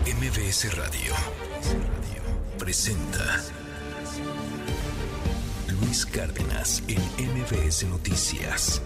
MBS Radio presenta Luis Cárdenas en MBS Noticias.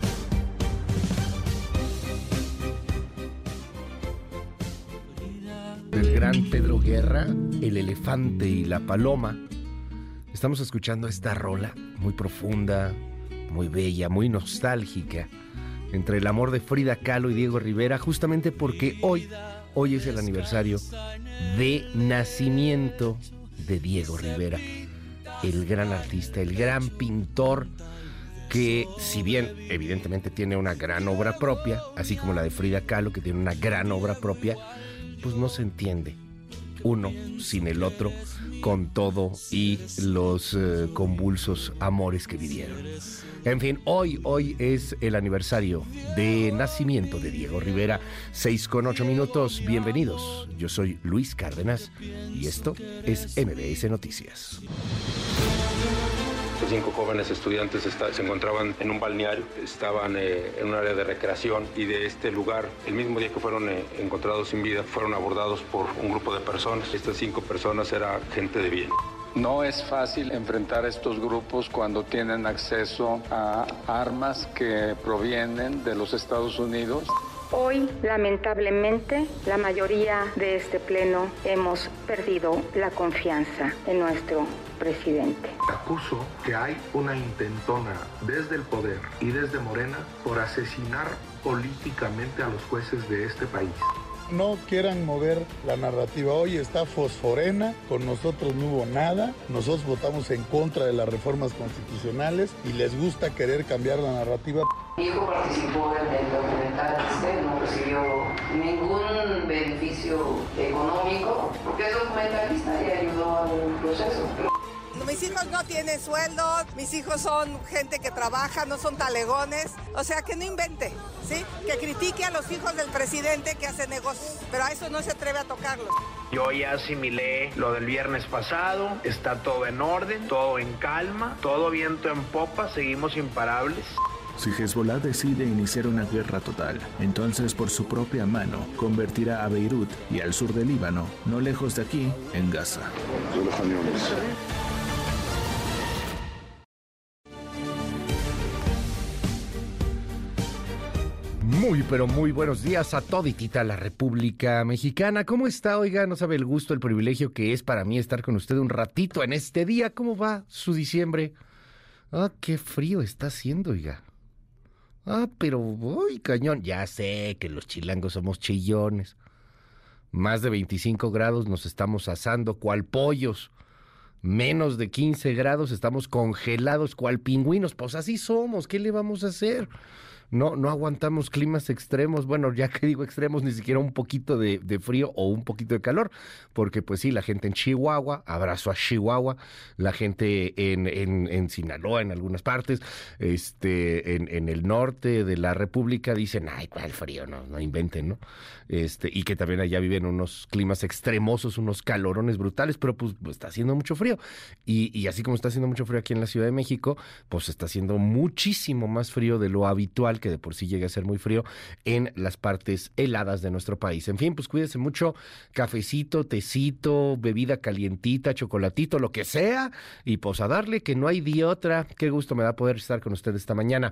Del gran Pedro Guerra, El elefante y la paloma. Estamos escuchando esta rola muy profunda, muy bella, muy nostálgica, entre el amor de Frida Kahlo y Diego Rivera, justamente porque hoy es el aniversario de nacimiento de Diego Rivera, el gran artista, el gran pintor, que si bien evidentemente tiene una gran obra propia, así como la de Frida Kahlo, que tiene una gran obra propia, pues no se entiende uno sin el otro, con todo y los convulsos amores que vivieron. En fin, hoy es el aniversario de nacimiento de Diego Rivera. 6:08. Bienvenidos. Yo soy Luis Cárdenas y esto es MBS Noticias. 5 jóvenes estudiantes se encontraban en un balneario, estaban en un área de recreación, y de este lugar, el mismo día que fueron encontrados sin vida, fueron abordados por un grupo de personas. Estas 5 personas eran gente de bien. No es fácil enfrentar a estos grupos cuando tienen acceso a armas que provienen de los Estados Unidos. Hoy, lamentablemente, la mayoría de este pleno hemos perdido la confianza en nuestro presidente. Acuso que hay una intentona desde el poder y desde Morena por asesinar políticamente a los jueces de este país. No quieran mover la narrativa. Hoy está fosforena, con nosotros no hubo nada, nosotros votamos en contra de las reformas constitucionales y les gusta querer cambiar la narrativa. Mi hijo participó en el documental, no recibió ningún beneficio económico porque es documentalista y ayudó al proceso. Mis hijos no tienen sueldo, mis hijos son gente que trabaja, no son talegones, o sea que no invente, ¿sí? Que critique a los hijos del presidente que hace negocios, pero a eso no se atreve a tocarlos. Yo ya asimilé lo del viernes pasado, está todo en orden, todo en calma, todo viento en popa, seguimos imparables. Si Hezbollah decide iniciar una guerra total, entonces por su propia mano convertirá a Beirut y al sur del Líbano, no lejos de aquí, en Gaza. Pero muy buenos días a toditita la República Mexicana. ¿Cómo está? Oiga, no sabe el gusto, el privilegio que es para mí estar con usted un ratito en este día. ¿Cómo va su diciembre? Ah, qué frío está haciendo, oiga. Ah, pero, uy, cañón. Ya sé que los chilangos somos chillones. Más de 25 grados nos estamos asando, cual pollos. Menos de 15 grados estamos congelados, cual pingüinos. Pues así somos, ¿qué le vamos a hacer? No aguantamos climas extremos, bueno, ya que digo extremos, ni siquiera un poquito de frío o un poquito de calor, porque pues sí, la gente en Chihuahua, abrazo a Chihuahua, la gente en Sinaloa, en algunas partes, en el norte de la República dicen, ay, ¿cuál frío? No inventen, ¿no? Y que también allá viven unos climas extremosos, unos calorones brutales, pero pues está haciendo mucho frío, y así como está haciendo mucho frío aquí en la Ciudad de México, pues está haciendo muchísimo más frío de lo habitual, que de por sí llega a ser muy frío en las partes heladas de nuestro país. En fin, pues cuídese mucho, cafecito, tecito, bebida calientita, chocolatito, lo que sea, y pues a darle, que no hay de otra. Qué gusto me da poder estar con ustedes esta mañana.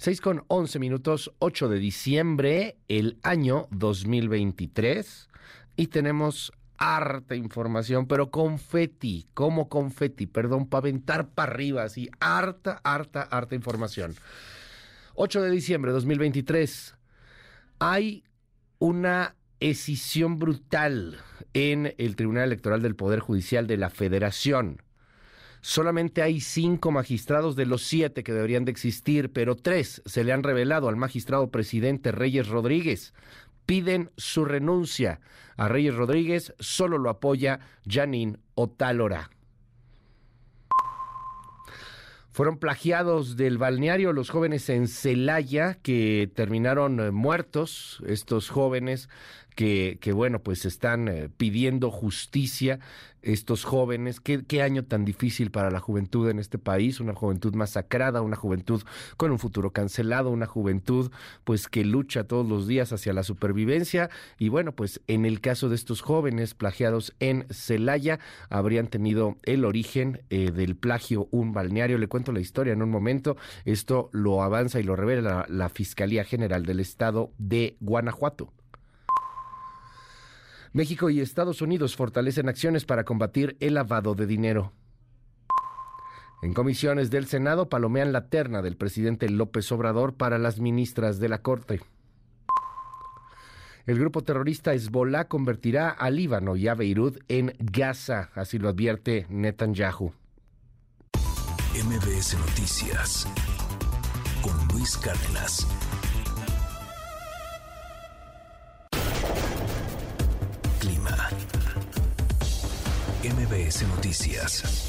6:11, 8 de diciembre, el año 2023, y tenemos harta información, pero confeti, perdón, para aventar para arriba, así, harta información. 8 de diciembre de 2023, hay una escisión brutal en el Tribunal Electoral del Poder Judicial de la Federación. Solamente hay 5 magistrados de los 7 que deberían de existir, pero 3 se le han revelado al magistrado presidente Reyes Rodríguez. Piden su renuncia. A Reyes Rodríguez solo lo apoya Janine Otálora. Fueron plagiados del balneario los jóvenes en Celaya que terminaron muertos. Estos jóvenes que bueno, pues están pidiendo justicia estos jóvenes. Qué año tan difícil para la juventud en este país, una juventud masacrada, una juventud con un futuro cancelado, una juventud pues que lucha todos los días hacia la supervivencia. Y bueno, pues en el caso de estos jóvenes plagiados en Celaya, habrían tenido el origen del plagio un balneario. Le cuento la historia en un momento. Esto lo avanza y lo revela la Fiscalía General del Estado de Guanajuato. México y Estados Unidos fortalecen acciones para combatir el lavado de dinero. En comisiones del Senado palomean la terna del presidente López Obrador para las ministras de la Corte. El grupo terrorista Hezbollah convertirá a Líbano y a Beirut en Gaza, así lo advierte Netanyahu. MBS Noticias con Luis Cárdenas. Clima. MBS Noticias.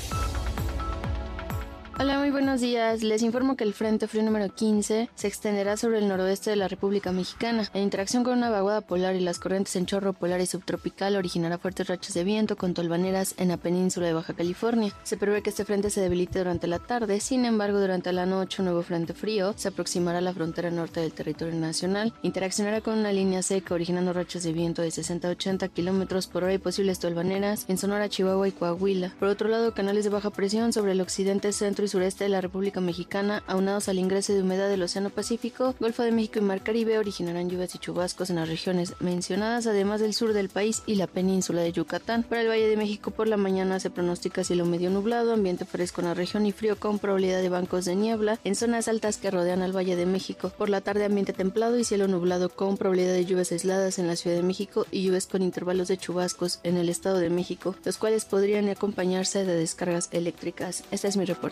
Hola, muy buenos días. Les informo que el Frente Frío número 15 se extenderá sobre el noroeste de la República Mexicana. En interacción con una vaguada polar y las corrientes en chorro polar y subtropical originará fuertes rachas de viento con tolvaneras en la península de Baja California. Se prevé que este frente se debilite durante la tarde. Sin embargo, durante la noche un nuevo frente frío se aproximará a la frontera norte del territorio nacional. Interaccionará con una línea seca originando rachas de viento de 60 a 80 kilómetros por hora y posibles tolvaneras en Sonora, Chihuahua y Coahuila. Por otro lado, canales de baja presión sobre el occidente, centro y sureste de la República Mexicana, aunados al ingreso de humedad del Océano Pacífico, Golfo de México y Mar Caribe, originarán lluvias y chubascos en las regiones mencionadas, además del sur del país y la península de Yucatán. Para el Valle de México por la mañana se pronostica cielo medio nublado, ambiente fresco en la región y frío con probabilidad de bancos de niebla en zonas altas que rodean al Valle de México. Por la tarde ambiente templado y cielo nublado con probabilidad de lluvias aisladas en la Ciudad de México y lluvias con intervalos de chubascos en el Estado de México, los cuales podrían acompañarse de descargas eléctricas. Este es mi reporte.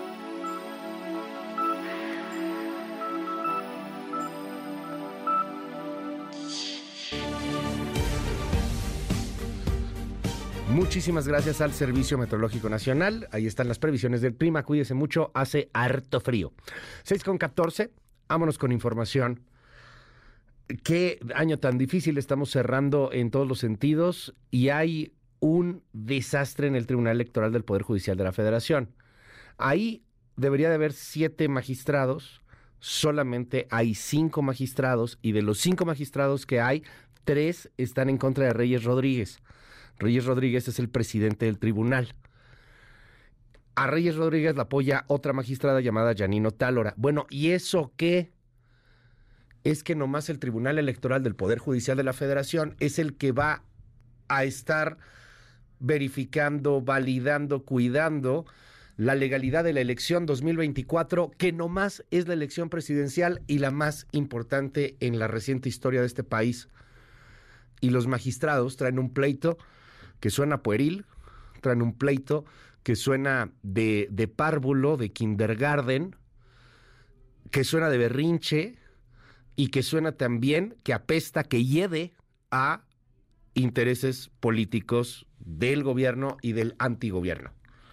Muchísimas gracias al Servicio Meteorológico Nacional. Ahí están las previsiones del clima. Cuídese mucho, hace harto frío. 6:14, vámonos con información. Qué año tan difícil estamos cerrando en todos los sentidos y hay un desastre en el Tribunal Electoral del Poder Judicial de la Federación. Ahí debería de haber 7 magistrados, solamente hay 5 magistrados y de los 5 magistrados que hay, 3 están en contra de Reyes Rodríguez. Reyes Rodríguez es el presidente del tribunal. A Reyes Rodríguez la apoya otra magistrada llamada Yanino Tálora. Bueno, ¿y eso qué? Es que nomás el Tribunal Electoral del Poder Judicial de la Federación es el que va a estar verificando, validando, cuidando la legalidad de la elección 2024, que nomás es la elección presidencial y la más importante en la reciente historia de este país. Y los magistrados traen un pleito que suena pueril, traen un pleito que suena de párvulo, de kindergarten, que suena de berrinche y que suena también que apesta, que hiede a intereses políticos del gobierno y del antigobierno.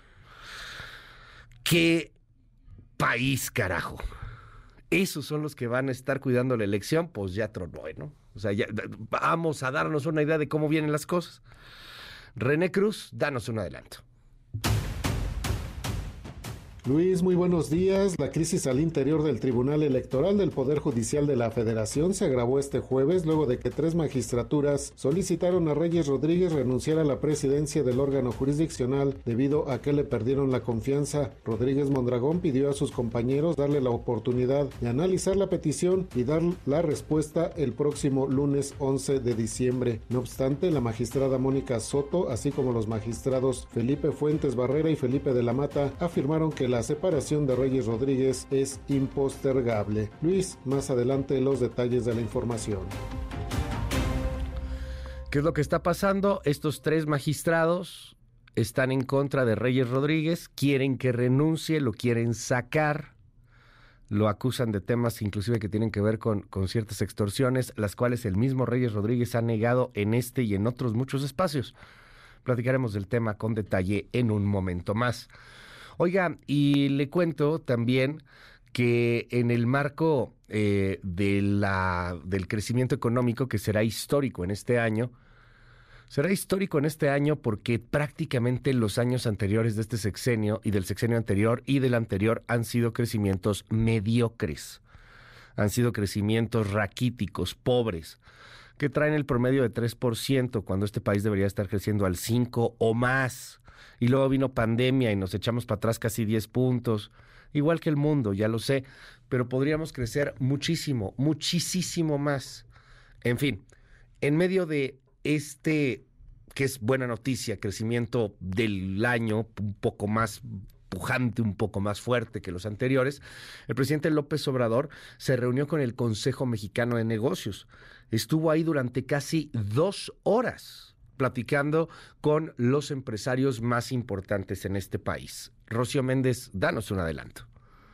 ¡Qué país, carajo! Esos son los que van a estar cuidando la elección, pues ya tronó, ¿no? O sea, ya vamos a darnos una idea de cómo vienen las cosas. René Cruz, danos un adelanto. Luis, muy buenos días. La crisis al interior del Tribunal Electoral del Poder Judicial de la Federación se agravó este jueves luego de que 3 magistraturas solicitaron a Reyes Rodríguez renunciar a la presidencia del órgano jurisdiccional debido a que le perdieron la confianza. Rodríguez Mondragón pidió a sus compañeros darle la oportunidad de analizar la petición y dar la respuesta el próximo lunes 11 de diciembre. No obstante, la magistrada Mónica Soto, así como los magistrados Felipe Fuentes Barrera y Felipe de la Mata, afirmaron que la separación de Reyes Rodríguez es impostergable. Luis, más adelante los detalles de la información. ¿Qué es lo que está pasando? Estos 3 magistrados están en contra de Reyes Rodríguez, quieren que renuncie, lo quieren sacar, lo acusan de temas inclusive que tienen que ver con ciertas extorsiones, las cuales el mismo Reyes Rodríguez ha negado en este y en otros muchos espacios. Platicaremos del tema con detalle en un momento más. Oiga, y le cuento también que en el marco del crecimiento económico que será histórico en este año porque prácticamente los años anteriores de este sexenio y del sexenio anterior y del anterior han sido crecimientos mediocres, han sido crecimientos raquíticos, pobres, que traen el promedio de 3% cuando este país debería estar creciendo al 5% o más. Y luego vino pandemia y nos echamos para atrás casi 10 puntos. Igual que el mundo, ya lo sé, pero podríamos crecer muchísimo, muchísimo más. En fin, en medio de que es buena noticia, crecimiento del año un poco más pujante, un poco más fuerte que los anteriores, el presidente López Obrador se reunió con el Consejo Mexicano de Negocios. Estuvo ahí durante casi 2 horas platicando con los empresarios más importantes en este país. Rocío Méndez, danos un adelanto.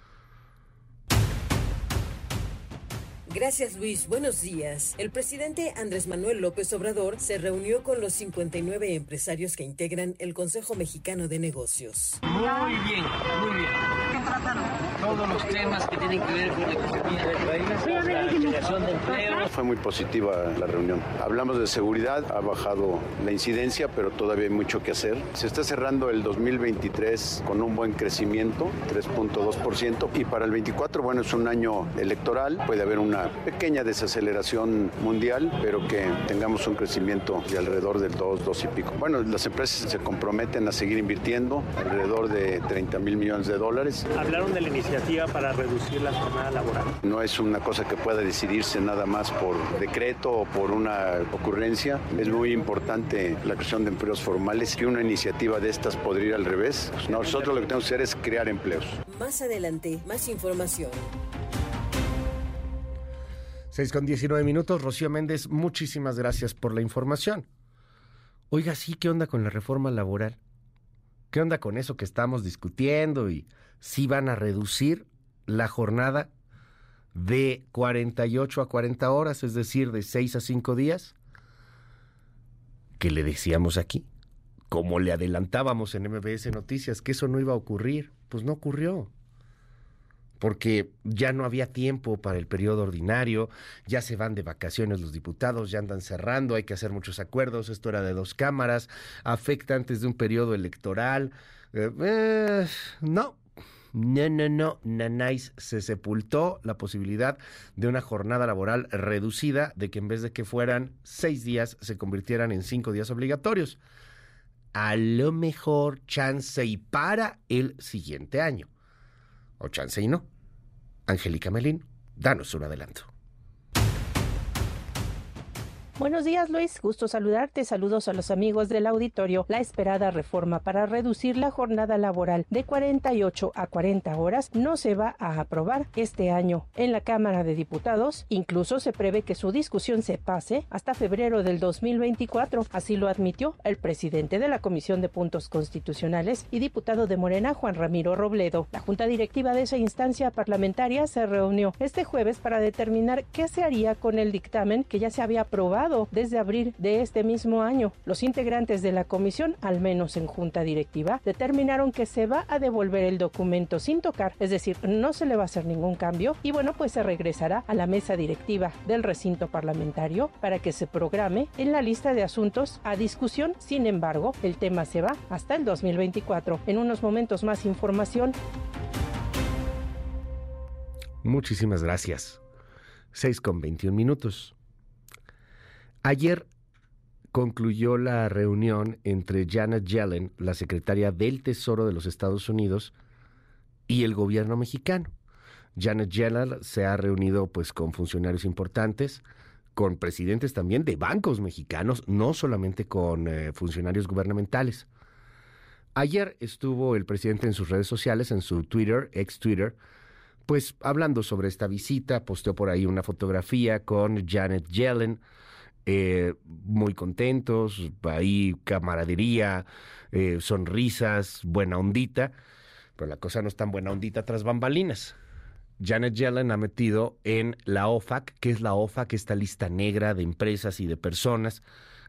Gracias, Luis. Buenos días. El presidente Andrés Manuel López Obrador se reunió con los 59 empresarios que integran el Consejo Mexicano de Negocios. Muy bien, muy bien. ¿Qué trataron? Todos los temas que tienen que ver con la economía del país, la generación de empleo. Fue muy positiva la reunión. Hablamos de seguridad, ha bajado la incidencia, pero todavía hay mucho que hacer. Se está cerrando el 2023 con un buen crecimiento, 3.2%, y para el 24, bueno, es un año electoral, puede haber una pequeña desaceleración mundial, pero que tengamos un crecimiento de alrededor del 2 y pico. Bueno, las empresas se comprometen a seguir invirtiendo alrededor de $30,000 millones. Hablaron de la iniciativa para reducir la jornada laboral. No es una cosa que pueda decidirse nada más por decreto o por una ocurrencia. Es muy importante la creación de empleos formales. Que una iniciativa de estas podría ir al revés. Nosotros lo que tenemos que hacer es crear empleos. Más adelante, más información. 6:19. Rocío Méndez, muchísimas gracias por la información. Oiga, sí, ¿qué onda con la reforma laboral? ¿Qué onda con eso que estamos discutiendo? Y sí van a reducir la jornada de 48 a 40 horas, es decir, de 6 a 5 días. ¿Qué le decíamos aquí? Como le adelantábamos en MBS Noticias, que eso no iba a ocurrir. Pues no ocurrió. Porque ya no había tiempo para el periodo ordinario, ya se van de vacaciones los diputados, ya andan cerrando, hay que hacer muchos acuerdos, esto era de 2 cámaras, afecta antes de un periodo electoral. No, nanáis, se sepultó la posibilidad de una jornada laboral reducida, de que en vez de que fueran 6 días, se convirtieran en 5 días obligatorios. A lo mejor chance y para el siguiente año. O chance y no. Angélica Melín, danos un adelanto. Buenos días, Luis. Gusto saludarte. Saludos a los amigos del auditorio. La esperada reforma para reducir la jornada laboral de 48 a 40 horas no se va a aprobar este año en la Cámara de Diputados. Incluso se prevé que su discusión se pase hasta febrero del 2024. Así lo admitió el presidente de la Comisión de Puntos Constitucionales y diputado de Morena, Juan Ramiro Robledo. La junta directiva de esa instancia parlamentaria se reunió este jueves para determinar qué se haría con el dictamen que ya se había aprobado desde abril de este mismo año. Los integrantes de la comisión, al menos en junta directiva, determinaron que se va a devolver el documento sin tocar, es decir, no se le va a hacer ningún cambio y bueno, pues se regresará a la mesa directiva del recinto parlamentario para que se programe en la lista de asuntos a discusión. Sin embargo, el tema se va hasta el 2024. En unos momentos más información. Muchísimas gracias. 6:21. Ayer concluyó la reunión entre Janet Yellen, la secretaria del Tesoro de los Estados Unidos, y el gobierno mexicano. Janet Yellen se ha reunido pues con funcionarios importantes, con presidentes también de bancos mexicanos, no solamente con funcionarios gubernamentales. Ayer estuvo el presidente en sus redes sociales, en su Twitter, ex Twitter, pues hablando sobre esta visita, posteó por ahí una fotografía con Janet Yellen, muy contentos, ahí camaradería, sonrisas, buena ondita, pero la cosa no es tan buena ondita tras bambalinas. Janet Yellen ha metido en la OFAC, que es la OFAC, esta lista negra de empresas y de personas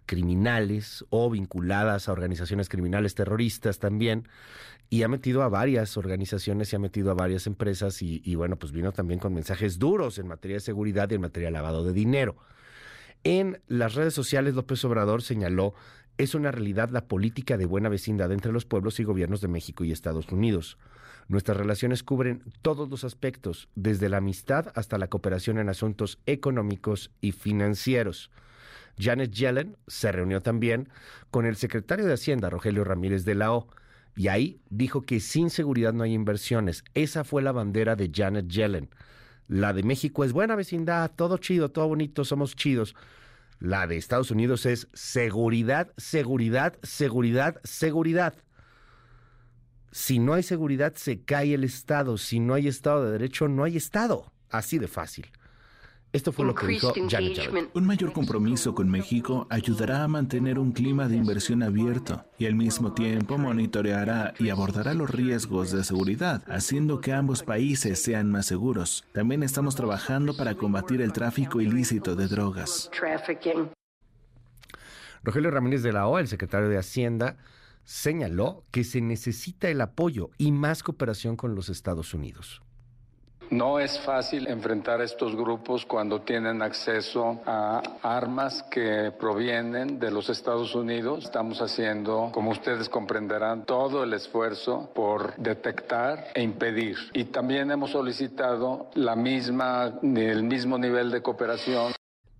criminales o vinculadas a organizaciones criminales terroristas también, y ha metido a varias organizaciones y ha metido a varias empresas y bueno, pues vino también con mensajes duros en materia de seguridad y en materia de lavado de dinero. En las redes sociales, López Obrador señaló: es una realidad la política de buena vecindad entre los pueblos y gobiernos de México y Estados Unidos. Nuestras relaciones cubren todos los aspectos, desde la amistad hasta la cooperación en asuntos económicos y financieros. Janet Yellen se reunió también con el secretario de Hacienda, Rogelio Ramírez de la O, y ahí dijo que sin seguridad no hay inversiones. Esa fue la bandera de Janet Yellen. La de México es buena vecindad, todo chido, todo bonito, somos chidos. La de Estados Unidos es seguridad, seguridad, seguridad, seguridad. Si no hay seguridad, se cae el Estado. Si no hay Estado de Derecho, no hay Estado. Así de fácil. Esto fue lo que dijo Janet Yellen. Un mayor compromiso con México ayudará a mantener un clima de inversión abierto y al mismo tiempo monitoreará y abordará los riesgos de seguridad, haciendo que ambos países sean más seguros. También estamos trabajando para combatir el tráfico ilícito de drogas. Rogelio Ramírez de la O, el secretario de Hacienda, señaló que se necesita el apoyo y más cooperación con los Estados Unidos. No es fácil enfrentar a estos grupos cuando tienen acceso a armas que provienen de los Estados Unidos. Estamos haciendo, como ustedes comprenderán, todo el esfuerzo por detectar e impedir. Y también hemos solicitado el mismo nivel de cooperación.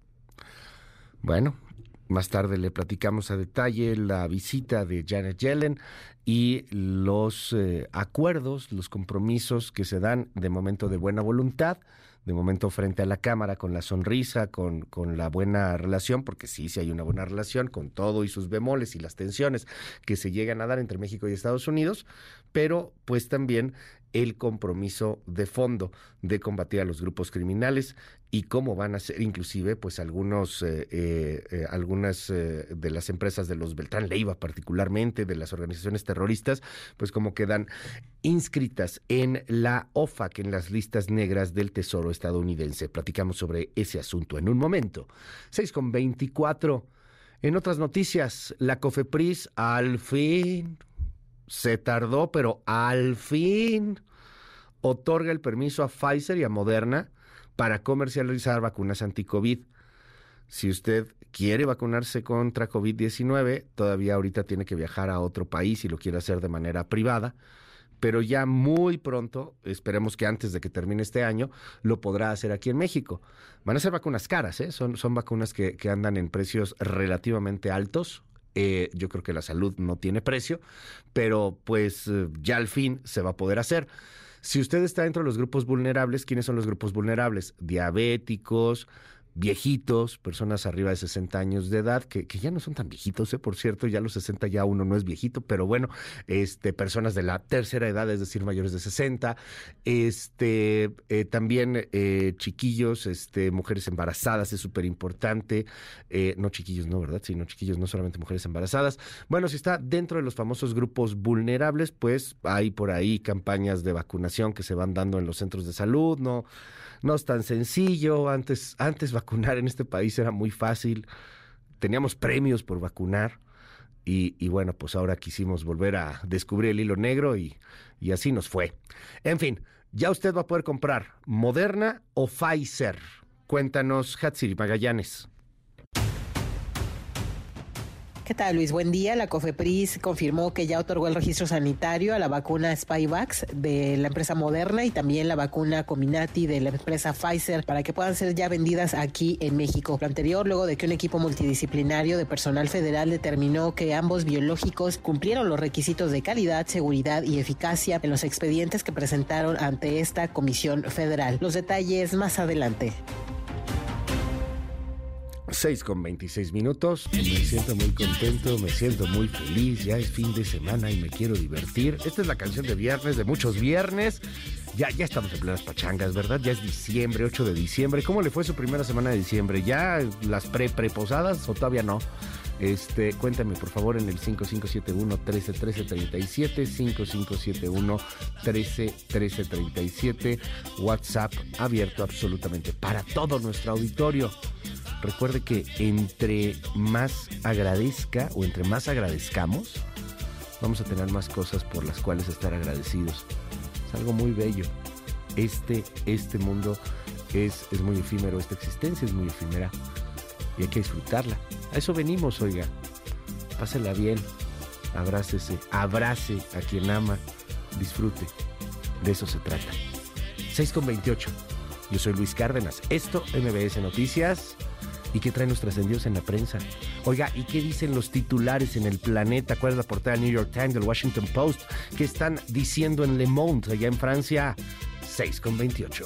Bueno, más tarde le platicamos a detalle la visita de Janet Yellen y los acuerdos, los compromisos que se dan de momento de buena voluntad, de momento frente a la Cámara, con la sonrisa, con la buena relación, porque sí hay una buena relación con todo y sus bemoles y las tensiones que se llegan a dar entre México y Estados Unidos, pero pues también el compromiso de fondo de combatir a los grupos criminales y cómo van a ser inclusive pues algunas de las empresas de los Beltrán Leiva, particularmente de las organizaciones terroristas, pues como quedan inscritas en la OFAC, en las listas negras del Tesoro estadounidense. Platicamos sobre ese asunto en un momento. 6:24. En otras noticias, la COFEPRIS al fin, se tardó, pero al fin otorga el permiso a Pfizer y a Moderna para comercializar vacunas anti-COVID. Si usted quiere vacunarse contra COVID-19, todavía ahorita tiene que viajar a otro país y lo quiere hacer de manera privada, pero ya muy pronto, esperemos que antes de que termine este año, lo podrá hacer aquí en México. Van a ser vacunas caras, son vacunas que andan en precios relativamente altos. Yo creo que la salud no tiene precio, pero pues ya al fin se va a poder hacer. Si usted está dentro de los grupos vulnerables, ¿quiénes son los grupos vulnerables? Diabéticos, viejitos, personas arriba de 60 años de edad, que ya no son tan viejitos, por cierto, ya a los 60 ya uno no es viejito, pero bueno, personas de la tercera edad, es decir, mayores de 60, también chiquillos, mujeres embarazadas, es súper importante, no chiquillos, no, ¿verdad? Sí, no chiquillos, no solamente mujeres embarazadas. Bueno, si está dentro de los famosos grupos vulnerables, pues hay por ahí campañas de vacunación que se van dando en los centros de salud, no es tan sencillo. Antes vacunar en este país era muy fácil. Teníamos premios por vacunar. Y bueno, pues ahora quisimos volver a descubrir el hilo negro y así nos fue. En fin, ya usted va a poder comprar Moderna o Pfizer. Cuéntanos, Hatsiri Magallanes. ¿Qué tal, Luis? Buen día. La COFEPRIS confirmó que ya otorgó el registro sanitario a la vacuna Spikevax de la empresa Moderna y también la vacuna Comirnaty de la empresa Pfizer para que puedan ser ya vendidas aquí en México. Lo anterior, luego de que un equipo multidisciplinario de personal federal determinó que ambos biológicos cumplieron los requisitos de calidad, seguridad y eficacia en los expedientes que presentaron ante esta comisión federal. Los detalles más adelante. 6:26. Me siento muy contento, me siento muy feliz. Ya es fin de semana y me quiero divertir. Esta es la canción de viernes, de muchos viernes. Ya estamos en plenas pachangas, ¿verdad? Ya es diciembre, 8 de diciembre. ¿Cómo le fue su primera semana de diciembre? ¿Ya las preposadas o todavía no? Cuéntame, por favor, en el 5571-131337, 5571-131337, WhatsApp abierto absolutamente para todo nuestro auditorio. Recuerde que entre más agradezca o entre más agradezcamos, vamos a tener más cosas por las cuales estar agradecidos. Es algo muy bello. Este mundo es muy efímero, esta existencia es muy efímera y hay que disfrutarla. A eso venimos, oiga. Pásela bien, abrácese, abrace a quien ama, disfrute. De eso se trata. 6:28. Yo soy Luis Cárdenas. Esto, MBS Noticias. ¿Y qué traen los trascendidos en la prensa? Oiga, ¿y qué dicen los titulares en el Planeta? ¿Cuál es la portada del New York Times, del Washington Post? ¿Qué están diciendo en Le Monde, allá en Francia? 6:28.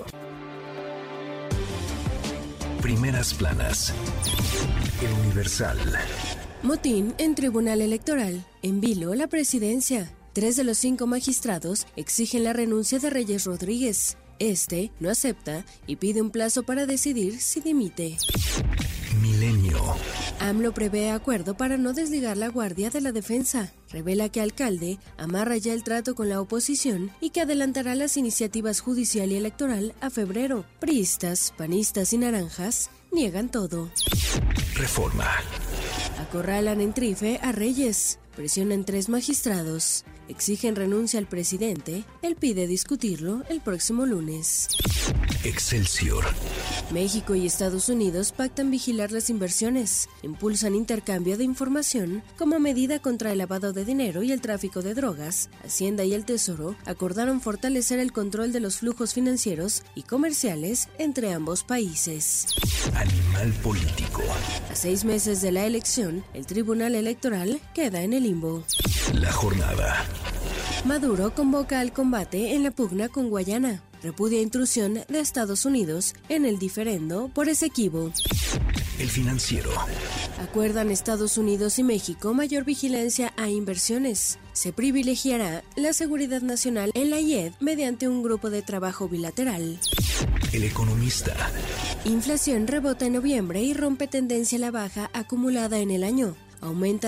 Primeras planas. El Universal. Motín en Tribunal Electoral. En vilo la presidencia. 3 de los 5 magistrados exigen la renuncia de Reyes Rodríguez. Este no acepta y pide un plazo para decidir si dimite. Milenio. AMLO prevé acuerdo para no desligar la Guardia de la Defensa. Revela que alcalde amarra ya el trato con la oposición y que adelantará las iniciativas judicial y electoral a febrero. Priistas, panistas y naranjas niegan todo. Reforma. Acorralan en Trife a Reyes. Presionan 3 magistrados. Exigen renuncia al presidente. Él pide discutirlo el próximo lunes. Excelsior. México y Estados Unidos pactan vigilar las inversiones. Impulsan intercambio de información como medida contra el lavado de dinero y el tráfico de drogas. Hacienda y el Tesoro acordaron fortalecer el control de los flujos financieros y comerciales entre ambos países. Animal político. A 6 meses de la elección, el Tribunal Electoral queda en el limbo. La jornada. Maduro convoca al combate en la pugna con Guayana. Repudia intrusión de Estados Unidos en el diferendo por Esequibo. El Financiero. Acuerdan Estados Unidos y México mayor vigilancia a inversiones. Se privilegiará la seguridad nacional en la IED mediante un grupo de trabajo bilateral. El Economista. Inflación rebota en noviembre y rompe tendencia a la baja acumulada en el año. Aumenta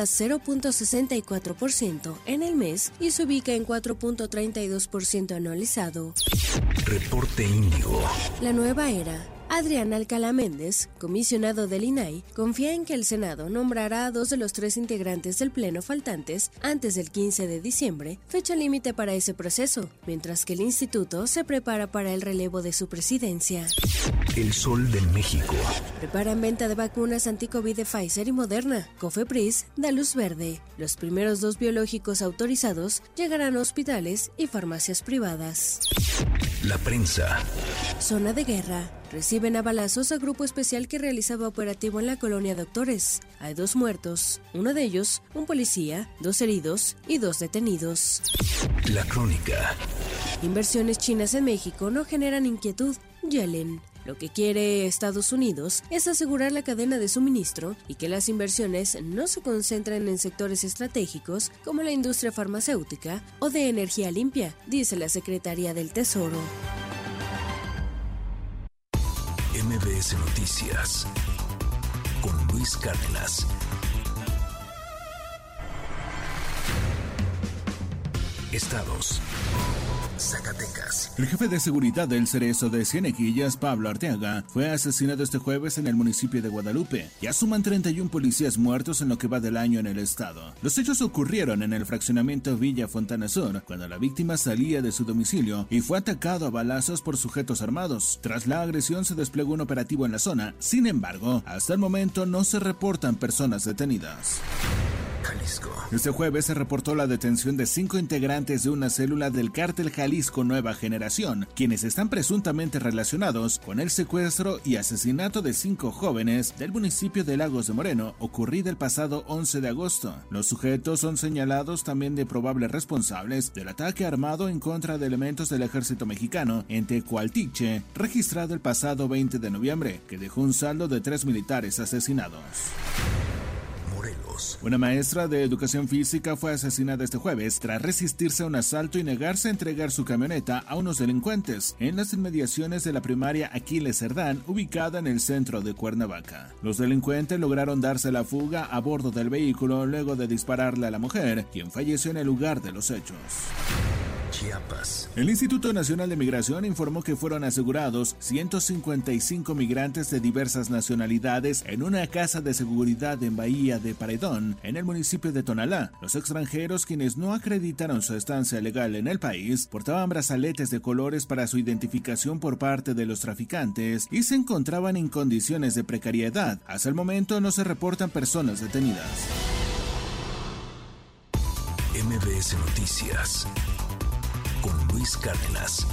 0.64% en el mes y se ubica en 4.32% anualizado. Reporte Índigo. La nueva era. Adrián Alcalá Méndez, comisionado del INAI, confía en que el Senado nombrará a 2 de los 3 integrantes del Pleno faltantes antes del 15 de diciembre, fecha límite para ese proceso, mientras que el instituto se prepara para el relevo de su presidencia. El Sol de México. Preparan venta de vacunas anti-COVID de Pfizer y Moderna. Cofepris da luz verde. Los primeros 2 biológicos autorizados llegarán a hospitales y farmacias privadas. La prensa. Zona de guerra. Reciben a balazos a grupo especial que realizaba operativo en la colonia Doctores. Hay 2 muertos, uno de ellos, un policía, 2 heridos y 2 detenidos. La crónica. Inversiones chinas en México no generan inquietud. Yellen. Lo que quiere Estados Unidos es asegurar la cadena de suministro y que las inversiones no se concentren en sectores estratégicos como la industria farmacéutica o de energía limpia, dice la Secretaría del Tesoro. MBS Noticias con Luis Cárdenas. Estados. Zacatecas. El jefe de seguridad del Cerezo de Cieneguillas, Pablo Arteaga, fue asesinado este jueves en el municipio de Guadalupe. Ya suman 31 policías muertos en lo que va del año en el estado. Los hechos ocurrieron en el fraccionamiento Villa Fontana Sur, cuando la víctima salía de su domicilio y fue atacado a balazos por sujetos armados. Tras la agresión se desplegó un operativo en la zona. Sin embargo, hasta el momento no se reportan personas detenidas. Jalisco. Este jueves se reportó la detención de 5 integrantes de una célula del cártel Jalisco Nueva Generación, quienes están presuntamente relacionados con el secuestro y asesinato de 5 jóvenes del municipio de Lagos de Moreno, ocurrido el pasado 11 de agosto. Los sujetos son señalados también de probables responsables del ataque armado en contra de elementos del ejército mexicano en Tecualtiche, registrado el pasado 20 de noviembre, que dejó un saldo de 3 militares asesinados. Una maestra de educación física fue asesinada este jueves tras resistirse a un asalto y negarse a entregar su camioneta a unos delincuentes en las inmediaciones de la primaria Aquiles Cerdán, ubicada en el centro de Cuernavaca. Los delincuentes lograron darse la fuga a bordo del vehículo luego de dispararle a la mujer, quien falleció en el lugar de los hechos. Chiapas. El Instituto Nacional de Migración informó que fueron asegurados 155 migrantes de diversas nacionalidades en una casa de seguridad en Bahía de Paredón, en el municipio de Tonalá. Los extranjeros, quienes no acreditaron su estancia legal en el país, portaban brazaletes de colores para su identificación por parte de los traficantes y se encontraban en condiciones de precariedad. Hasta el momento no se reportan personas detenidas. MBS Noticias con Luis Cárdenas.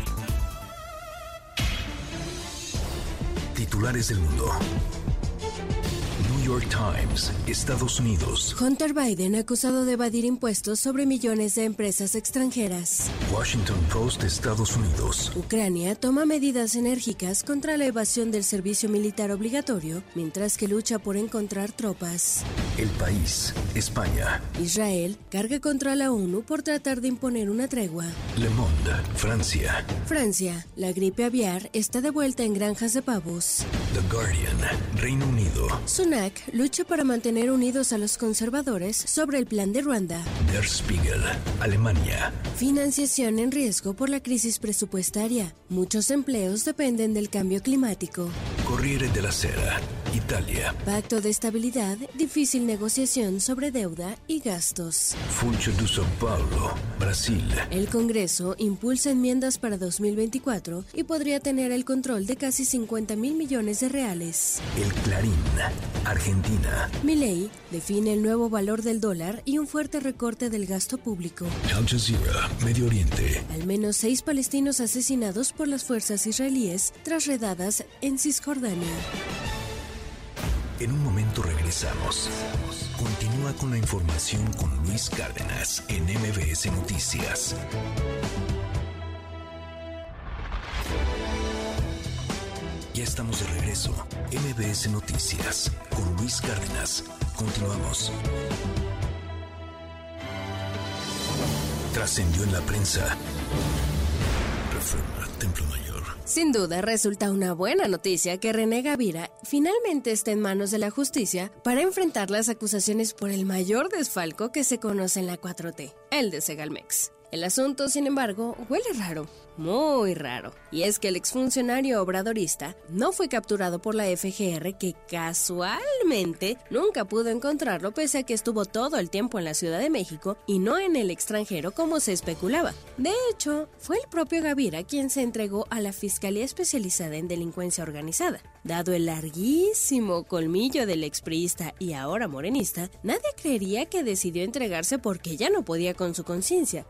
Titulares del mundo. New York Times, Estados Unidos. Hunter Biden acusado de evadir impuestos sobre millones de empresas extranjeras. Washington Post, Estados Unidos. Ucrania toma medidas enérgicas contra la evasión del servicio militar obligatorio, mientras que lucha por encontrar tropas. El País, España. Israel carga contra la ONU por tratar de imponer una tregua. Le Monde, Francia. Francia, la gripe aviar está de vuelta en granjas de pavos. The Guardian, Reino Unido. Sunak lucha para mantener unidos a los conservadores sobre el plan de Ruanda. Der Spiegel, Alemania. Financiación en riesgo por la crisis presupuestaria. Muchos empleos dependen del cambio climático. Corriere della Sera, Italia. Pacto de estabilidad, difícil negociación sobre deuda y gastos. Funcho de São Paulo, Brasil. El Congreso impulsa enmiendas para 2024 y podría tener el control de casi 50,000 millones de reales. El Clarín, Argentina. Milei define el nuevo valor del dólar y un fuerte recorte del gasto público. Al Jazeera, Medio Oriente. Al menos 6 palestinos asesinados por las fuerzas israelíes tras redadas en Cisjordania. En un momento regresamos. Continúa con la información con Luis Cárdenas en MBS Noticias. Ya estamos de regreso. MBS Noticias con Luis Cárdenas. Continuamos. Trascendió en la prensa. Reforma, Templo Mayor. Sin duda resulta una buena noticia que René Gavira finalmente esté en manos de la justicia para enfrentar las acusaciones por el mayor desfalco que se conoce en la 4T, el de Segalmex. El asunto, sin embargo, huele raro, muy raro. Y es que el exfuncionario obradorista no fue capturado por la FGR, que casualmente nunca pudo encontrarlo pese a que estuvo todo el tiempo en la Ciudad de México y no en el extranjero como se especulaba. De hecho, fue el propio Gavira quien se entregó a la Fiscalía Especializada en Delincuencia Organizada. Dado el larguísimo colmillo del expriista y ahora morenista, nadie creería que decidió entregarse porque ya no podía con su conciencia.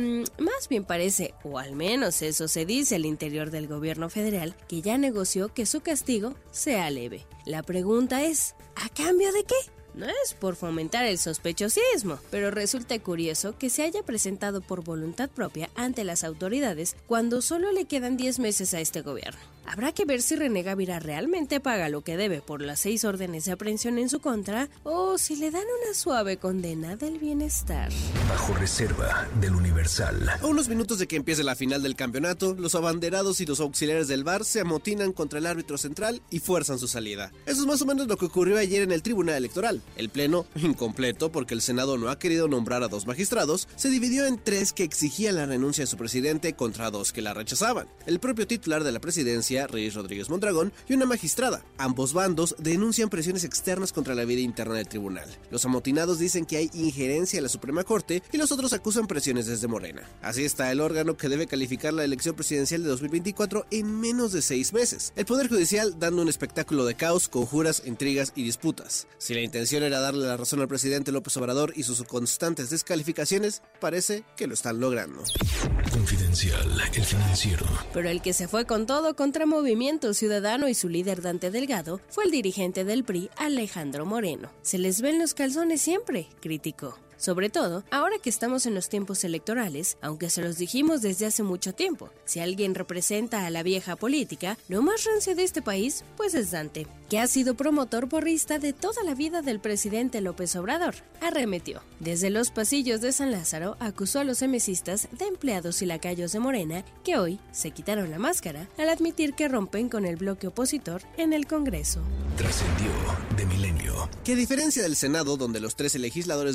Más bien parece, o al menos eso se dice al interior del gobierno federal, que ya negoció que su castigo sea leve. La pregunta es, ¿a cambio de qué? No es por fomentar el sospechosismo, pero resulta curioso que se haya presentado por voluntad propia ante las autoridades cuando solo le quedan 10 meses a este gobierno. Habrá que ver si René Gavira realmente paga lo que debe por las 6 órdenes de aprehensión en su contra o si le dan una suave condena del bienestar. Bajo reserva del Universal. A unos minutos de que empiece la final del campeonato, los abanderados y los auxiliares del VAR se amotinan contra el árbitro central y fuerzan su salida. Eso es más o menos lo que ocurrió ayer en el Tribunal Electoral. El pleno, incompleto porque el Senado no ha querido nombrar a 2 magistrados, se dividió en 3 que exigían la renuncia de su presidente contra 2 que la rechazaban. El propio titular de la presidencia, Reyes Rodríguez Mondragón, y una magistrada. Ambos bandos denuncian presiones externas contra la vida interna del tribunal. Los amotinados dicen que hay injerencia en la Suprema Corte y los otros acusan presiones desde Morena. Así está el órgano que debe calificar la elección presidencial de 2024 en menos de 6 meses. El Poder Judicial dando un espectáculo de caos, conjuras, intrigas y disputas. Si la intención era darle la razón al presidente López Obrador y sus constantes descalificaciones, parece que lo están logrando. Confidencial, El Financiero. Pero el que se fue con todo contra Movimiento Ciudadano y su líder Dante Delgado fue el dirigente del PRI, Alejandro Moreno. Se les ven los calzones siempre, criticó. Sobre todo, ahora que estamos en los tiempos electorales, aunque se los dijimos desde hace mucho tiempo, si alguien representa a la vieja política, lo más rancio de este país, pues es Dante, que ha sido promotor porrista de toda la vida del presidente López Obrador. Arremetió. Desde los pasillos de San Lázaro, acusó a los emesistas de empleados y lacayos de Morena, que hoy se quitaron la máscara al admitir que rompen con el bloque opositor en el Congreso. Trascendió de Milenio. Que a diferencia del Senado, donde los 13 legisladores de Movimiento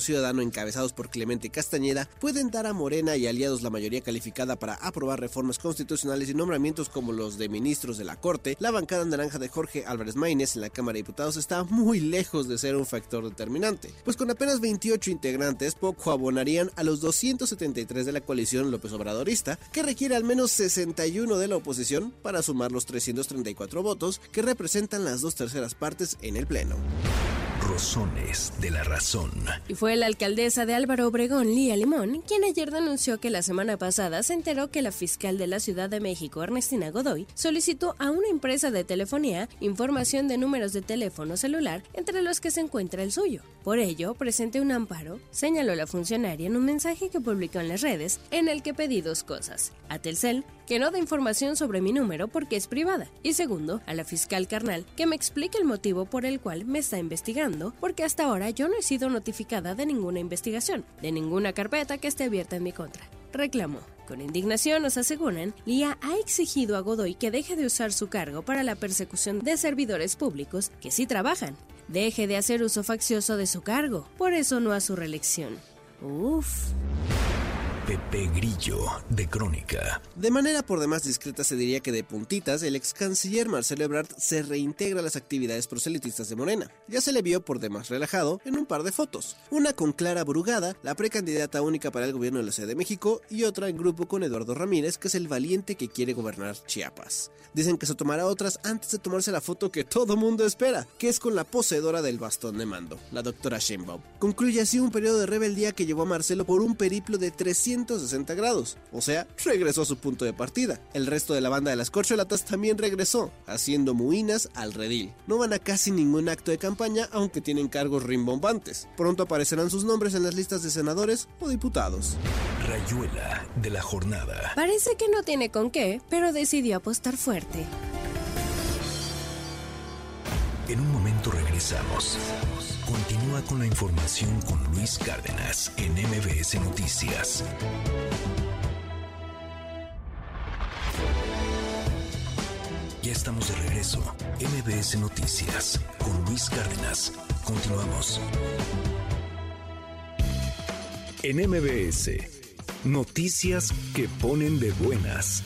Ciudadano encabezados por Clemente Castañeda pueden dar a Morena y aliados la mayoría calificada para aprobar reformas constitucionales y nombramientos como los de ministros de la Corte, la bancada naranja de Jorge Álvarez Maínez en la Cámara de Diputados está muy lejos de ser un factor determinante, pues con apenas 28 integrantes poco abonarían a los 273 de la coalición López Obradorista, que requiere al menos 61 de la oposición para sumar los 334 votos que representan las 2/3 partes en el Pleno. Rosones de la razón. Y fue la alcaldesa de Álvaro Obregón, Lía Limón, quien ayer denunció que la semana pasada se enteró que la fiscal de la Ciudad de México, Ernestina Godoy, solicitó a una empresa de telefonía información de números de teléfono celular, entre los que se encuentra el suyo. Por ello, presenté un amparo, señaló la funcionaria en un mensaje que publicó en las redes, en el que pedí dos cosas: a Telcel, que no da información sobre mi número porque es privada, y segundo, a la fiscal carnal, que me explique el motivo por el cual me está investigando, porque hasta ahora yo no he sido notificada de ninguna investigación, de ninguna carpeta que esté abierta en mi contra, reclamó. Con indignación, nos aseguran, Lía ha exigido a Godoy que deje de usar su cargo para la persecución de servidores públicos que sí trabajan. Deje de hacer uso faccioso de su cargo, por eso no a su reelección. Uf. Pepe Grillo, de Crónica. De manera por demás discreta se diría que de puntitas, el ex canciller Marcelo Ebrard se reintegra a las actividades proselitistas de Morena. Ya se le vio por demás relajado en un par de fotos. Una con Clara Brugada, la precandidata única para el gobierno de la Ciudad de México, y otra en grupo con Eduardo Ramírez, que es el valiente que quiere gobernar Chiapas. Dicen que se tomará otras antes de tomarse la foto que todo mundo espera, que es con la poseedora del bastón de mando, la doctora Sheinbaum. Concluye así un periodo de rebeldía que llevó a Marcelo por un periplo de 360 grados, o sea, regresó a su punto de partida. El resto de la banda de las corcholatas también regresó, haciendo muinas al redil. No van a casi ningún acto de campaña, aunque tienen cargos rimbombantes. Pronto aparecerán sus nombres en las listas de senadores o diputados. Rayuela de la jornada. Parece que no tiene con qué, pero decidió apostar fuerte. En un momento regresamos. Continúa con la información con Luis Cárdenas en MBS Noticias. Ya estamos de regreso. MBS Noticias con Luis Cárdenas. Continuamos. En MBS, noticias que ponen de buenas.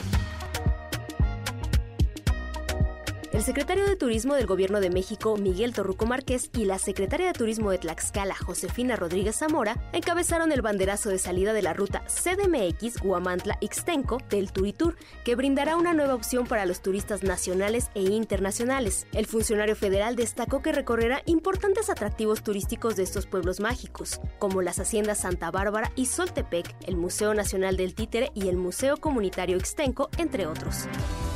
El secretario de Turismo del Gobierno de México, Miguel Torruco Márquez, y la secretaria de Turismo de Tlaxcala, Josefina Rodríguez Zamora, encabezaron el banderazo de salida de la ruta CDMX Huamantla-Ixtenco del Turitur, que brindará una nueva opción para los turistas nacionales e internacionales. El funcionario federal destacó que recorrerá importantes atractivos turísticos de estos pueblos mágicos, como las haciendas Santa Bárbara y Soltepec, el Museo Nacional del Títere y el Museo Comunitario Ixtenco, entre otros.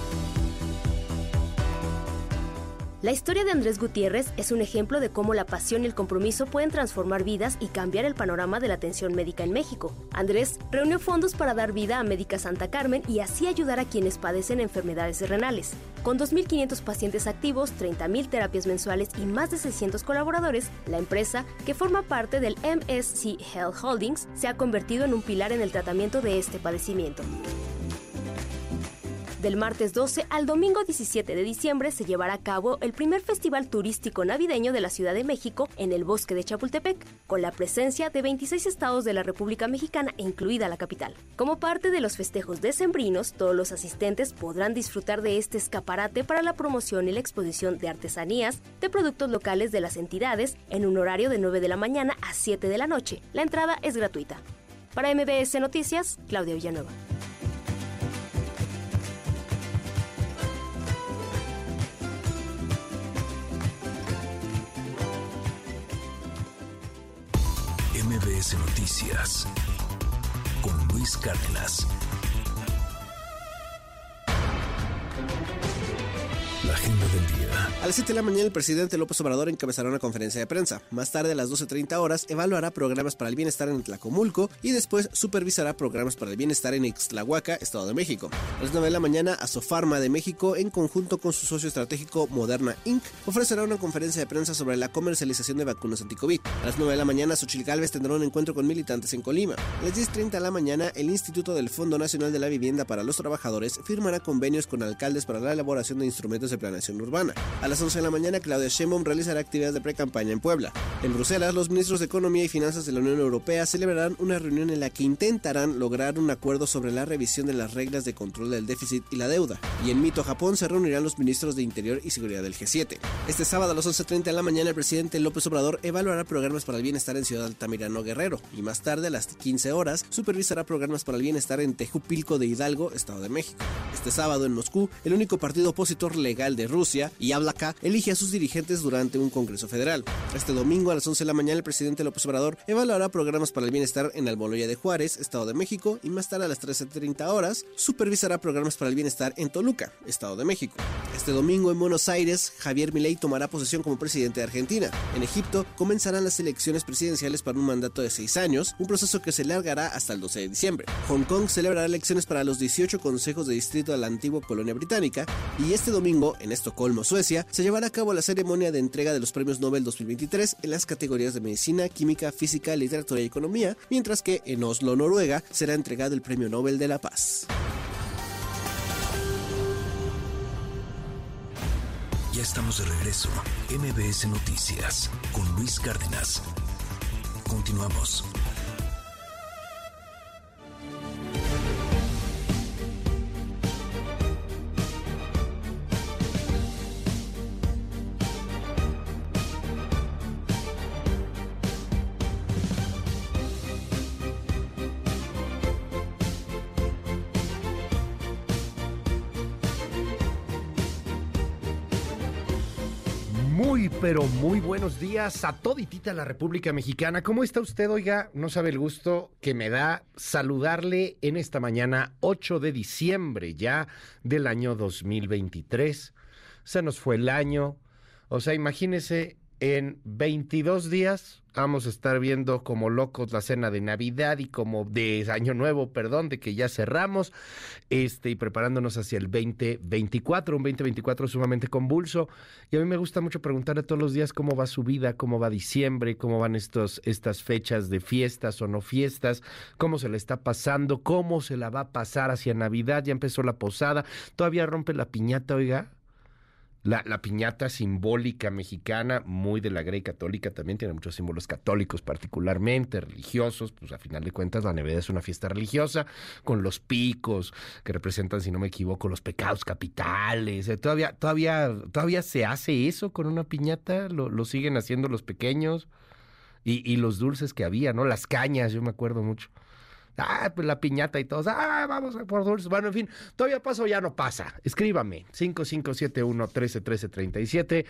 La historia de Andrés Gutiérrez es un ejemplo de cómo la pasión y el compromiso pueden transformar vidas y cambiar el panorama de la atención médica en México. Andrés reunió fondos para dar vida a Médica Santa Carmen y así ayudar a quienes padecen enfermedades renales. Con 2.500 pacientes activos, 30.000 terapias mensuales y más de 600 colaboradores, la empresa, que forma parte del MSC Health Holdings, se ha convertido en un pilar en el tratamiento de este padecimiento. Del martes 12 al domingo 17 de diciembre se llevará a cabo el primer festival turístico navideño de la Ciudad de México en el bosque de Chapultepec, con la presencia de 26 estados de la República Mexicana, incluida la capital. Como parte de los festejos decembrinos, todos los asistentes podrán disfrutar de este escaparate para la promoción y la exposición de artesanías, de productos locales de las entidades, en un horario de 9 de la mañana a 7 de la noche. La entrada es gratuita. Para MBS Noticias, Claudia Villanueva. MBS Noticias con Luis Cárdenas. La agenda del día. A las 7 de la mañana el presidente López Obrador encabezará una conferencia de prensa. Más tarde, a las 12:30 horas, evaluará programas para el bienestar en Tlacomulco y después supervisará programas para el bienestar en Ixtlahuaca, Estado de México. A las 9 de la mañana, Asofarma de México, en conjunto con su socio estratégico Moderna Inc., ofrecerá una conferencia de prensa sobre la comercialización de vacunas anti-COVID. A las 9 de la mañana, Xochitl Gálvez tendrá un encuentro con militantes en Colima. A las 10:30 de la mañana, el Instituto del Fondo Nacional de la Vivienda para los Trabajadores firmará convenios con alcaldes para la elaboración de instrumentos de planeación urbana. urbana. A las 11 de la mañana, Claudia Sheinbaum realizará actividades de pre-campaña en Puebla. En Bruselas, los ministros de Economía y Finanzas de la Unión Europea celebrarán una reunión en la que intentarán lograr un acuerdo sobre la revisión de las reglas de control del déficit y la deuda. Y en Mito, Japón, se reunirán los ministros de Interior y Seguridad del G7. Este sábado a las 11:30 de la mañana, el presidente López Obrador evaluará programas para el bienestar en Ciudad Altamirano, Guerrero, y más tarde, a las 15 horas, supervisará programas para el bienestar en Tejupilco de Hidalgo, Estado de México. Este sábado en Moscú, el único partido opositor legal de Rusia, Yablaka, elige a sus dirigentes durante un congreso federal. Este domingo a las 11 de la mañana, el presidente López Obrador evaluará programas para el bienestar en Almoloya de Juárez, Estado de México, y más tarde a las 13:30 horas, supervisará programas para el bienestar en Toluca, Estado de México. Este domingo en Buenos Aires, Javier Milei tomará posesión como presidente de Argentina. En Egipto comenzarán las elecciones presidenciales para un mandato de 6 años, un proceso que se largará hasta el 12 de diciembre. Hong Kong celebrará elecciones para los 18 consejos de distrito de la antigua colonia británica, y este domingo, en Estocolmo, Suecia, se llevará a cabo la ceremonia de entrega de los premios Nobel 2023 en las categorías de medicina, química, física, literatura y economía, mientras que en Oslo, Noruega, será entregado el premio Nobel de la Paz. Ya estamos de regreso. MBS Noticias con Luis Cárdenas. Continuamos. Pero muy buenos días a toditita la República Mexicana. ¿Cómo está usted? Oiga, no sabe el gusto que me da saludarle en esta mañana 8 de diciembre ya del año 2023. Se nos fue el año. O sea, imagínese, en 22 días vamos a estar viendo como locos la cena de Navidad y como de Año Nuevo, perdón, de que ya cerramos, y preparándonos hacia el 2024, un 2024 sumamente convulso. Y a mí me gusta mucho preguntarle todos los días cómo va su vida, cómo va diciembre, cómo van estas fechas de fiestas o no fiestas, cómo se le está pasando, cómo se la va a pasar hacia Navidad. Ya empezó la posada, todavía rompe la piñata, oiga. La piñata simbólica mexicana, muy de la Grey católica, también tiene muchos símbolos católicos, particularmente religiosos. Pues a final de cuentas la Navidad es una fiesta religiosa, con los picos que representan, si no me equivoco, los pecados capitales. Todavía se hace eso con una piñata, lo siguen haciendo los pequeños, y los dulces que había, ¿no? Las cañas, yo me acuerdo mucho. Pues la piñata y todos, vamos a por dulces. Bueno, en fin, todavía pasa o ya no pasa. Escríbame, 5571-131337,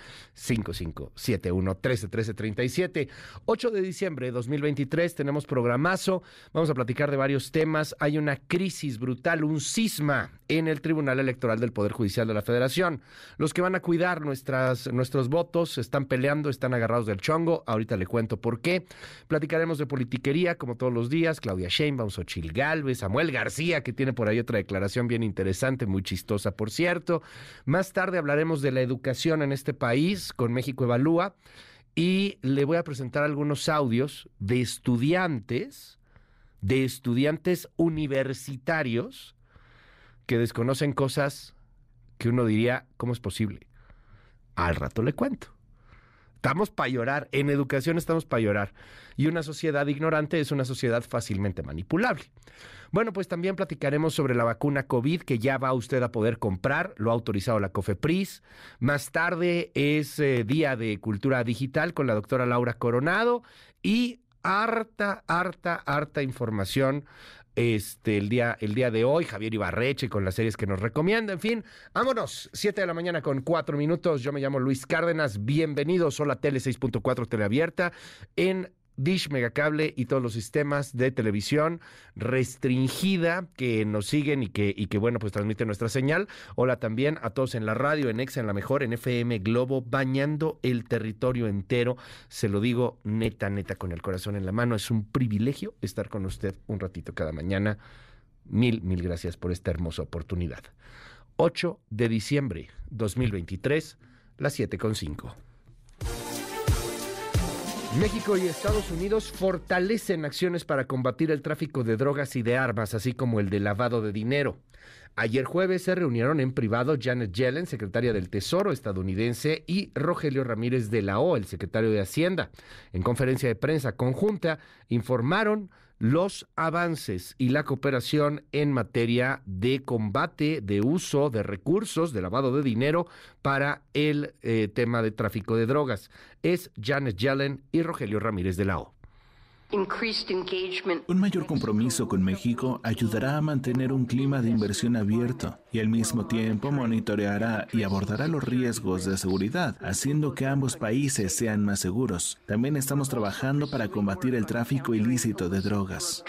5571-131337. 8 de diciembre de 2023, tenemos programazo. Vamos a platicar de varios temas. Hay una crisis brutal, un cisma en el Tribunal Electoral del Poder Judicial de la Federación. Los que van a cuidar nuestros votos están peleando, están agarrados del chongo. Ahorita le cuento por qué. Platicaremos de politiquería, como todos los días. Claudia Sheinbaum, Xochitl Gálvez, Samuel García, que tiene por ahí otra declaración bien interesante, muy chistosa, por cierto. Más tarde hablaremos de la educación en este país con México Evalúa, y le voy a presentar algunos audios de estudiantes universitarios que desconocen cosas que uno diría, ¿cómo es posible? Al rato le cuento. Estamos para llorar, en educación estamos para llorar. Y una sociedad ignorante es una sociedad fácilmente manipulable. Bueno, pues también platicaremos sobre la vacuna COVID que ya va usted a poder comprar, lo ha autorizado la COFEPRIS. Más tarde es Día de Cultura Digital con la doctora Laura Coronado, y harta información el día de hoy. Javier Ibarreche con las series que nos recomienda. En fin, vámonos. 7 de la mañana con 4 minutos. Yo me llamo Luis Cárdenas. Bienvenidos. Hola, Tele 6.4 Teleabierta en Dish, Megacable y todos los sistemas de televisión restringida que nos siguen y que bueno, pues transmiten nuestra señal. Hola también a todos en la radio, en Exa, en La Mejor, en FM Globo, bañando el territorio entero. Se lo digo neta, con el corazón en la mano. Es un privilegio estar con usted un ratito cada mañana. Mil gracias por esta hermosa oportunidad. 8 de diciembre 2023, las 7:05. México y Estados Unidos fortalecen acciones para combatir el tráfico de drogas y de armas, así como el de lavado de dinero. Ayer jueves se reunieron en privado Janet Yellen, secretaria del Tesoro estadounidense, y Rogelio Ramírez de la O, el secretario de Hacienda. En conferencia de prensa conjunta informaron los avances y la cooperación en materia de combate, de uso de recursos, de lavado de dinero para el tema de tráfico de drogas. Es Janet Yellen y Rogelio Ramírez de la O. Un mayor compromiso con México ayudará a mantener un clima de inversión abierto y al mismo tiempo monitoreará y abordará los riesgos de seguridad, haciendo que ambos países sean más seguros. También estamos trabajando para combatir el tráfico ilícito de drogas.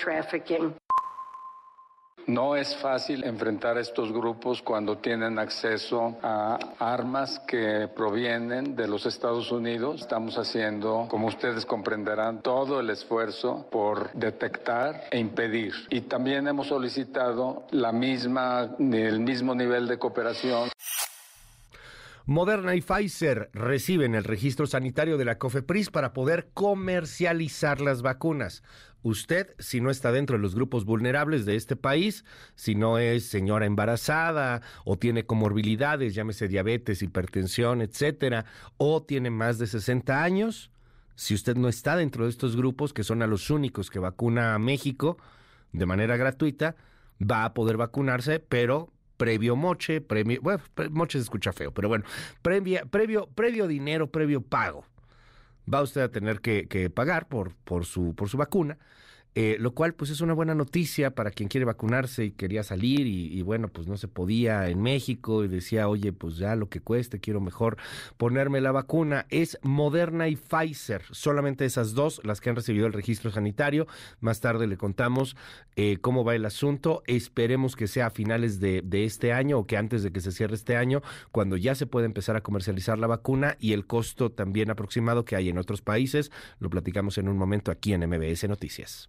No es fácil enfrentar a estos grupos cuando tienen acceso a armas que provienen de los Estados Unidos. Estamos haciendo, como ustedes comprenderán, todo el esfuerzo por detectar e impedir. Y también hemos solicitado el mismo nivel de cooperación. Moderna y Pfizer reciben el registro sanitario de la COFEPRIS para poder comercializar las vacunas. Usted, si no está dentro de los grupos vulnerables de este país, si no es señora embarazada o tiene comorbilidades, llámese diabetes, hipertensión, etcétera, o tiene más de 60 años, si usted no está dentro de estos grupos, que son a los únicos que vacuna a México de manera gratuita, va a poder vacunarse, pero previo moche, moche se escucha feo, pero bueno, previo dinero, previo pago. Va usted a tener que pagar por su vacuna, lo cual pues es una buena noticia para quien quiere vacunarse y quería salir y bueno, pues no se podía en México y decía, oye, pues ya lo que cueste, quiero mejor ponerme la vacuna. Es Moderna y Pfizer, solamente esas dos las que han recibido el registro sanitario. Más tarde le contamos cómo va el asunto. Esperemos que sea a finales de este año o que antes de que se cierre este año, cuando ya se pueda empezar a comercializar la vacuna, y el costo también aproximado que hay en otros países. Lo platicamos en un momento aquí en MBS Noticias.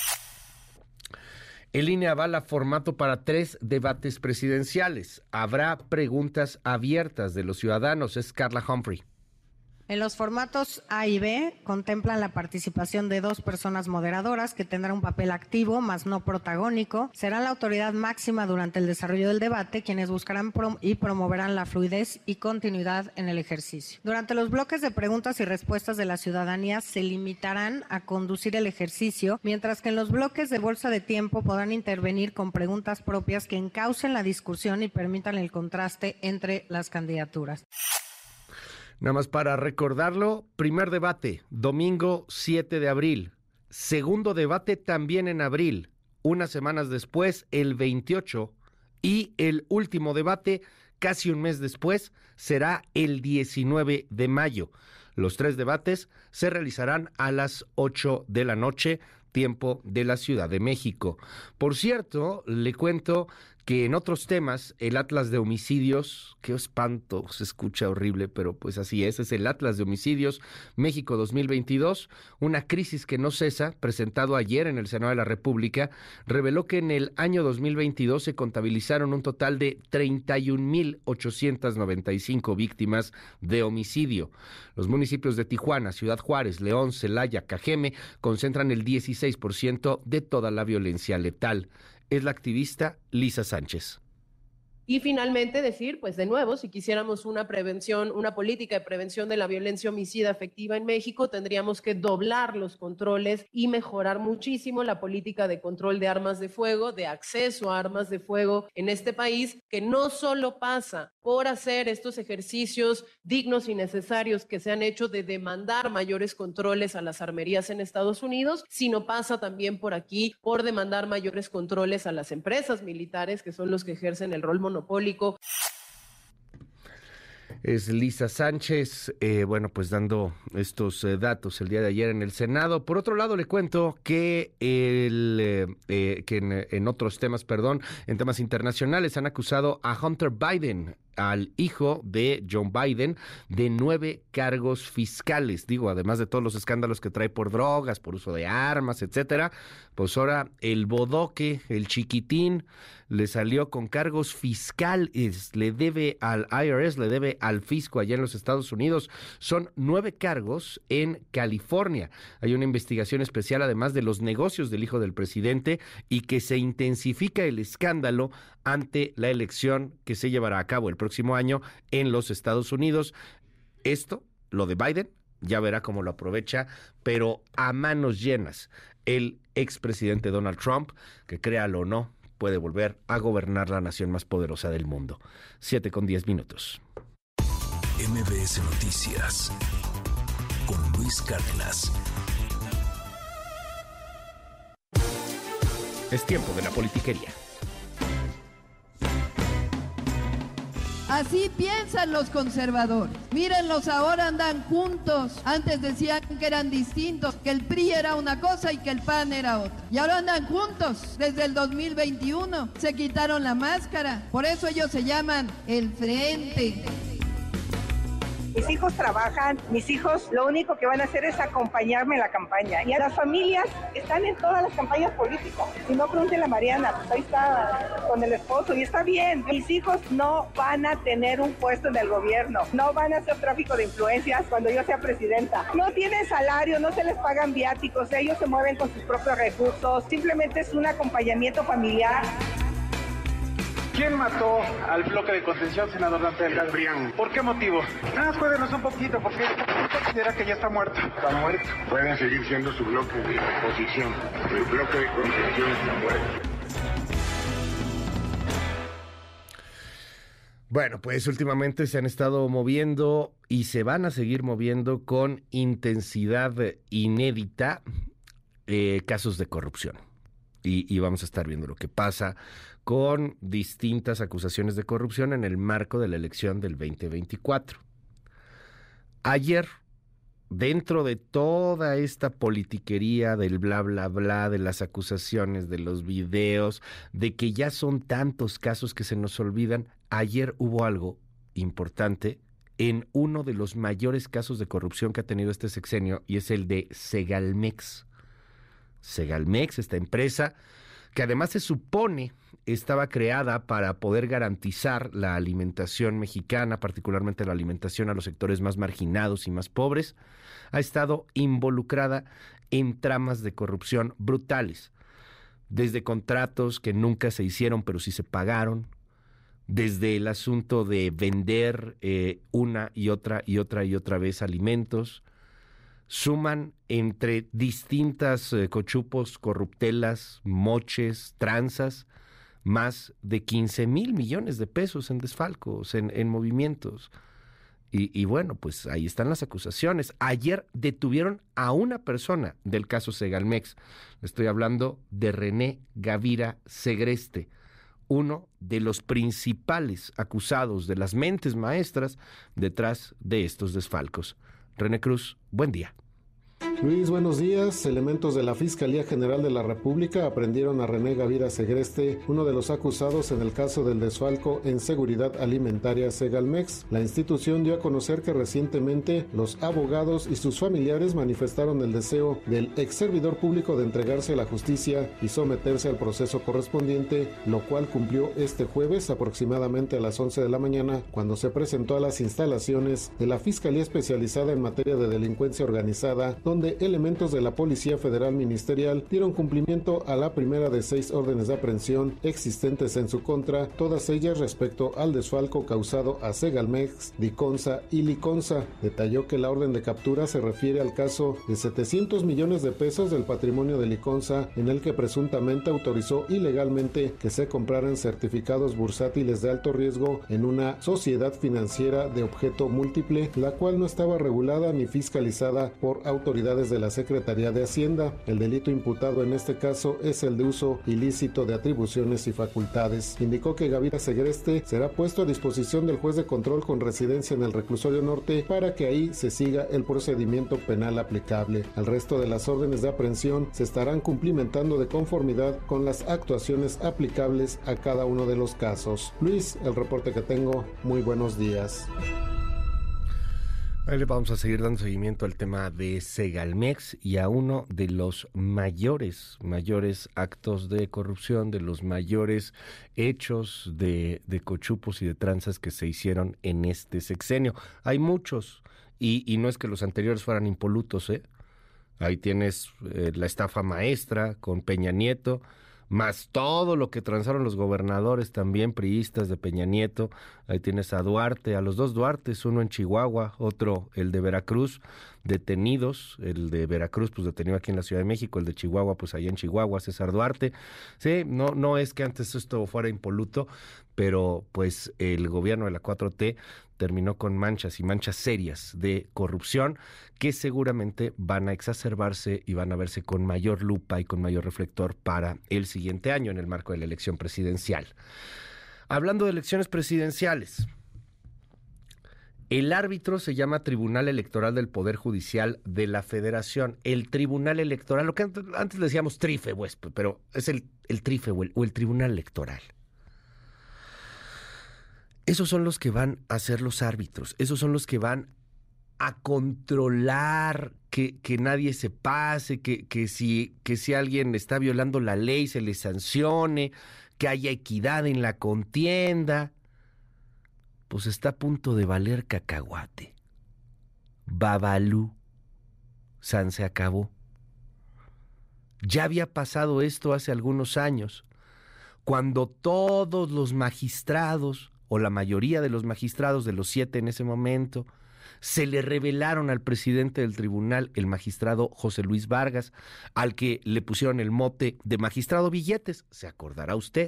El INE avala formato para 3 debates presidenciales. Habrá preguntas abiertas de los ciudadanos. Es Carla Humphrey. En los formatos A y B contemplan la participación de 2 personas moderadoras que tendrán un papel activo, más no protagónico. Serán la autoridad máxima durante el desarrollo del debate, quienes buscarán y promoverán la fluidez y continuidad en el ejercicio. Durante los bloques de preguntas y respuestas de la ciudadanía se limitarán a conducir el ejercicio, mientras que en los bloques de bolsa de tiempo podrán intervenir con preguntas propias que encaucen la discusión y permitan el contraste entre las candidaturas. Nada más para recordarlo, primer debate, domingo 7 de abril. Segundo debate también en abril, unas semanas después, el 28. Y el último debate, casi un mes después, será el 19 de mayo. Los 3 debates se realizarán a las 8 de la noche, tiempo de la Ciudad de México. Por cierto, le cuento que en otros temas, el Atlas de Homicidios, qué espanto, se escucha horrible, pero pues así es el Atlas de Homicidios México 2022, una crisis que no cesa, presentado ayer en el Senado de la República, reveló que en el año 2022 se contabilizaron un total de 31,895 víctimas de homicidio. Los municipios de Tijuana, Ciudad Juárez, León, Celaya, Cajeme concentran el 16% de toda la violencia letal. Es la activista Lisa Sánchez. Y finalmente decir, pues de nuevo, si quisiéramos una prevención, una política de prevención de la violencia homicida efectiva en México, tendríamos que doblar los controles y mejorar muchísimo la política de control de armas de fuego, de acceso a armas de fuego en este país, que no solo pasa por hacer estos ejercicios dignos y necesarios que se han hecho de demandar mayores controles a las armerías en Estados Unidos, sino pasa también por aquí por demandar mayores controles a las empresas militares, que son los que ejercen el rol monopólico. Es Lisa Sánchez, pues dando estos datos el día de ayer en el Senado. Por otro lado, le cuento que en otros temas, en temas internacionales, han acusado a Hunter Biden, al hijo de John Biden, de 9 cargos fiscales. Digo, además de todos los escándalos que trae por drogas, por uso de armas, etcétera, pues ahora el bodoque, el chiquitín, le salió con cargos fiscales. Le debe al IRS, le debe al fisco allá en los Estados Unidos. Son 9 cargos en California. Hay una investigación especial, además de los negocios del hijo del presidente, y que se intensifica el escándalo ante la elección que se llevará a cabo el próximo año en los Estados Unidos. Esto, lo de Biden, ya verá cómo lo aprovecha, pero a manos llenas. El expresidente Donald Trump, que créalo o no, puede volver a gobernar la nación más poderosa del mundo. 7:10. MBS Noticias con Luis Cárdenas. Es tiempo de la politiquería. Así piensan los conservadores. Mírenlos, ahora andan juntos. Antes decían que eran distintos, que el PRI era una cosa y que el PAN era otra. Y ahora andan juntos desde el 2021. Se quitaron la máscara. Por eso ellos se llaman el Frente. Mis hijos trabajan, mis hijos lo único que van a hacer es acompañarme en la campaña. Y a las familias están en todas las campañas políticas. Si no, pregúntele a Mariana, pues ahí está con el esposo y está bien. Mis hijos no van a tener un puesto en el gobierno, no van a hacer tráfico de influencias cuando yo sea presidenta. No tienen salario, no se les pagan viáticos, ellos se mueven con sus propios recursos, simplemente es un acompañamiento familiar. ¿Quién mató al bloque de contención, senador Dante Delgado? Brian. ¿Por qué motivo? Nada más cuéntenos un poquito, porque usted considera que ya está muerto. Está muerto. Pueden seguir siendo su bloque de oposición. El bloque de contención está muerto. Bueno, pues últimamente se han estado moviendo y se van a seguir moviendo con intensidad inédita casos de corrupción. Y vamos a estar viendo lo que pasa con distintas acusaciones de corrupción en el marco de la elección del 2024. Ayer, dentro de toda esta politiquería del bla, bla, bla, de las acusaciones, de los videos, de que ya son tantos casos que se nos olvidan, ayer hubo algo importante en uno de los mayores casos de corrupción que ha tenido este sexenio, y es el de Segalmex. Segalmex, esta empresa que además se supone estaba creada para poder garantizar la alimentación mexicana, particularmente la alimentación a los sectores más marginados y más pobres, ha estado involucrada en tramas de corrupción brutales, desde contratos que nunca se hicieron pero sí se pagaron, desde el asunto de vender una y otra vez alimentos. Suman entre distintas cochupos, corruptelas, moches, tranzas, más de 15,000 millones de pesos en desfalcos, en movimientos. Y bueno, pues ahí están las acusaciones. Ayer detuvieron a una persona del caso Segalmex. Estoy hablando de René Gavira Segreste, uno de los principales acusados, de las mentes maestras detrás de estos desfalcos. René Cruz, buen día. Luis, buenos días. Elementos de la Fiscalía General de la República aprendieron a René Gavira Segreste, uno de los acusados en el caso del desfalco en seguridad alimentaria Segalmex. La institución dio a conocer que recientemente los abogados y sus familiares manifestaron el deseo del ex servidor público de entregarse a la justicia y someterse al proceso correspondiente, lo cual cumplió este jueves aproximadamente a las 11 de la mañana, cuando se presentó a las instalaciones de la Fiscalía Especializada en Materia de Delincuencia Organizada, donde elementos de la Policía Federal Ministerial dieron cumplimiento a la primera de 6 órdenes de aprehensión existentes en su contra, todas ellas respecto al desfalco causado a Segalmex, Diconsa y Liconsa. Detalló que la orden de captura se refiere al caso de 700 millones de pesos del patrimonio de Liconsa, en el que presuntamente autorizó ilegalmente que se compraran certificados bursátiles de alto riesgo en una sociedad financiera de objeto múltiple, la cual no estaba regulada ni fiscalizada por autoridades de la Secretaría de Hacienda. El delito imputado en este caso es el de uso ilícito de atribuciones y facultades. Indicó que Gavira Segreste será puesto a disposición del juez de control con residencia en el Reclusorio Norte para que ahí se siga el procedimiento penal aplicable. El resto de las órdenes de aprehensión se estarán cumplimentando de conformidad con las actuaciones aplicables a cada uno de los casos. Luis, el reporte que tengo. Muy buenos días. Ahí le vamos a seguir dando seguimiento al tema de Segalmex y a uno de los mayores actos de corrupción, de los mayores hechos de cochupos y de tranzas que se hicieron en este sexenio. Hay muchos, y no es que los anteriores fueran impolutos, Ahí tienes la estafa maestra con Peña Nieto, más todo lo que transaron los gobernadores también priistas de Peña Nieto. Ahí tienes a Duarte, a los dos Duartes, uno en Chihuahua, otro el de Veracruz, detenidos, el de Veracruz pues detenido aquí en la Ciudad de México, el de Chihuahua pues allá en Chihuahua, César Duarte. Sí, no es que antes esto fuera impoluto, pero pues el gobierno de la 4T terminó con manchas y manchas serias de corrupción que seguramente van a exacerbarse y van a verse con mayor lupa y con mayor reflector para el siguiente año en el marco de la elección presidencial. Hablando de elecciones presidenciales, el árbitro se llama Tribunal Electoral del Poder Judicial de la Federación. El Tribunal Electoral, lo que antes decíamos TRIFE, pues, pero es el TRIFE o el Tribunal Electoral. Esos son los que van a ser los árbitros, esos son los que van a controlar que nadie se pase, que si alguien está violando la ley se le sancione, que haya equidad en la contienda. Pues está a punto de valer cacahuate. Babalú. San se acabó. Ya había pasado esto hace algunos años, cuando todos los magistrados, o la mayoría de los magistrados, de los 7 en ese momento, se le revelaron al presidente del tribunal, el magistrado José Luis Vargas, al que le pusieron el mote de magistrado Billetes, se acordará usted.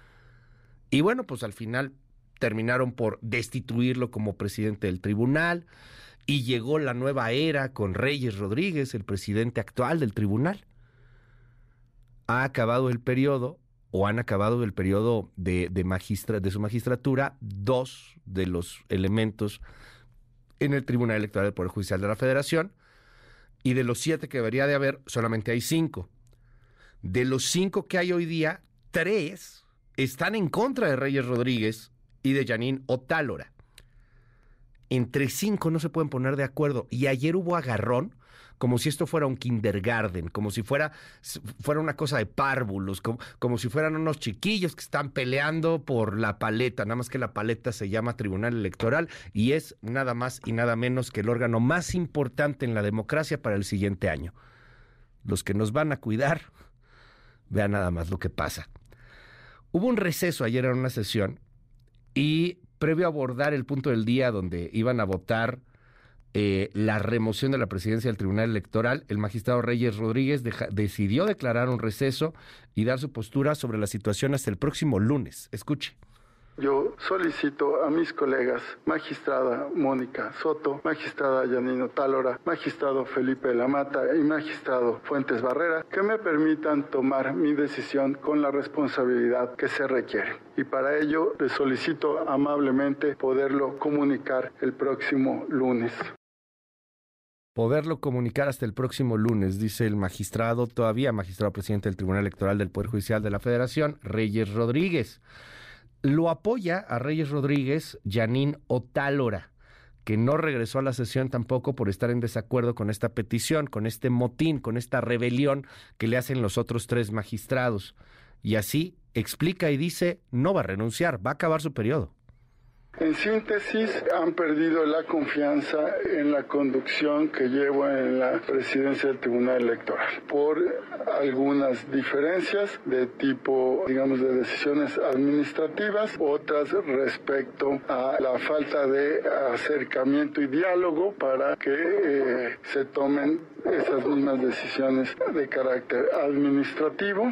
Y bueno, pues al final terminaron por destituirlo como presidente del tribunal, y llegó la nueva era con Reyes Rodríguez, el presidente actual del tribunal. Ha acabado el periodo, o han acabado el periodo de su magistratura, 2 de los elementos en el Tribunal Electoral del Poder Judicial de la Federación, y de los 7 que debería de haber, solamente hay 5. De los 5 que hay hoy día, 3 están en contra de Reyes Rodríguez y de Jeanine Otálora. Entre 5 no se pueden poner de acuerdo, y ayer hubo agarrón, como si esto fuera un kindergarten, como si fuera una cosa de párvulos, como si fueran unos chiquillos que están peleando por la paleta, nada más que la paleta se llama Tribunal Electoral y es nada más y nada menos que el órgano más importante en la democracia para el siguiente año. Los que nos van a cuidar, vean nada más lo que pasa. Hubo un receso ayer en una sesión y previo a abordar el punto del día donde iban a votar la remoción de la presidencia del Tribunal Electoral, el magistrado Reyes Rodríguez decidió declarar un receso y dar su postura sobre la situación hasta el próximo lunes. Escuche. Yo solicito a mis colegas, magistrada Mónica Soto, magistrada Jeanine Otálora, magistrado Felipe de la Mata y magistrado Fuentes Barrera, que me permitan tomar mi decisión con la responsabilidad que se requiere. Y para ello les solicito amablemente poderlo comunicar el próximo lunes. Poderlo comunicar hasta el próximo lunes, dice el magistrado presidente del Tribunal Electoral del Poder Judicial de la Federación, Reyes Rodríguez. Lo apoya a Reyes Rodríguez Jeanine Otálora, que no regresó a la sesión tampoco por estar en desacuerdo con esta petición, con este motín, con esta rebelión que le hacen los otros 3 magistrados. Y así explica y dice, no va a renunciar, va a acabar su periodo. En síntesis, han perdido la confianza en la conducción que llevo en la presidencia del Tribunal Electoral por algunas diferencias de tipo, digamos, de decisiones administrativas, otras respecto a la falta de acercamiento y diálogo para que se tomen esas mismas decisiones de carácter administrativo.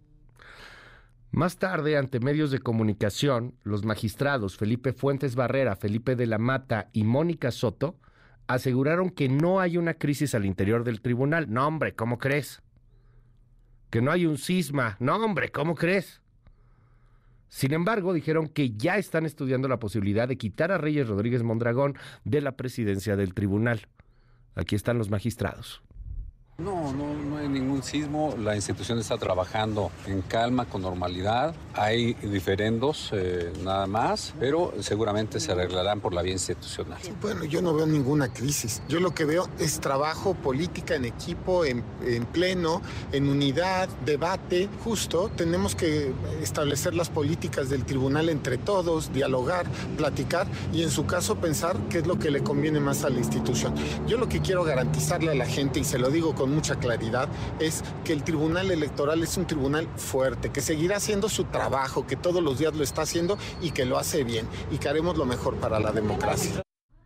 Más tarde, ante medios de comunicación, los magistrados Felipe Fuentes Barrera, Felipe de la Mata y Mónica Soto aseguraron que no hay una crisis al interior del tribunal. No, hombre, ¿cómo crees? Que no hay un cisma. No, hombre, ¿cómo crees? Sin embargo, dijeron que ya están estudiando la posibilidad de quitar a Reyes Rodríguez Mondragón de la presidencia del tribunal. Aquí están los magistrados. No hay ningún sismo, la institución está trabajando en calma, con normalidad, hay diferendos nada más, pero seguramente se arreglarán por la vía institucional. Bueno, yo no veo ninguna crisis, yo lo que veo es trabajo, política en equipo, en pleno, en unidad, debate, justo, tenemos que establecer las políticas del tribunal entre todos, dialogar, platicar y en su caso pensar qué es lo que le conviene más a la institución. Yo lo que quiero garantizarle a la gente, y se lo digo con con mucha claridad es que el Tribunal Electoral es un tribunal fuerte, que seguirá haciendo su trabajo, que todos los días lo está haciendo y que lo hace bien y que haremos lo mejor para la democracia.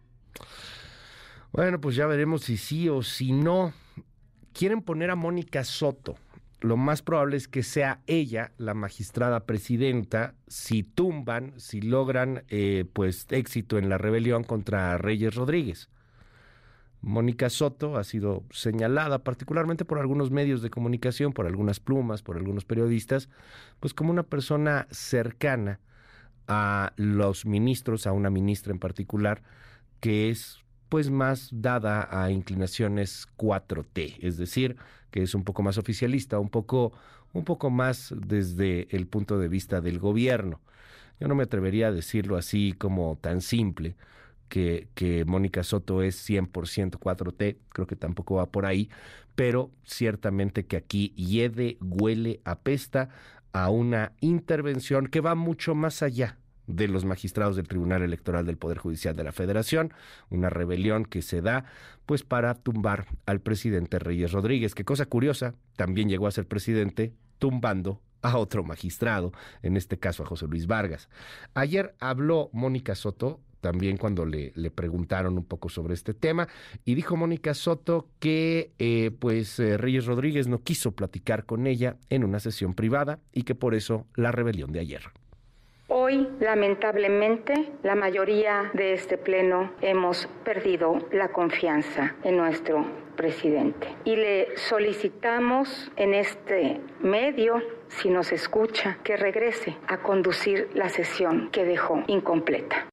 Bueno, pues ya veremos si sí o si no. Quieren poner a Mónica Soto. Lo más probable es que sea ella la magistrada presidenta si tumban, si logran pues éxito en la rebelión contra Reyes Rodríguez. Mónica Soto ha sido señalada particularmente por algunos medios de comunicación, por algunas plumas, por algunos periodistas, pues como una persona cercana a los ministros, a una ministra en particular, que es pues más dada a inclinaciones 4T, es decir, que es un poco más oficialista, un poco más desde el punto de vista del gobierno. Yo no me atrevería a decirlo así como tan simple, que Mónica Soto es 100% 4T, creo que tampoco va por ahí, pero ciertamente que aquí hiede, huele, apesta a una intervención que va mucho más allá de los magistrados del Tribunal Electoral del Poder Judicial de la Federación, una rebelión que se da pues para tumbar al presidente Reyes Rodríguez, que cosa curiosa, también llegó a ser presidente tumbando a otro magistrado, en este caso a José Luis Vargas. Ayer habló Mónica Soto, también cuando le preguntaron un poco sobre este tema, y dijo Mónica Soto que Reyes Rodríguez no quiso platicar con ella en una sesión privada y que por eso la rebelión de ayer. Hoy, lamentablemente, la mayoría de este pleno hemos perdido la confianza en nuestro presidente. Y le solicitamos en este medio, si nos escucha, que regrese a conducir la sesión que dejó incompleta.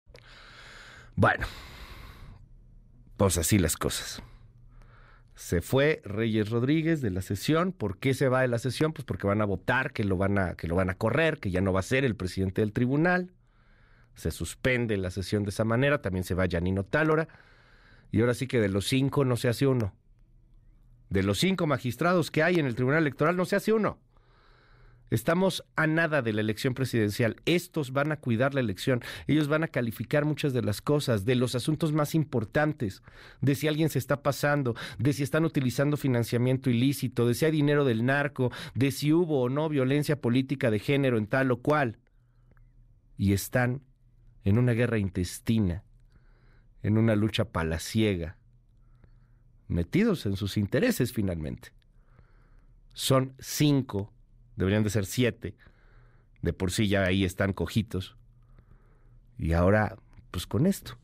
Bueno, pues así las cosas. Se fue Reyes Rodríguez de la sesión. ¿Por qué se va de la sesión? Pues porque van a votar que lo van a correr, que ya no va a ser el presidente del tribunal. Se suspende la sesión de esa manera. También se va Yanino Tálora. Y ahora sí que de los 5 no se hace uno. De los 5 magistrados que hay en el Tribunal Electoral no se hace uno. Estamos a nada de la elección presidencial. Estos van a cuidar la elección. Ellos van a calificar muchas de las cosas, de los asuntos más importantes, de si alguien se está pasando, de si están utilizando financiamiento ilícito, de si hay dinero del narco, de si hubo o no violencia política de género en tal o cual. Y están en una guerra intestina, en una lucha palaciega, metidos en sus intereses finalmente. Son 5. Deberían de ser 7. De por sí ya ahí están cojitos. Y ahora, pues con esto.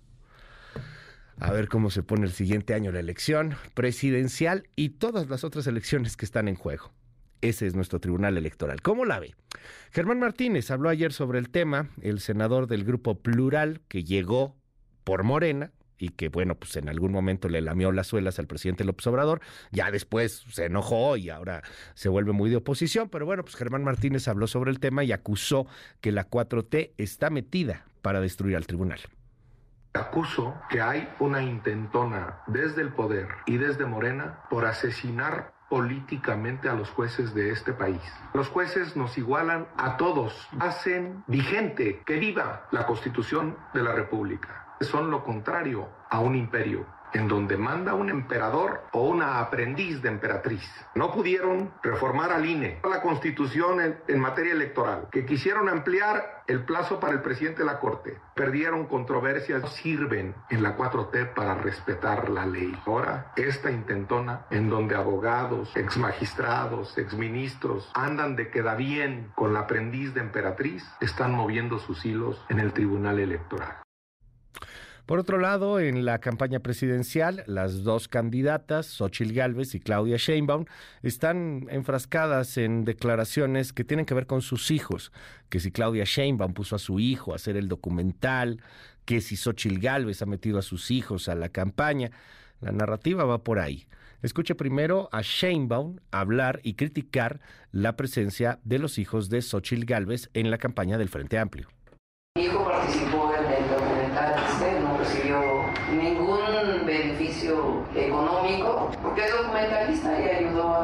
A ver cómo se pone el siguiente año la elección presidencial y todas las otras elecciones que están en juego. Ese es nuestro Tribunal Electoral. ¿Cómo la ve? Germán Martínez habló ayer sobre el tema, el senador del Grupo Plural, que llegó por Morena, y que, bueno, pues en algún momento le lamió las suelas al presidente López Obrador, ya después se enojó y ahora se vuelve muy de oposición, pero bueno, pues Germán Martínez habló sobre el tema y acusó que la 4T está metida para destruir al tribunal. Acuso que hay una intentona desde el poder y desde Morena por asesinar políticamente a los jueces de este país. Los jueces nos igualan a todos, hacen vigente que viva la Constitución de la República. Son lo contrario a un imperio, en donde manda un emperador o una aprendiz de emperatriz. No pudieron reformar al INE, a la Constitución en materia electoral, que quisieron ampliar el plazo para el presidente de la Corte. Perdieron controversias, sirven en la 4T para respetar la ley. Ahora, esta intentona, en donde abogados, exmagistrados, exministros, andan de queda bien con la aprendiz de emperatriz, están moviendo sus hilos en el Tribunal Electoral. Por otro lado, en la campaña presidencial, las dos candidatas, Xóchitl Gálvez y Claudia Sheinbaum, están enfrascadas en declaraciones que tienen que ver con sus hijos, que si Claudia Sheinbaum puso a su hijo a hacer el documental, que si Xóchitl Gálvez ha metido a sus hijos a la campaña. La narrativa va por ahí. Escuche primero a Sheinbaum hablar y criticar la presencia de los hijos de Xóchitl Gálvez en la campaña del Frente Amplio. Mi hijo participó en el documental, no recibió ningún beneficio económico, porque es documentalista y ayudó a un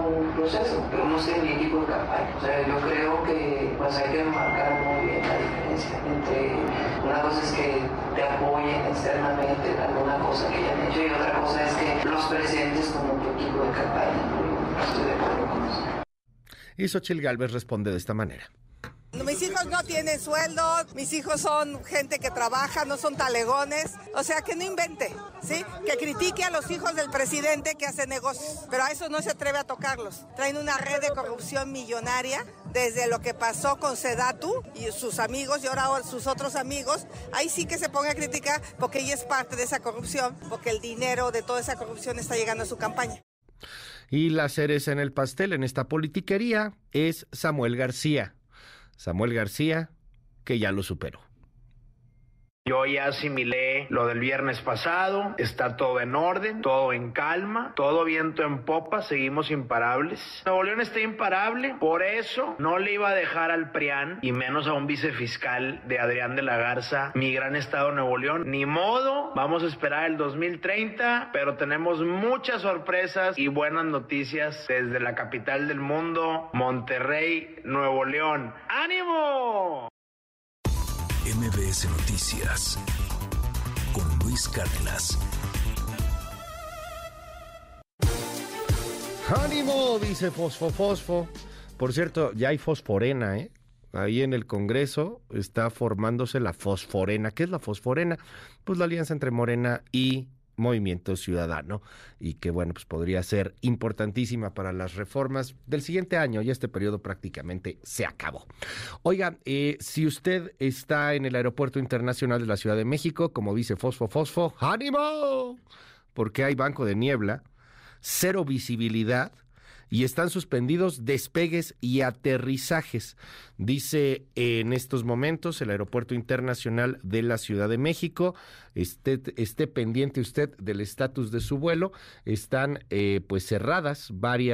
proceso, pero no sé mi equipo de campaña. O sea, yo creo que pues hay que marcar muy bien la diferencia entre una cosa es que te apoyen externamente en alguna cosa que hayan hecho y otra cosa es que los presentes como tu equipo de campaña. No estoy de acuerdo con eso. Y Xóchitl Gálvez responde de esta manera. Mis hijos no tienen sueldo, mis hijos son gente que trabaja, no son talegones, o sea, que no invente, ¿sí? Que critique a los hijos del presidente que hace negocios, pero a eso no se atreve a tocarlos. Traen una red de corrupción millonaria, desde lo que pasó con Sedatu y sus amigos y ahora sus otros amigos, ahí sí que se ponga a criticar porque ella es parte de esa corrupción, porque el dinero de toda esa corrupción está llegando a su campaña. Y la cereza en el pastel en esta politiquería es Samuel García. Samuel García, que ya lo superó. Yo ya asimilé lo del viernes pasado, está todo en orden, todo en calma, todo viento en popa, seguimos imparables. Nuevo León está imparable, por eso no le iba a dejar al PRIAN, y menos a un vicefiscal de Adrián de la Garza, mi gran estado Nuevo León. Ni modo, vamos a esperar el 2030, pero tenemos muchas sorpresas y buenas noticias desde la capital del mundo, Monterrey, Nuevo León. ¡Ánimo! MBS Noticias con Luis Cárdenas. ¡Ánimo! Dice Fosfo. Por cierto, ya hay fosforena, ¿eh? Ahí en el Congreso está formándose la fosforena. ¿Qué es la fosforena? Pues la alianza entre Morena y Movimiento Ciudadano, y que bueno, pues podría ser importantísima para las reformas del siguiente año. Ya este periodo prácticamente se acabó. Oiga, si usted está en el Aeropuerto Internacional de la Ciudad de México, como dice Fosfo, ¡ánimo! Porque hay banco de niebla, cero visibilidad y están suspendidos despegues y aterrizajes. Dice en estos momentos el Aeropuerto Internacional de la Ciudad de México, esté pendiente usted del estatus de su vuelo. Están pues cerradas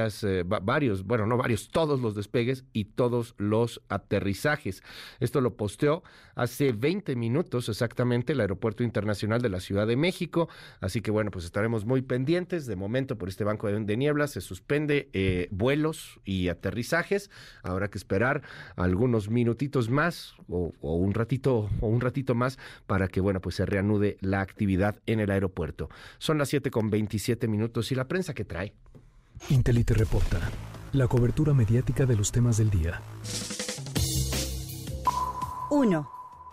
todos los despegues y todos los aterrizajes. Esto lo posteó hace 20 minutos exactamente el Aeropuerto Internacional de la Ciudad de México, así que bueno, pues estaremos muy pendientes. De momento, por este banco de niebla se suspende vuelos y aterrizajes. Habrá que esperar algunos minutitos más o un ratito más para que bueno, pues se reanude la actividad en el aeropuerto. Son las 7:27 y la prensa que trae. Intelite reporta la cobertura mediática de los temas del día. 1.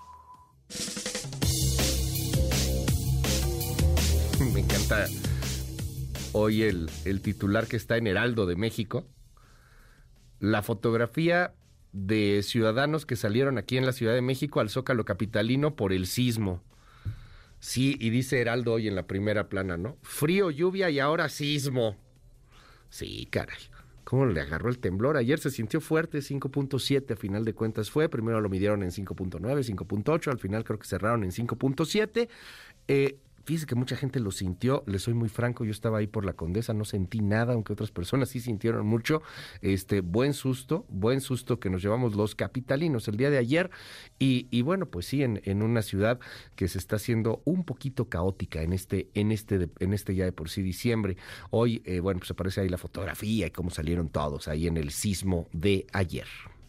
Me encanta hoy el titular que está en Heraldo de México. La fotografía de ciudadanos que salieron aquí en la Ciudad de México al Zócalo capitalino por el sismo. Sí, y dice Heraldo hoy en la primera plana, ¿no? Frío, lluvia y ahora sismo. Sí, caray. ¿Cómo le agarró el temblor? Ayer se sintió fuerte, 5.7 a final de cuentas fue. Primero lo midieron en 5.9, 5.8, al final creo que cerraron en 5.7. Fíjese que mucha gente lo sintió, le soy muy franco, yo estaba ahí por la Condesa, no sentí nada, aunque otras personas sí sintieron mucho. Buen susto que nos llevamos los capitalinos el día de ayer, y bueno, pues sí, en una ciudad que se está haciendo un poquito caótica en este ya de por sí diciembre. Hoy, bueno, pues aparece ahí la fotografía y cómo salieron todos ahí en el sismo de ayer.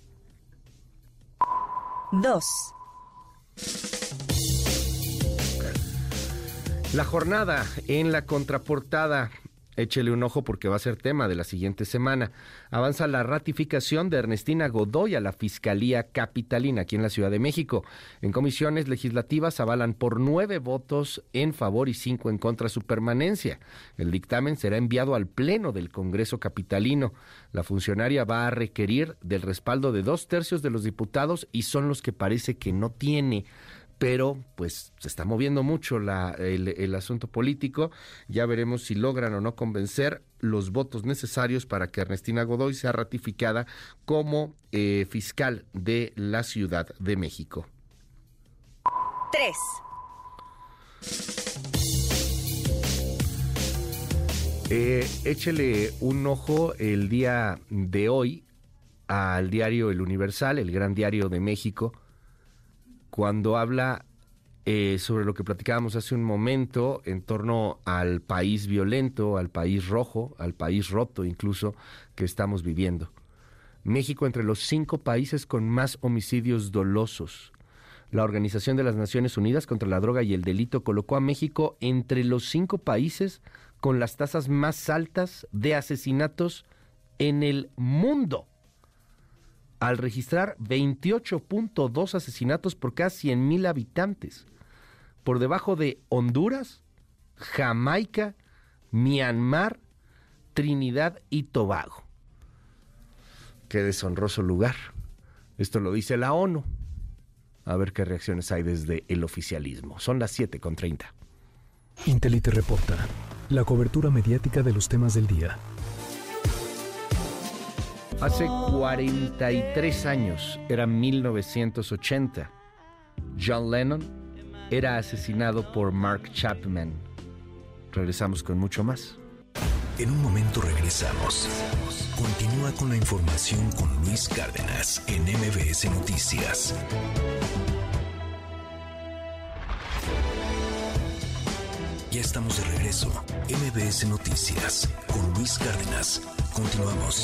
2. La jornada en la contraportada, échele un ojo porque va a ser tema de la siguiente semana. Avanza la ratificación de Ernestina Godoy a la Fiscalía Capitalina aquí en la Ciudad de México. En comisiones legislativas avalan por 9 votos en favor y 5 en contra su permanencia. El dictamen será enviado al Pleno del Congreso Capitalino. La funcionaria va a requerir del respaldo de 2/3 de los diputados y son los que parece que no tiene. Pero pues se está moviendo mucho el asunto político. Ya veremos si logran o no convencer los votos necesarios para que Ernestina Godoy sea ratificada como fiscal de la Ciudad de México. 3. Échele un ojo el día de hoy al diario El Universal, el gran diario de México, cuando habla sobre lo que platicábamos hace un momento en torno al país violento, al país rojo, al país roto incluso, que estamos viviendo. México entre los 5 países con más homicidios dolosos. La Organización de las Naciones Unidas contra la Droga y el Delito colocó a México entre los 5 países con las tasas más altas de asesinatos en el mundo, al registrar 28.2 asesinatos por cada 100,000 habitantes, por debajo de Honduras, Jamaica, Myanmar, Trinidad y Tobago. Qué deshonroso lugar. Esto lo dice la ONU. A ver qué reacciones hay desde el oficialismo. Son las 7:30. Intelite reporta. La cobertura mediática de los temas del día. Hace 43 años, era 1980, John Lennon era asesinado por Mark Chapman. Regresamos con mucho más. En un momento regresamos. Continúa con la información con Luis Cárdenas en MBS Noticias. Ya estamos de regreso. MBS Noticias con Luis Cárdenas. Continuamos.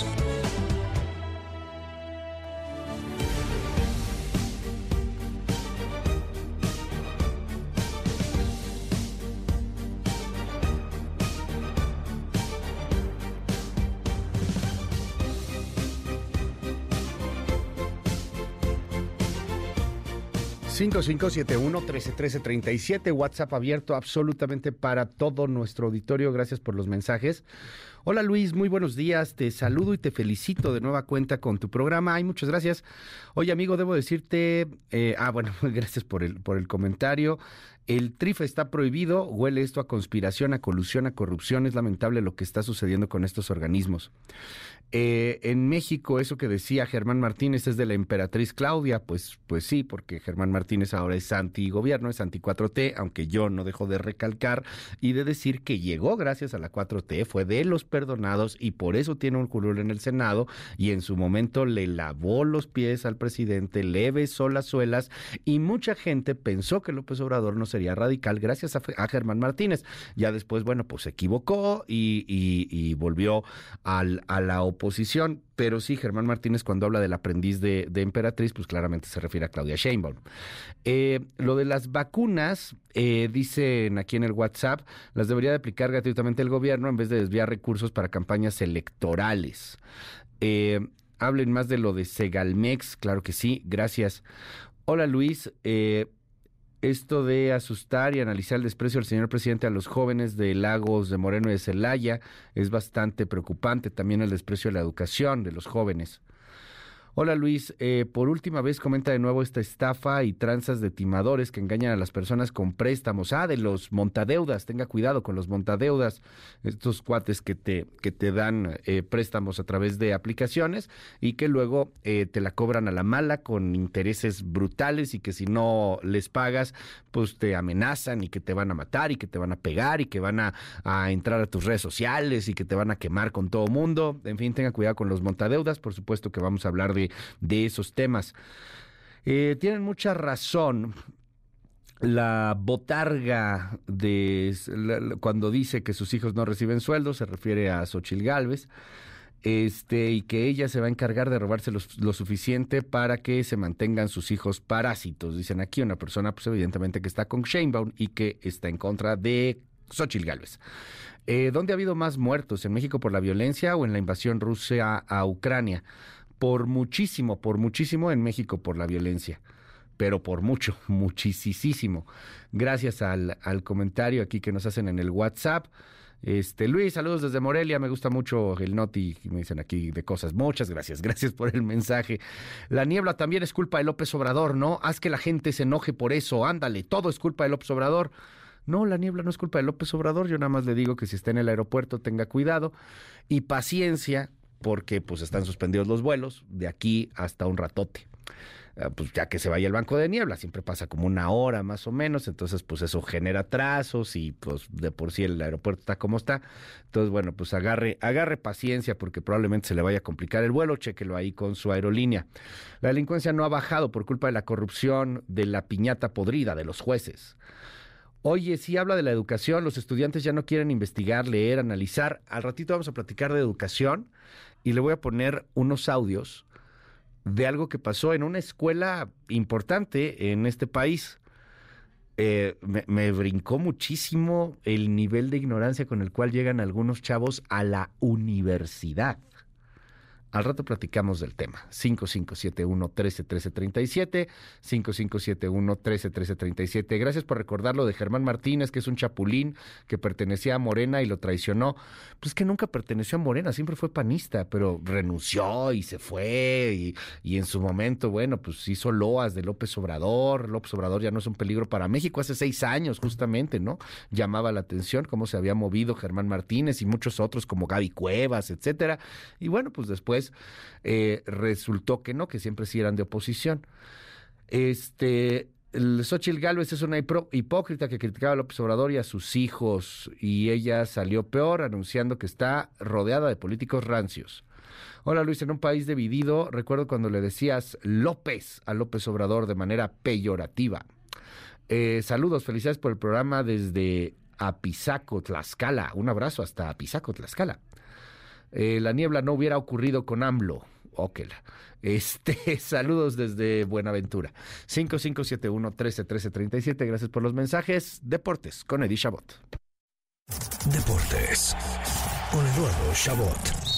...5571-131337... WhatsApp abierto absolutamente para todo nuestro auditorio. Gracias por los mensajes. Hola Luis, muy buenos días. Te saludo y te felicito de nueva cuenta con tu programa. Ay, muchas gracias. Oye, amigo, debo decirte... gracias por el comentario. El TRIFA está prohibido. Huele esto a conspiración, a colusión, a corrupción. Es lamentable lo que está sucediendo con estos organismos. En México, eso que decía Germán Martínez es de la emperatriz Claudia, pues sí, porque Germán Martínez ahora es antigobierno, es anti-4T, aunque yo no dejo de recalcar y de decir que llegó gracias a la 4T, fue de los perdonados y por eso tiene un curul en el Senado y en su momento le lavó los pies al presidente, le besó las suelas y mucha gente pensó que López Obrador no sería radical gracias a Germán Martínez. Ya después, pues se equivocó y volvió a la oposición, pero sí, Germán Martínez cuando habla del aprendiz de emperatriz, pues claramente se refiere a Claudia Sheinbaum. Lo de las vacunas, dicen aquí en el WhatsApp, las debería de aplicar gratuitamente el gobierno en vez de desviar recursos para campañas electorales. Hablen más de lo de Segalmex, claro que sí, gracias. Hola Luis, esto de asustar y analizar el desprecio del señor presidente a los jóvenes de Lagos, de Moreno y de Celaya es bastante preocupante. También el desprecio a la educación de los jóvenes. Hola Luis, por última vez comenta de nuevo esta estafa y tranzas de timadores que engañan a las personas con préstamos. De los montadeudas, tenga cuidado con los montadeudas, estos cuates que te dan préstamos a través de aplicaciones y que luego te la cobran a la mala con intereses brutales y que si no les pagas, pues te amenazan y que te van a matar y que te van a pegar y que van a entrar a tus redes sociales y que te van a quemar con todo mundo. En fin, tenga cuidado con los montadeudas, por supuesto que vamos a hablar de esos temas. Tienen mucha razón la botarga cuando dice que sus hijos no reciben sueldo, se refiere a Xóchitl Gálvez, y que ella se va a encargar de robarse lo suficiente para que se mantengan sus hijos parásitos. Dicen aquí una persona, pues evidentemente que está con Sheinbaum y que está en contra de Xóchitl Gálvez. ¿Dónde ha habido más muertos? ¿En México por la violencia o en la invasión rusa a Ucrania? Por muchísimo en México por la violencia, pero por mucho, muchísimo. Gracias al comentario aquí que nos hacen en el WhatsApp. Luis, saludos desde Morelia, me gusta mucho el noti, me dicen aquí de cosas. Muchas gracias por el mensaje. La niebla también es culpa de López Obrador, ¿no? Haz que la gente se enoje por eso, ándale, todo es culpa de López Obrador. No, la niebla no es culpa de López Obrador, yo nada más le digo que si está en el aeropuerto tenga cuidado y paciencia, porque pues están suspendidos los vuelos de aquí hasta un ratote. pues ya que se vaya el banco de niebla, siempre pasa como una hora más o menos, entonces pues eso genera atrasos y pues de por sí el aeropuerto está como está. Entonces, bueno, pues agarre paciencia porque probablemente se le vaya a complicar el vuelo, chéquelo ahí con su aerolínea. La delincuencia no ha bajado por culpa de la corrupción, de la piñata podrida de los jueces. Oye, sí habla de la educación, los estudiantes ya no quieren investigar, leer, analizar. Al ratito vamos a platicar de educación y le voy a poner unos audios de algo que pasó en una escuela importante en este país. Me brincó muchísimo el nivel de ignorancia con el cual llegan algunos chavos a la universidad. Al rato platicamos del tema. 5571-131337, 5571-131337. Gracias por recordar lo de Germán Martínez, que es un chapulín que pertenecía a Morena y lo traicionó. Pues que nunca perteneció a Morena, siempre fue panista, pero renunció y se fue y en su momento, bueno, pues hizo loas de López Obrador. López Obrador ya no es un peligro para México. Hace 6 años justamente, ¿no? Llamaba la atención cómo se había movido Germán Martínez y muchos otros como Gaby Cuevas, etcétera. Y bueno, pues después resultó que no, que siempre sí eran de oposición. Xóchitl Gálvez es una hipócrita que criticaba a López Obrador y a sus hijos, y ella salió peor anunciando que está rodeada de políticos rancios. Hola Luis, en un país dividido, recuerdo cuando le decías López a López Obrador de manera peyorativa. Saludos, felicidades por el programa desde Apizaco, Tlaxcala. Un abrazo hasta Apizaco, Tlaxcala. La niebla no hubiera ocurrido con AMLO. Óquela. Saludos desde Buenaventura. 5571-131337. Gracias por los mensajes. Deportes con Eddie Chabot. Deportes con Eduardo Chabot.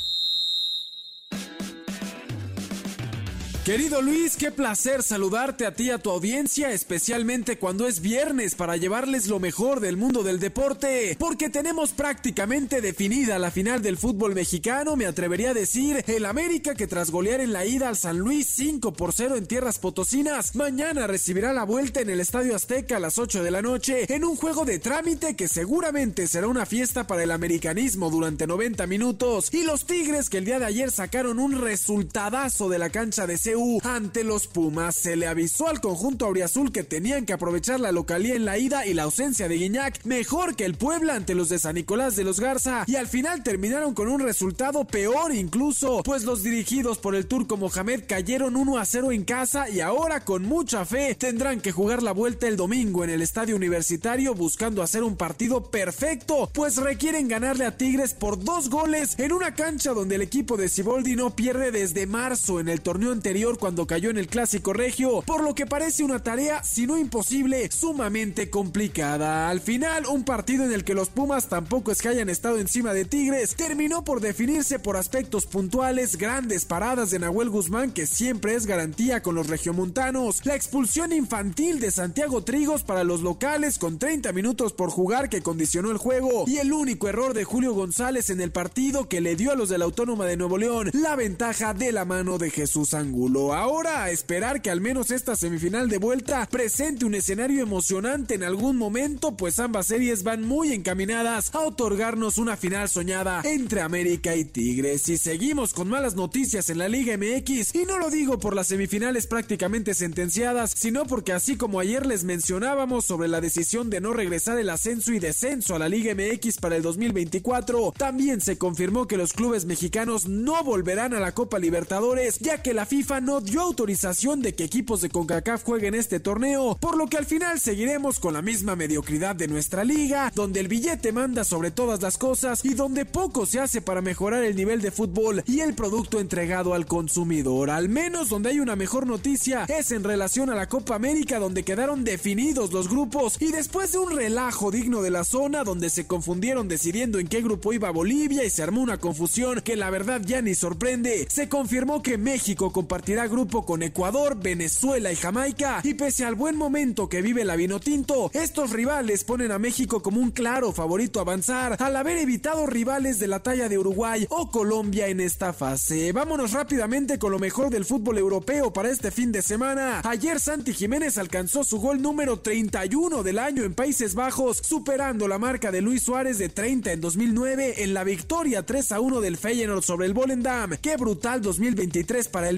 Querido Luis, qué placer saludarte a ti y a tu audiencia, especialmente cuando es viernes, para llevarles lo mejor del mundo del deporte, porque tenemos prácticamente definida la final del fútbol mexicano. Me atrevería a decir, el América, que tras golear en la ida al San Luis 5-0 en tierras potosinas, mañana recibirá la vuelta en el Estadio Azteca a las 8 de la noche, en un juego de trámite que seguramente será una fiesta para el americanismo durante 90 minutos, y los Tigres, que el día de ayer sacaron un resultadazo de la cancha de CU ante los Pumas. Se le avisó al conjunto auriazul que tenían que aprovechar la localía en la ida y la ausencia de Guiñac mejor que el Puebla ante los de San Nicolás de los Garza, y al final terminaron con un resultado peor incluso, pues los dirigidos por el turco Mohamed cayeron 1-0 en casa, y ahora con mucha fe tendrán que jugar la vuelta el domingo en el Estadio Universitario buscando hacer un partido perfecto, pues requieren ganarle a Tigres por 2 goles en una cancha donde el equipo de Siboldi no pierde desde marzo en el torneo anterior, cuando cayó en el Clásico Regio, por lo que parece una tarea, si no imposible, sumamente complicada. Al final, un partido en el que los Pumas tampoco es que hayan estado encima de Tigres, terminó por definirse por aspectos puntuales, grandes paradas de Nahuel Guzmán, que siempre es garantía con los regiomontanos, la expulsión infantil de Santiago Trigos para los locales con 30 minutos por jugar que condicionó el juego, y el único error de Julio González en el partido que le dio a los de la Autónoma de Nuevo León la ventaja de la mano de Jesús Angulo. Ahora a esperar que al menos esta semifinal de vuelta presente un escenario emocionante en algún momento, pues ambas series van muy encaminadas a otorgarnos una final soñada entre América y Tigres. Y seguimos con malas noticias en la Liga MX, y no lo digo por las semifinales prácticamente sentenciadas, sino porque así como ayer les mencionábamos sobre la decisión de no regresar el ascenso y descenso a la Liga MX para el 2024, también se confirmó que los clubes mexicanos no volverán a la Copa Libertadores, ya que la FIFA no dio autorización de que equipos de CONCACAF jueguen este torneo, por lo que al final seguiremos con la misma mediocridad de nuestra liga, donde el billete manda sobre todas las cosas y donde poco se hace para mejorar el nivel de fútbol y el producto entregado al consumidor. Al menos donde hay una mejor noticia es en relación a la Copa América, donde quedaron definidos los grupos, y después de un relajo digno de la zona donde se confundieron decidiendo en qué grupo iba Bolivia y se armó una confusión que la verdad ya ni sorprende, se confirmó que México compartirá grupo con Ecuador, Venezuela y Jamaica, y pese al buen momento que vive la Vinotinto, estos rivales ponen a México como un claro favorito a avanzar, al haber evitado rivales de la talla de Uruguay o Colombia en esta fase. Vámonos rápidamente con lo mejor del fútbol europeo para este fin de semana. Ayer Santi Jiménez alcanzó su gol número 31 del año en Países Bajos, superando la marca de Luis Suárez de 30 en 2009 en la victoria 3-1 del Feyenoord sobre el Volendam. Qué brutal 2023 para el Bebote,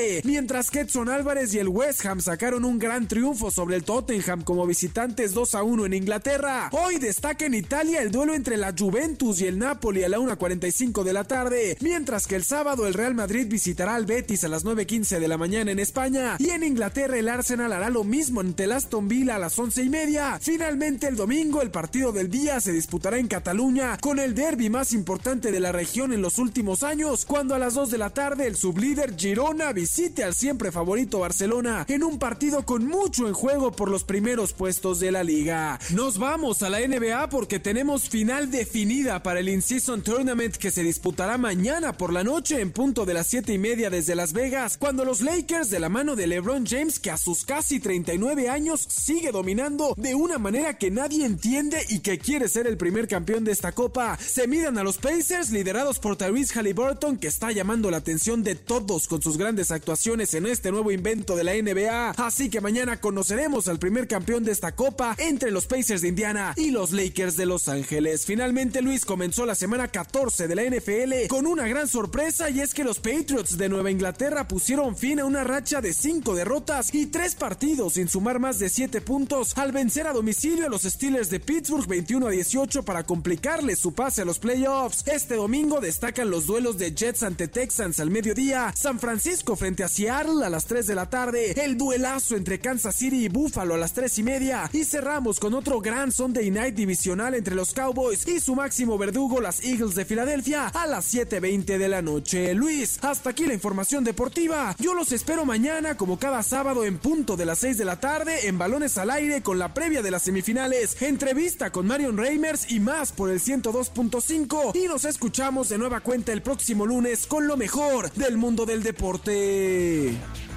visitante, mientras que Edson Álvarez y el West Ham sacaron un gran triunfo sobre el Tottenham como visitantes 2-1 en Inglaterra. Hoy destaca en Italia el duelo entre la Juventus y el Napoli a la 1:45 de la tarde, mientras que el sábado el Real Madrid visitará al Betis a las 9:15 de la mañana en España, y en Inglaterra el Arsenal hará lo mismo ante el Aston Villa a las 11:30. Finalmente el domingo el partido del día se disputará en Cataluña con el derbi más importante de la región en los últimos años, cuando a las 2 de la tarde el sublíder Girona visite al siempre favorito Barcelona en un partido con mucho en juego por los primeros puestos de la liga. Nos vamos a la NBA porque tenemos final definida para el In-Season Tournament que se disputará mañana por la noche en punto de las 7:30 desde Las Vegas, cuando los Lakers, de la mano de LeBron James, que a sus casi 39 años sigue dominando de una manera que nadie entiende y que quiere ser el primer campeón de esta copa, se midan a los Pacers liderados por Tyrese Haliburton, que está llamando la atención de todos con sus grandes actuaciones en este nuevo invento de la NBA. Así que mañana conoceremos al primer campeón de esta copa entre los Pacers de Indiana y los Lakers de Los Ángeles. Finalmente, Luis, comenzó la semana 14 de la NFL con una gran sorpresa, y es que los Patriots de Nueva Inglaterra pusieron fin a una racha de 5 derrotas y 3 partidos sin sumar más de 7 puntos al vencer a domicilio a los Steelers de Pittsburgh 21-18 para complicarles su pase a los playoffs. Este domingo destacan los duelos de Jets ante Texans al mediodía, San Francisco frente a Seattle a las 3 de la tarde, el duelazo entre Kansas City y Buffalo a las 3:30, y cerramos con otro gran Sunday Night divisional entre los Cowboys y su máximo verdugo, las Eagles de Filadelfia, a las 7:20 de la noche. Luis, hasta aquí la información deportiva. Yo los espero mañana, como cada sábado, en punto de las 6 de la tarde, en Balones al Aire, con la previa de las semifinales, entrevista con Marion Reimers y más por el 102.5, y nos escuchamos de nueva cuenta el próximo lunes con lo mejor del mundo del deporte.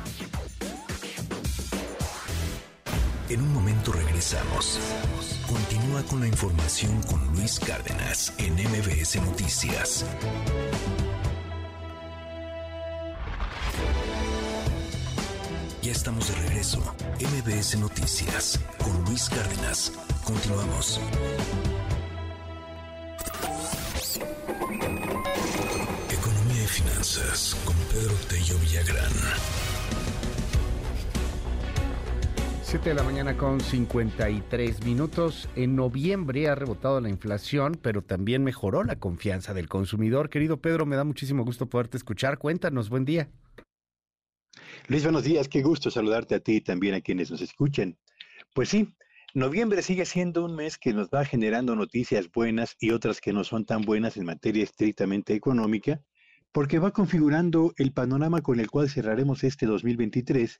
En un momento regresamos. Continúa con la información con Luis Cárdenas en MBS Noticias. Ya estamos de regreso. MBS Noticias con Luis Cárdenas. Continuamos. Economía y finanzas con Pedro Tello Villagrán. 7 de la mañana con 53 minutos. En noviembre ha rebotado la inflación, pero también mejoró la confianza del consumidor. Querido Pedro, me da muchísimo gusto poderte escuchar. Cuéntanos, buen día. Luis, buenos días. Qué gusto saludarte a ti y también a quienes nos escuchen. Pues sí, noviembre sigue siendo un mes que nos va generando noticias buenas y otras que no son tan buenas en materia estrictamente económica, porque va configurando el panorama con el cual cerraremos este 2023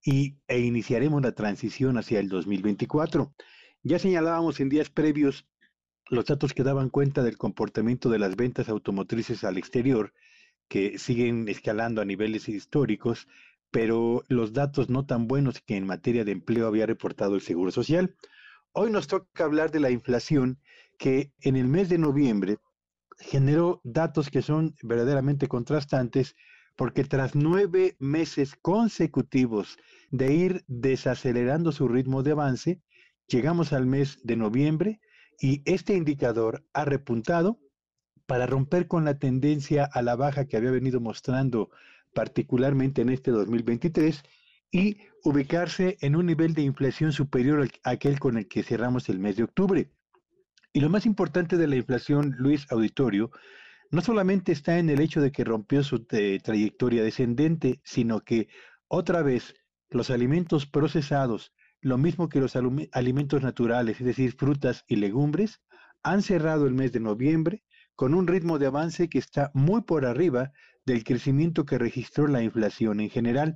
e iniciaremos la transición hacia el 2024. Ya señalábamos en días previos los datos que daban cuenta del comportamiento de las ventas automotrices al exterior, que siguen escalando a niveles históricos, pero los datos no tan buenos que en materia de empleo había reportado el Seguro Social. Hoy nos toca hablar de la inflación, que en el mes de noviembre generó datos que son verdaderamente contrastantes, porque tras 9 meses consecutivos de ir desacelerando su ritmo de avance, llegamos al mes de noviembre y este indicador ha repuntado para romper con la tendencia a la baja que había venido mostrando particularmente en este 2023 y ubicarse en un nivel de inflación superior a aquel con el que cerramos el mes de octubre. Y lo más importante de la inflación, Luis Auditorio, no solamente está en el hecho de que rompió su trayectoria descendente, sino que otra vez los alimentos procesados, lo mismo que los alimentos naturales, es decir, frutas y legumbres, han cerrado el mes de noviembre con un ritmo de avance que está muy por arriba del crecimiento que registró la inflación en general,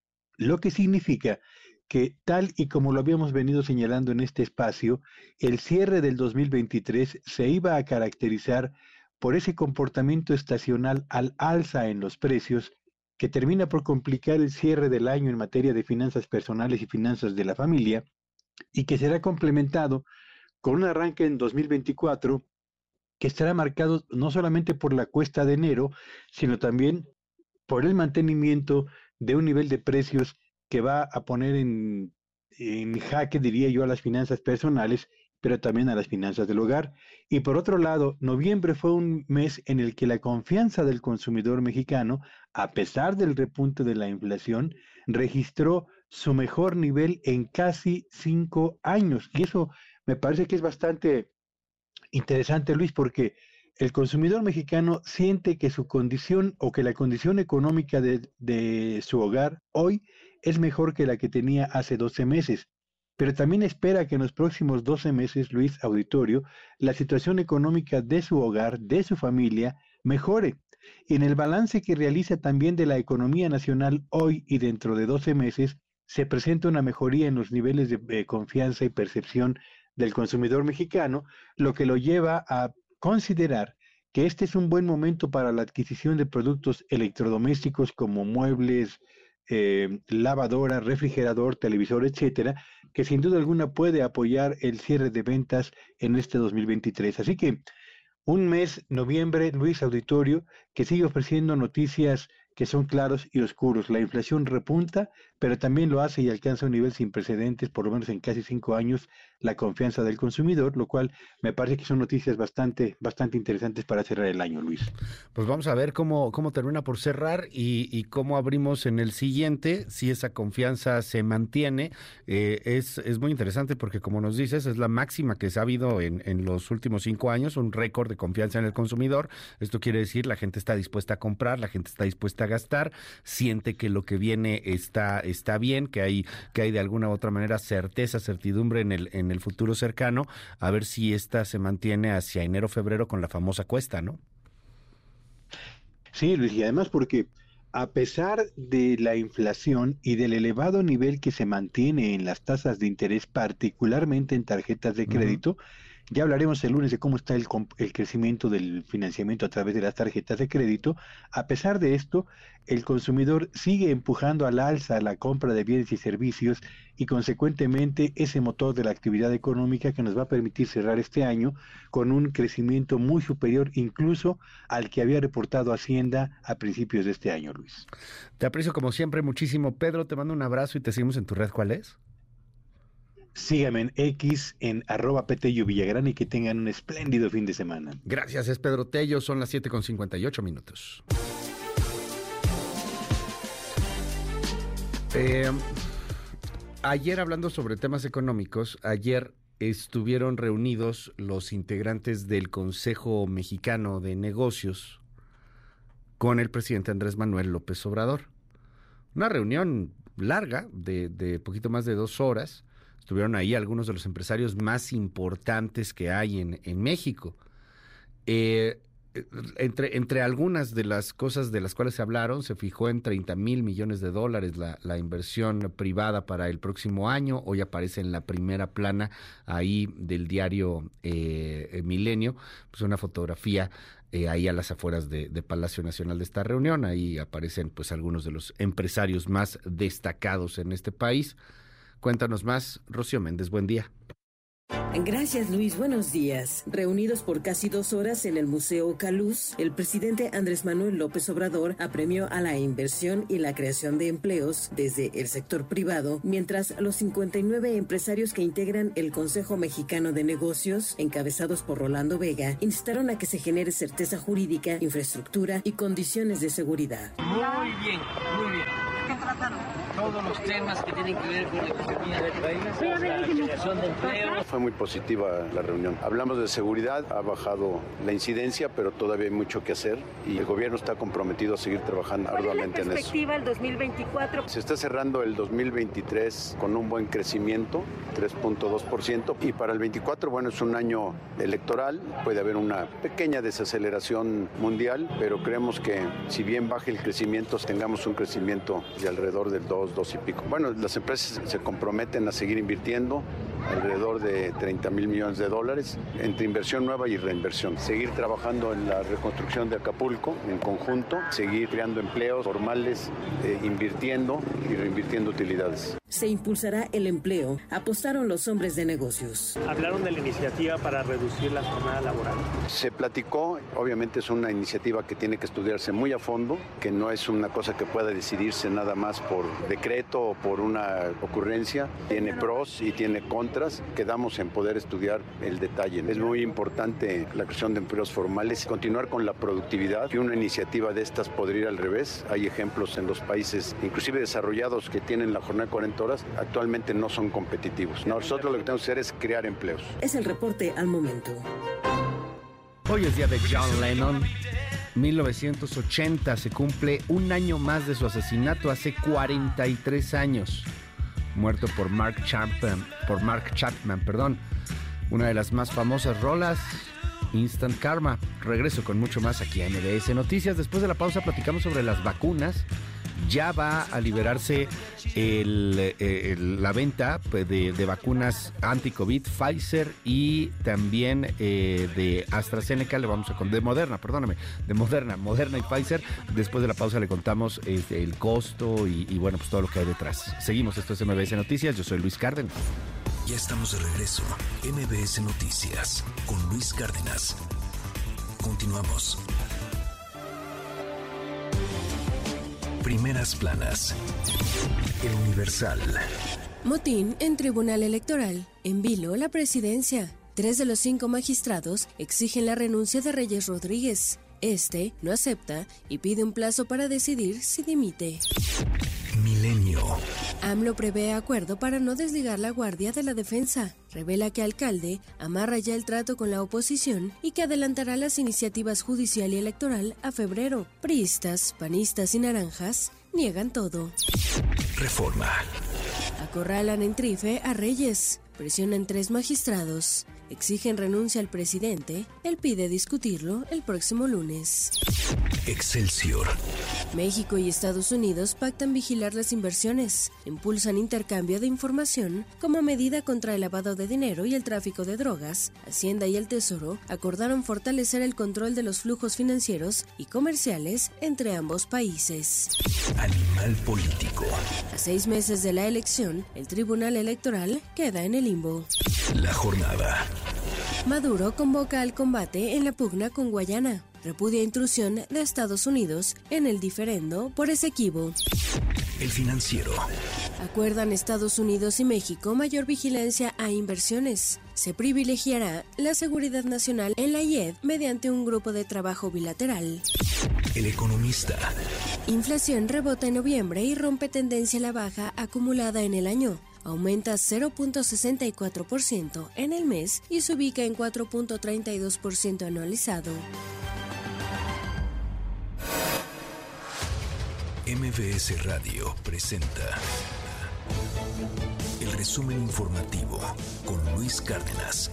lo que significa que, tal y como lo habíamos venido señalando en este espacio, el cierre del 2023 se iba a caracterizar por ese comportamiento estacional al alza en los precios que termina por complicar el cierre del año en materia de finanzas personales y finanzas de la familia, y que será complementado con un arranque en 2024 que estará marcado no solamente por la cuesta de enero, sino también por el mantenimiento de un nivel de precios que va a poner en jaque, diría yo, a las finanzas personales pero también a las finanzas del hogar. Y por otro lado, noviembre fue un mes en el que la confianza del consumidor mexicano, a pesar del repunte de la inflación, registró su mejor nivel en casi 5 años. Y eso me parece que es bastante interesante, Luis, porque el consumidor mexicano siente que su condición o que la condición económica de su hogar hoy es mejor que la que tenía hace 12 meses. Pero también espera que en los próximos 12 meses, Luis, auditorio, la situación económica de su hogar, de su familia, mejore. Y en el balance que realiza también de la economía nacional hoy y dentro de 12 meses, se presenta una mejoría en los niveles de confianza y percepción del consumidor mexicano, lo que lo lleva a considerar que este es un buen momento para la adquisición de productos electrodomésticos como muebles, lavadora, refrigerador, televisor, etcétera, que sin duda alguna puede apoyar el cierre de ventas en este 2023. Así que un mes, noviembre, Luis, auditorio, que sigue ofreciendo noticias que son claros y oscuros. La inflación repunta, pero también lo hace y alcanza un nivel sin precedentes, por lo menos en casi 5 años, la confianza del consumidor, lo cual me parece que son noticias bastante interesantes para cerrar el año, Luis. Pues vamos a ver cómo termina por cerrar y cómo abrimos en el siguiente, si esa confianza se mantiene. Es muy interesante porque, como nos dices, es la máxima que se ha habido en los últimos 5 años, un récord de confianza en el consumidor. Esto quiere decir la gente está dispuesta a comprar, la gente está dispuesta a gastar, siente que lo que viene está bien, que hay de alguna u otra manera certidumbre en el futuro cercano, a ver si esta se mantiene hacia enero, febrero con la famosa cuesta, ¿no? Sí, Luis, y además porque a pesar de la inflación y del elevado nivel que se mantiene en las tasas de interés, particularmente en tarjetas de crédito, ya hablaremos el lunes de cómo está el crecimiento del financiamiento a través de las tarjetas de crédito. A pesar de esto, el consumidor sigue empujando al alza la compra de bienes y servicios y consecuentemente ese motor de la actividad económica que nos va a permitir cerrar este año con un crecimiento muy superior incluso al que había reportado Hacienda a principios de este año, Luis. Te aprecio como siempre muchísimo, Pedro, te mando un abrazo y te seguimos en tu red. ¿Cuál es? Síganme en X, en @Petello Villagrán, y que tengan un espléndido fin de semana. Gracias, es Pedro Tello, son las 7:58. Ayer, hablando sobre temas económicos, ayer estuvieron reunidos los integrantes del Consejo Mexicano de Negocios con el presidente Andrés Manuel López Obrador. Una reunión larga de poquito más de 2 horas. Estuvieron ahí algunos de los empresarios más importantes que hay en México. Entre algunas de las cosas de las cuales se hablaron, se fijó en $30,000 millones la inversión privada para el próximo año. Hoy aparece en la primera plana ahí del diario Milenio, pues una fotografía ahí a las afueras de Palacio Nacional de esta reunión. Ahí aparecen pues algunos de los empresarios más destacados en este país. Cuéntanos más, Rocío Méndez, buen día. Gracias, Luis. Buenos días. Reunidos por casi 2 horas en el Museo Caluz, el presidente Andrés Manuel López Obrador apremió a la inversión y la creación de empleos desde el sector privado, mientras los 59 empresarios que integran el Consejo Mexicano de Negocios, encabezados por Rolando Vega, instaron a que se genere certeza jurídica, infraestructura y condiciones de seguridad. Muy bien, muy bien. ¿Qué trataron? Todos los temas que tienen que ver con la economía del país, la creación de empleo. Fue muy positiva la reunión. Hablamos de seguridad, ha bajado la incidencia, pero todavía hay mucho que hacer y el gobierno está comprometido a seguir trabajando arduamente en eso. ¿Cuál es la perspectiva el 2024? Se está cerrando el 2023 con un buen crecimiento, 3.2%, y para el 24, bueno, es un año electoral, puede haber una pequeña desaceleración mundial, pero creemos que si bien baje el crecimiento, tengamos un crecimiento de alrededor del 2 y pico. Bueno, las empresas se comprometen a seguir invirtiendo alrededor de $30,000 millones entre inversión nueva y reinversión. Seguir trabajando en la reconstrucción de Acapulco en conjunto, seguir creando empleos formales, invirtiendo y reinvirtiendo utilidades. Se impulsará el empleo, apostaron los hombres de negocios. ¿Hablaron de la iniciativa para reducir la jornada laboral? Se platicó, obviamente es una iniciativa que tiene que estudiarse muy a fondo, que no es una cosa que pueda decidirse nada más por decreto o por una ocurrencia. Tiene pros y tiene contras. mientras quedamos en poder estudiar el detalle. Es muy importante la creación de empleos formales, continuar con la productividad, que una iniciativa de estas podría ir al revés. Hay ejemplos en los países, inclusive desarrollados, que tienen la jornada de 40 horas, actualmente no son competitivos. Nosotros lo que tenemos que hacer es crear empleos. Es el reporte al momento. Hoy es día de John Lennon. 1980 se cumple un año más de su asesinato, hace 43 años. Muerto por Mark Chapman, una de las más famosas rolas, Instant Karma. Regreso con mucho más aquí a MBS Noticias. Después de la pausa platicamos sobre las vacunas. Ya va a liberarse la venta de vacunas anti-COVID, Pfizer y también de AstraZeneca, Moderna y Pfizer. Después de la pausa le contamos el costo y bueno, pues todo lo que hay detrás. Seguimos, esto es MBS Noticias, yo soy Luis Cárdenas. Ya estamos de regreso, MBS Noticias, con Luis Cárdenas. Continuamos. Primeras planas. El Universal. Motín en Tribunal Electoral. En vilo la presidencia. 3 de los 5 magistrados exigen la renuncia de Reyes Rodríguez. Este no acepta y pide un plazo para decidir si dimite. Milenio. AMLO prevé acuerdo para no desligar la Guardia de la Defensa. Revela que alcalde amarra ya el trato con la oposición y que adelantará las iniciativas judicial y electoral a febrero. Priistas, panistas y naranjas niegan todo. Reforma. Acorralan en Trife a Reyes. Presionan 3 magistrados. Exigen renuncia al presidente. Él pide discutirlo el próximo lunes. Excelsior. México y Estados Unidos pactan vigilar las inversiones. Impulsan intercambio de información como medida contra el lavado de dinero y el tráfico de drogas. Hacienda y el Tesoro acordaron fortalecer el control de los flujos financieros y comerciales entre ambos países. Animal político. A 6 meses de la elección, el Tribunal Electoral queda en el limbo. La jornada. Maduro convoca al combate en la pugna con Guayana. Repudia intrusión de Estados Unidos en el diferendo por Esequibo. El Financiero. Acuerdan Estados Unidos y México mayor vigilancia a inversiones. Se privilegiará la seguridad nacional en la IED mediante un grupo de trabajo bilateral. El Economista. Inflación rebota en noviembre y rompe tendencia a la baja acumulada en el año. Aumenta 0.64% en el mes y se ubica en 4.32% anualizado. MBS Radio presenta el resumen informativo con Luis Cárdenas.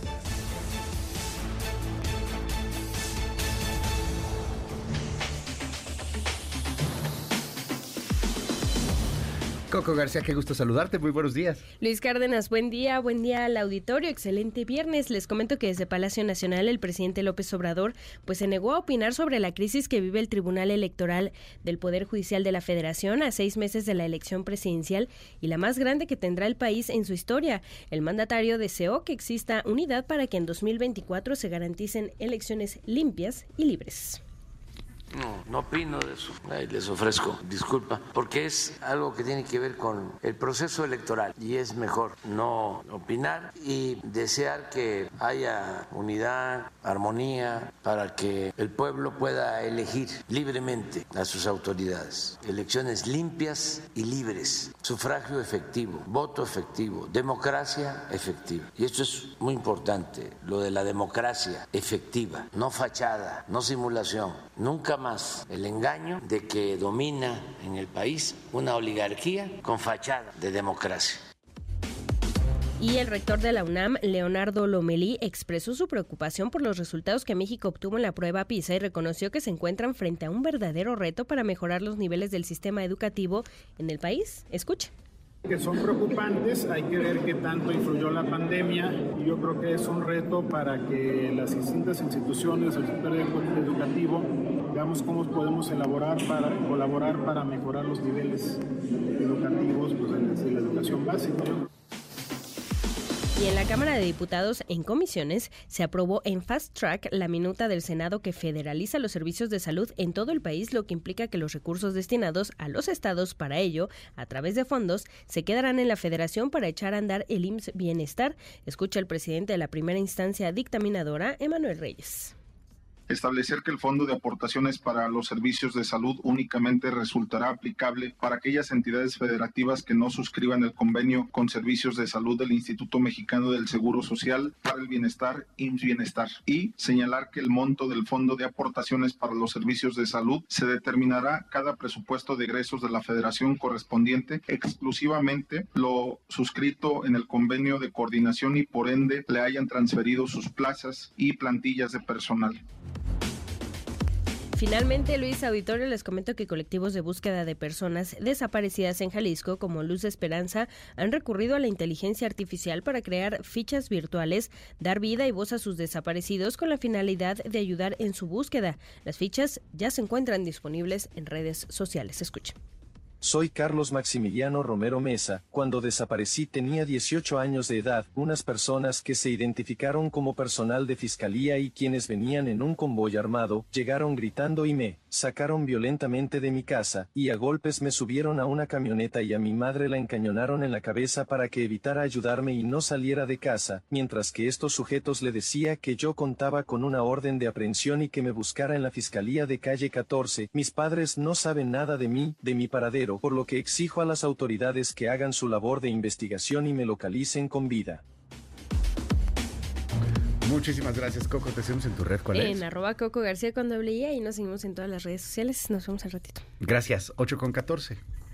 Coco García, qué gusto saludarte, muy buenos días. Luis Cárdenas, buen día al auditorio, excelente viernes. Les comento que desde Palacio Nacional el presidente López Obrador pues se negó a opinar sobre la crisis que vive el Tribunal Electoral del Poder Judicial de la Federación a 6 meses de la elección presidencial y la más grande que tendrá el país en su historia. El mandatario deseó que exista unidad para que en 2024 se garanticen elecciones limpias y libres. No opino de eso. Les ofrezco disculpa, porque es algo que tiene que ver con el proceso electoral y es mejor no opinar y desear que haya unidad, armonía, para que el pueblo pueda elegir libremente a sus autoridades. Elecciones limpias y libres, sufragio efectivo, voto efectivo, democracia efectiva. Y esto es muy importante, lo de la democracia efectiva, no fachada, no simulación, nunca más el engaño de que domina en el país una oligarquía con fachada de democracia. Y el rector de la UNAM, Leonardo Lomelí, expresó su preocupación por los resultados que México obtuvo en la prueba PISA y reconoció que se encuentran frente a un verdadero reto para mejorar los niveles del sistema educativo en el país. Escuche. Que son preocupantes, hay que ver qué tanto influyó la pandemia y yo creo que es un reto para que las distintas instituciones del sector educativo veamos cómo podemos colaborar para mejorar los niveles educativos pues, de la educación básica. Y en la Cámara de Diputados, en comisiones, se aprobó en fast track la minuta del Senado que federaliza los servicios de salud en todo el país, lo que implica que los recursos destinados a los estados para ello, a través de fondos, se quedarán en la federación para echar a andar el IMSS Bienestar. Escucha el presidente de la primera instancia dictaminadora, Emanuel Reyes. Establecer que el Fondo de Aportaciones para los Servicios de Salud únicamente resultará aplicable para aquellas entidades federativas que no suscriban el convenio con Servicios de Salud del Instituto Mexicano del Seguro Social para el Bienestar, IMSS Bienestar, y señalar que el monto del Fondo de Aportaciones para los Servicios de Salud se determinará cada presupuesto de egresos de la Federación correspondiente exclusivamente lo suscrito en el convenio de coordinación y por ende le hayan transferido sus plazas y plantillas de personal. Finalmente, Luis Auditorio, les comento que colectivos de búsqueda de personas desaparecidas en Jalisco, como Luz de Esperanza, han recurrido a la inteligencia artificial para crear fichas virtuales, dar vida y voz a sus desaparecidos con la finalidad de ayudar en su búsqueda. Las fichas ya se encuentran disponibles en redes sociales. Escuchen. Soy Carlos Maximiliano Romero Mesa. Cuando desaparecí tenía 18 años de edad. Unas personas que se identificaron como personal de fiscalía y quienes venían en un convoy armado, llegaron gritando y me sacaron violentamente de mi casa, y a golpes me subieron a una camioneta y a mi madre la encañonaron en la cabeza para que evitara ayudarme y no saliera de casa, mientras que estos sujetos le decía que yo contaba con una orden de aprehensión y que me buscara en la fiscalía de calle 14. Mis padres no saben nada de mí, de mi paradero, por lo que exijo a las autoridades que hagan su labor de investigación y me localicen con vida. Muchísimas gracias, Coco. Te seguimos en tu red. ¿Cuál es? En @Coco García cuando hablé, y nos seguimos en todas las redes sociales. Nos vemos al ratito. Gracias. 8:14.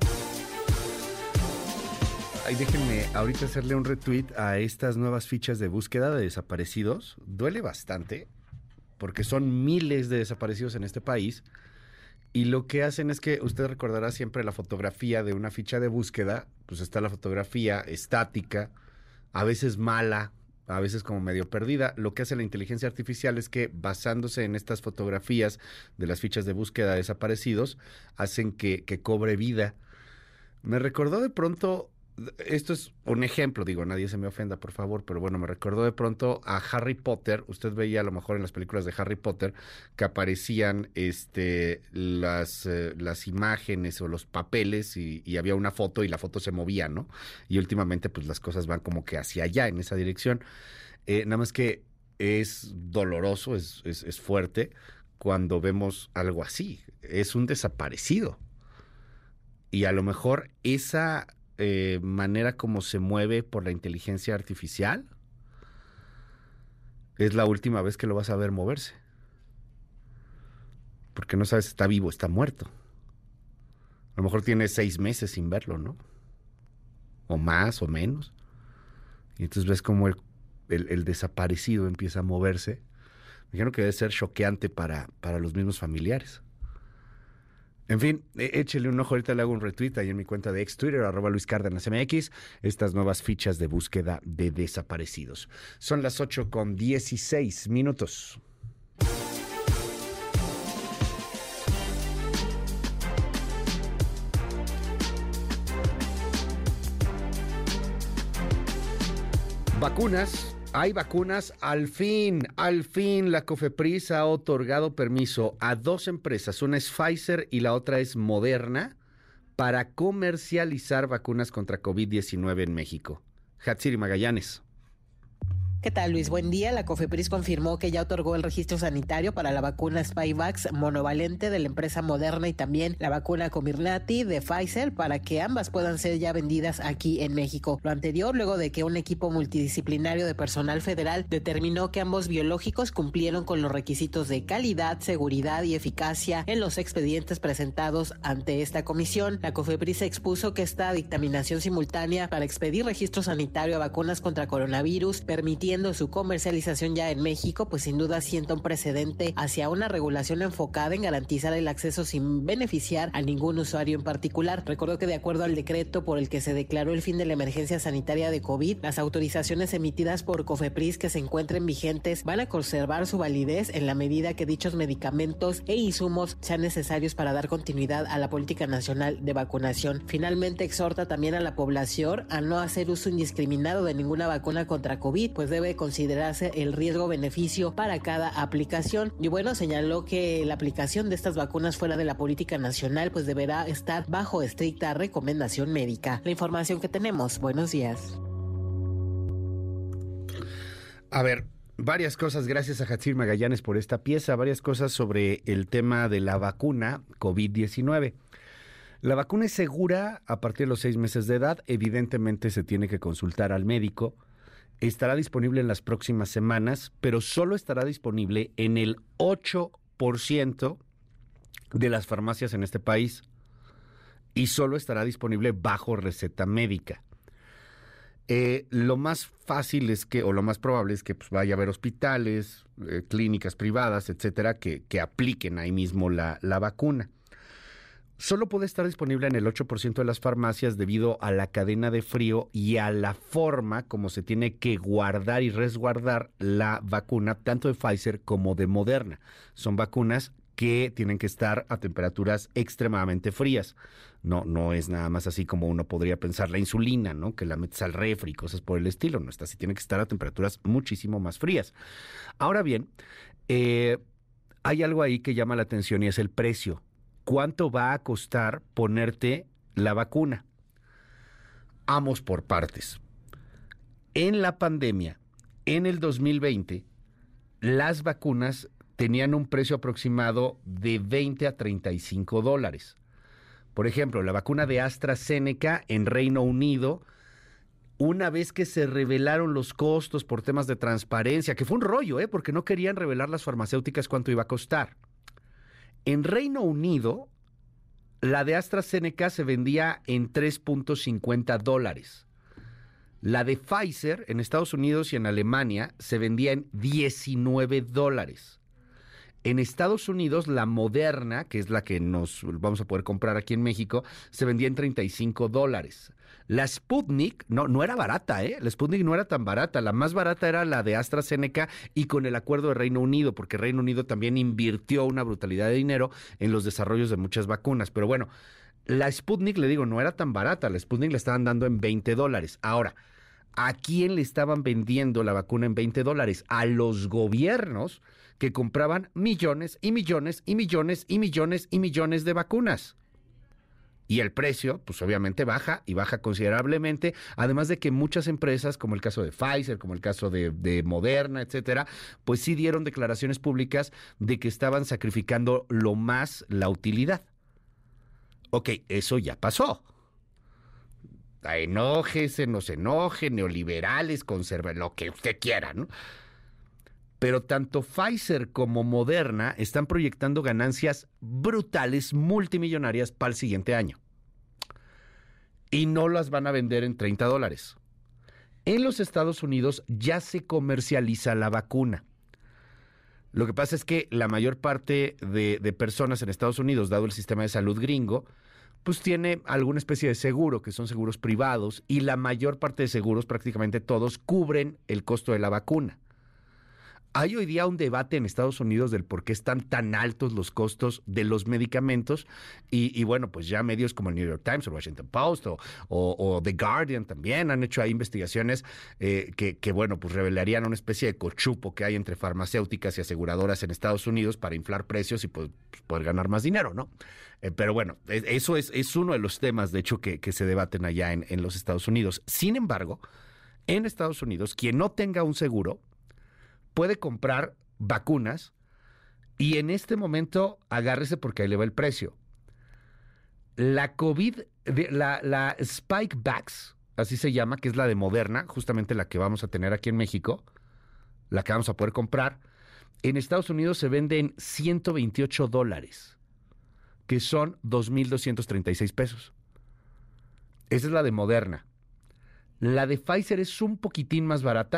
Ay, déjenme ahorita hacerle un retweet a estas nuevas fichas de búsqueda de desaparecidos. Duele bastante porque son miles de desaparecidos en este país. Y lo que hacen es que usted recordará siempre la fotografía de una ficha de búsqueda. Pues está la fotografía estática, a veces mala, a veces como medio perdida. Lo que hace la inteligencia artificial es que, basándose en estas fotografías de las fichas de búsqueda de desaparecidos, hacen que cobre vida. Me recordó de pronto, esto es un ejemplo, digo, nadie se me ofenda, por favor, pero bueno, me recordó de pronto a Harry Potter. Usted veía a lo mejor en las películas de Harry Potter que aparecían las imágenes o los papeles y había una foto y la foto se movía, ¿no? Y últimamente pues las cosas van como que hacia allá, en esa dirección. Nada más que es doloroso, es fuerte cuando vemos algo así. Es un desaparecido. Y a lo mejor esa manera como se mueve por la inteligencia artificial es la última vez que lo vas a ver moverse, porque no sabes si está vivo o está muerto. A lo mejor tiene 6 meses sin verlo, ¿no? O más o menos. Y entonces ves como el desaparecido empieza a moverse. Me imagino que debe ser choqueante para los mismos familiares. En fin, échele un ojo, ahorita le hago un retweet ahí en mi cuenta de ex Twitter, @LuisCárdenasMX, estas nuevas fichas de búsqueda de desaparecidos. Son las 8:16. Vacunas. Hay vacunas, al fin la COFEPRIS ha otorgado permiso a 2 empresas, una es Pfizer y la otra es Moderna, para comercializar vacunas contra COVID-19 en México. Hatsiri Magallanes. ¿Qué tal, Luis? Buen día. La COFEPRIS confirmó que ya otorgó el registro sanitario para la vacuna Spikevax monovalente de la empresa Moderna y también la vacuna Comirnaty de Pfizer para que ambas puedan ser ya vendidas aquí en México. Lo anterior luego de que un equipo multidisciplinario de personal federal determinó que ambos biológicos cumplieron con los requisitos de calidad, seguridad y eficacia en los expedientes presentados ante esta comisión. La COFEPRIS expuso que esta dictaminación simultánea para expedir registro sanitario a vacunas contra coronavirus, permitiendo teniendo su comercialización ya en México, pues sin duda sienta un precedente hacia una regulación enfocada en garantizar el acceso sin beneficiar a ningún usuario en particular. Recordó que de acuerdo al decreto por el que se declaró el fin de la emergencia sanitaria de COVID, las autorizaciones emitidas por COFEPRIS que se encuentren vigentes van a conservar su validez en la medida que dichos medicamentos e insumos sean necesarios para dar continuidad a la política nacional de vacunación. Finalmente exhorta también a la población a no hacer uso indiscriminado de ninguna vacuna contra COVID, pues debe considerarse el riesgo-beneficio para cada aplicación. Y bueno, señaló que la aplicación de estas vacunas fuera de la política nacional pues deberá estar bajo estricta recomendación médica. La información que tenemos. Buenos días. A ver, varias cosas, gracias a Hatsir Magallanes por esta pieza, varias cosas sobre el tema de la vacuna COVID-19. La vacuna es segura a partir de los 6 meses de edad, evidentemente se tiene que consultar al médico, estará disponible en las próximas semanas, pero solo estará disponible en el 8% de las farmacias en este país y solo estará disponible bajo receta médica. Lo más fácil es que, o lo más probable es que pues, vaya a haber hospitales, clínicas privadas, etcétera, que apliquen ahí mismo la vacuna. Solo puede estar disponible en el 8% de las farmacias debido a la cadena de frío y a la forma como se tiene que guardar y resguardar la vacuna, tanto de Pfizer como de Moderna. Son vacunas que tienen que estar a temperaturas extremadamente frías. No es nada más así como uno podría pensar la insulina, ¿no? Que la metes al refri, cosas por el estilo. No está así, tiene que estar a temperaturas muchísimo más frías. Ahora bien, hay algo ahí que llama la atención y es el precio. ¿Cuánto va a costar ponerte la vacuna? Vamos por partes. En la pandemia, en el 2020, las vacunas tenían un precio aproximado de $20 a $35. Por ejemplo, la vacuna de AstraZeneca en Reino Unido, una vez que se revelaron los costos por temas de transparencia, que fue un rollo, porque no querían revelar las farmacéuticas cuánto iba a costar. En Reino Unido, la de AstraZeneca se vendía en $3.50. La de Pfizer en Estados Unidos y en Alemania se vendía en $19. En Estados Unidos, la Moderna, que es la que nos vamos a poder comprar aquí en México, se vendía en $35. La Sputnik no era barata, La Sputnik no era tan barata. La más barata era la de AstraZeneca y con el acuerdo de Reino Unido, porque Reino Unido también invirtió una brutalidad de dinero en los desarrollos de muchas vacunas. Pero bueno, la Sputnik, le digo, no era tan barata. La Sputnik le estaban dando en $20. Ahora, ¿a quién le estaban vendiendo la vacuna en $20? A los gobiernos que compraban millones y millones y millones y millones y millones de vacunas. Y el precio, pues obviamente baja y baja considerablemente, además de que muchas empresas, como el caso de Pfizer, como el caso de Moderna, etcétera, pues sí dieron declaraciones públicas de que estaban sacrificando lo más la utilidad. Ok, eso ya pasó. Enójese, no se enoje, neoliberales, conserven, lo que usted quiera, ¿no? Pero tanto Pfizer como Moderna están proyectando ganancias brutales, multimillonarias para el siguiente año. Y no las van a vender en $30. En los Estados Unidos ya se comercializa la vacuna. Lo que pasa es que la mayor parte de personas en Estados Unidos, dado el sistema de salud gringo, pues tiene alguna especie de seguro, que son seguros privados, y la mayor parte de seguros, prácticamente todos, cubren el costo de la vacuna. Hay hoy día un debate en Estados Unidos del por qué están tan altos los costos de los medicamentos y bueno, pues ya medios como el New York Times o Washington Post o The Guardian también han hecho ahí investigaciones que bueno, pues revelarían una especie de cochupo que hay entre farmacéuticas y aseguradoras en Estados Unidos para inflar precios y pues, poder ganar más dinero, ¿no? Pero bueno, eso es uno de los temas, de hecho, que se debaten allá en los Estados Unidos. Sin embargo, en Estados Unidos, quien no tenga un seguro puede comprar vacunas y en este momento agárrese porque ahí le va el precio. La la Spikevax, así se llama, que es la de Moderna, justamente la que vamos a tener aquí en México, la que vamos a poder comprar, en Estados Unidos se vende en $128, que son 2,236 pesos. Esa es la de Moderna. La de Pfizer es un poquitín más barata,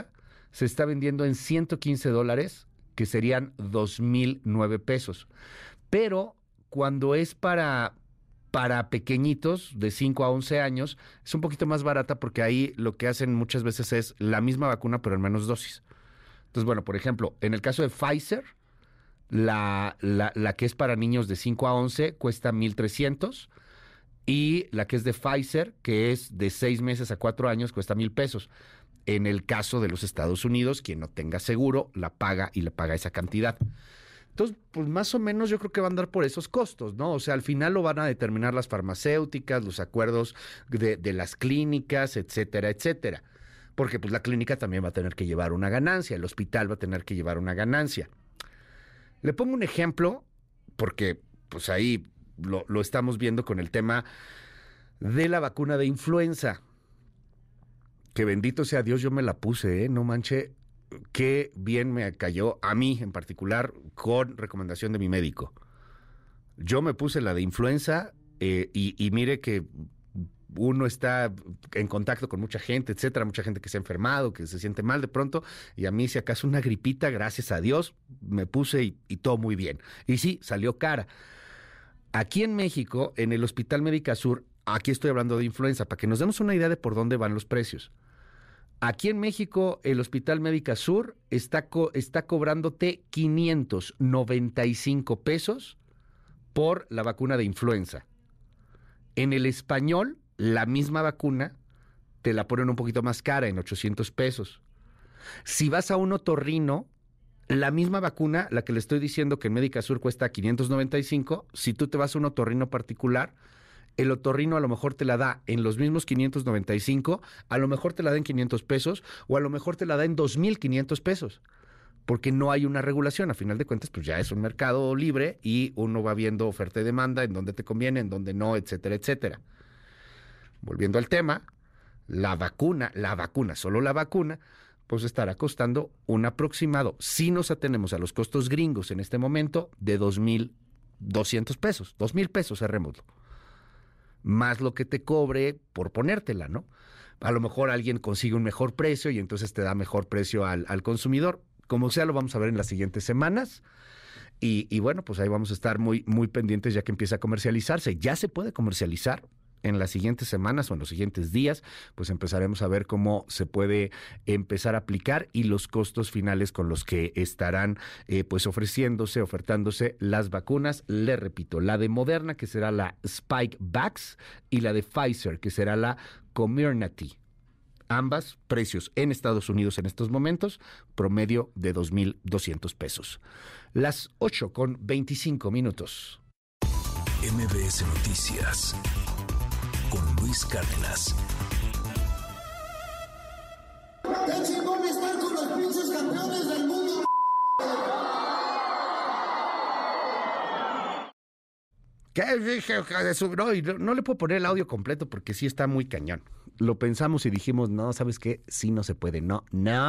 se está vendiendo en $115, que serían 2,009 pesos. Pero cuando es para pequeñitos de 5 a 11 años, es un poquito más barata porque ahí lo que hacen muchas veces es la misma vacuna pero en menos dosis. Entonces, bueno, por ejemplo, en el caso de Pfizer, la que es para niños de 5 a 11 cuesta 1,300 y la que es de Pfizer, que es de 6 meses a 4 años, cuesta 1,000 pesos. En el caso de los Estados Unidos, quien no tenga seguro, la paga y le paga esa cantidad. Entonces, pues más o menos yo creo que va a andar por esos costos, ¿no? O sea, al final lo van a determinar las farmacéuticas, los acuerdos de las clínicas, etcétera, etcétera. Porque pues la clínica también va a tener que llevar una ganancia, el hospital va a tener que llevar una ganancia. Le pongo un ejemplo, porque pues ahí lo estamos viendo con el tema de la vacuna de influenza. Que bendito sea Dios, yo me la puse, no manche. Qué bien me cayó a mí en particular con recomendación de mi médico. Yo me puse la de influenza y mire que uno está en contacto con mucha gente, etcétera, mucha gente que se ha enfermado, que se siente mal de pronto, y a mí si acaso una gripita, gracias a Dios, me puse y todo muy bien. Y sí, salió cara. Aquí en México, en el Hospital Médica Sur, aquí estoy hablando de influenza, para que nos demos una idea de por dónde van los precios. Aquí en México, el Hospital Médica Sur está cobrándote 595 pesos por la vacuna de influenza. En el Español, la misma vacuna te la ponen un poquito más cara, en 800 pesos. Si vas a un otorrino, la misma vacuna, la que le estoy diciendo que en Médica Sur cuesta 595, si tú te vas a un otorrino particular, el otorrino a lo mejor te la da en los mismos 595, a lo mejor te la da en 500 pesos o a lo mejor te la da en 2,500 pesos, porque no hay una regulación. A final de cuentas, pues ya es un mercado libre y uno va viendo oferta y demanda, en dónde te conviene, en dónde no, etcétera, etcétera. Volviendo al tema, la vacuna, solo la vacuna, pues estará costando un aproximado, si nos atenemos a los costos gringos en este momento, de 2,200 pesos, 2,000 pesos, cerrémoslo. Más lo que te cobre por ponértela, ¿no? A lo mejor alguien consigue un mejor precio y entonces te da mejor precio al consumidor. Como sea, lo vamos a ver en las siguientes semanas. Y bueno, pues ahí vamos a estar muy, muy pendientes ya que empieza a comercializarse. Ya se puede comercializar en las siguientes semanas o en los siguientes días, pues empezaremos a ver cómo se puede empezar a aplicar y los costos finales con los que estarán pues ofertándose las vacunas. Le repito, la de Moderna, que será la Spikevax, y la de Pfizer, que será la Comirnaty. Ambas precios en Estados Unidos en estos momentos, promedio de 2,200 pesos. Las 8:25. MBS Noticias con Luis Cárdenas. ¡Qué chingón estar con los pinches campeones del mundo! ¿Qué dije? No le puedo poner el audio completo porque sí está muy cañón. Lo pensamos y dijimos, no, ¿sabes qué? Sí no se puede. No.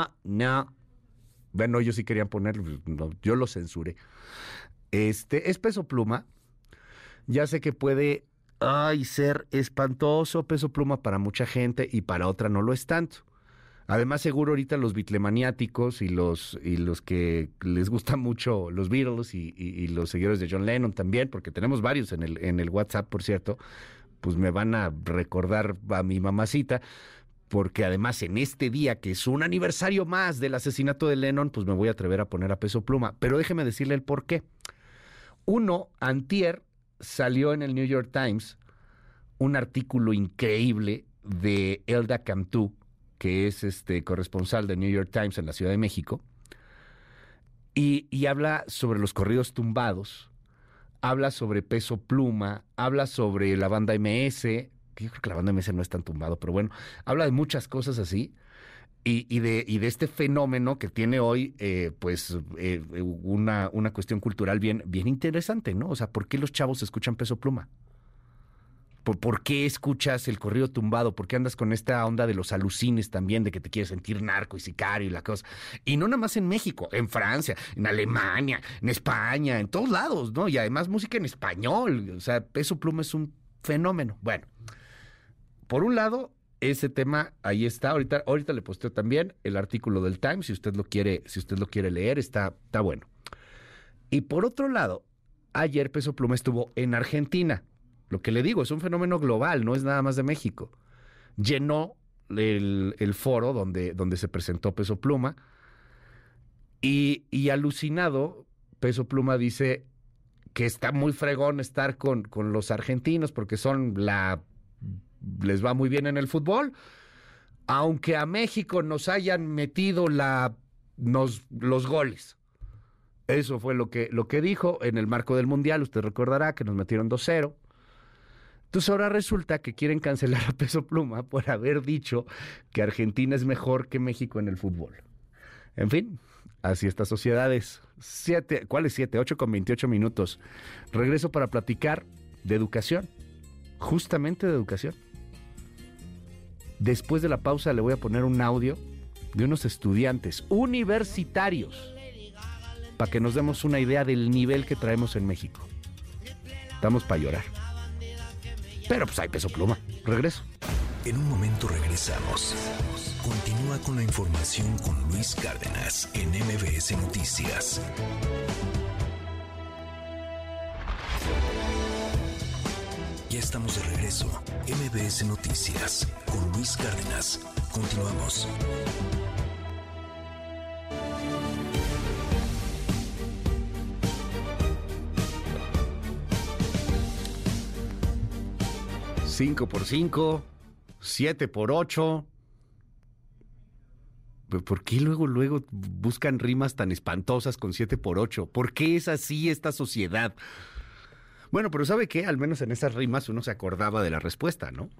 Bueno, ellos sí querían ponerlo, no, yo lo censuré. Es Peso Pluma. Ya sé que puede ser espantoso Peso Pluma para mucha gente y para otra no lo es tanto. Además, seguro ahorita los bitlemaniáticos y los que les gustan mucho los Beatles y los seguidores de John Lennon también, porque tenemos varios en el WhatsApp, por cierto, pues me van a recordar a mi mamacita, porque además en este día, que es un aniversario más del asesinato de Lennon, pues me voy a atrever a poner a Peso Pluma. Pero déjeme decirle el por qué. Antier salió en el New York Times un artículo increíble de Elda Cantú, que es corresponsal de New York Times en la Ciudad de México, y habla sobre los corridos tumbados, habla sobre Peso Pluma, habla sobre la banda MS, que yo creo que la banda MS no es tan tumbado, pero bueno, habla de muchas cosas así, y de este fenómeno que tiene hoy, una cuestión cultural bien interesante, ¿no? O sea, ¿por qué los chavos escuchan Peso Pluma? ¿Por qué escuchas el corrido tumbado? ¿Por qué andas con esta onda de los alucines también, de que te quieres sentir narco y sicario y la cosa? Y no nada más en México, en Francia, en Alemania, en España, en todos lados, ¿no? Y además música en español. O sea, Peso Pluma es un fenómeno. Bueno, por un lado, ese tema ahí está. Ahorita le posteo también el artículo del Times, si usted lo quiere leer, está bueno. Y por otro lado, ayer Peso Pluma estuvo en Argentina. Lo que le digo, es un fenómeno global, no es nada más de México. Llenó el foro donde se presentó Peso Pluma y alucinado, Peso Pluma dice que está muy fregón estar con los argentinos porque les va muy bien en el fútbol, aunque a México nos hayan metido los goles. Eso fue lo que dijo en el marco del Mundial. Usted recordará que nos metieron 2-0. Entonces ahora resulta que quieren cancelar a Peso Pluma por haber dicho que Argentina es mejor que México en el fútbol. En fin, así estas sociedades. ¿Cuál es 7? 8:28. Regreso para platicar de educación. Justamente de educación. Después de la pausa le voy a poner un audio de unos estudiantes universitarios para que nos demos una idea del nivel que traemos en México. Estamos para llorar. Pero pues hay Peso Pluma. Regreso. En un momento regresamos. Continúa con la información con Luis Cárdenas en MBS Noticias. Ya estamos de regreso. MBS Noticias con Luis Cárdenas. Continuamos. ¿5 por 5? ¿7 por 8? ¿Por qué luego buscan rimas tan espantosas con 7 por 8? ¿Por qué es así esta sociedad? Bueno, pero ¿sabe qué? Al menos en esas rimas uno se acordaba de la respuesta, ¿no?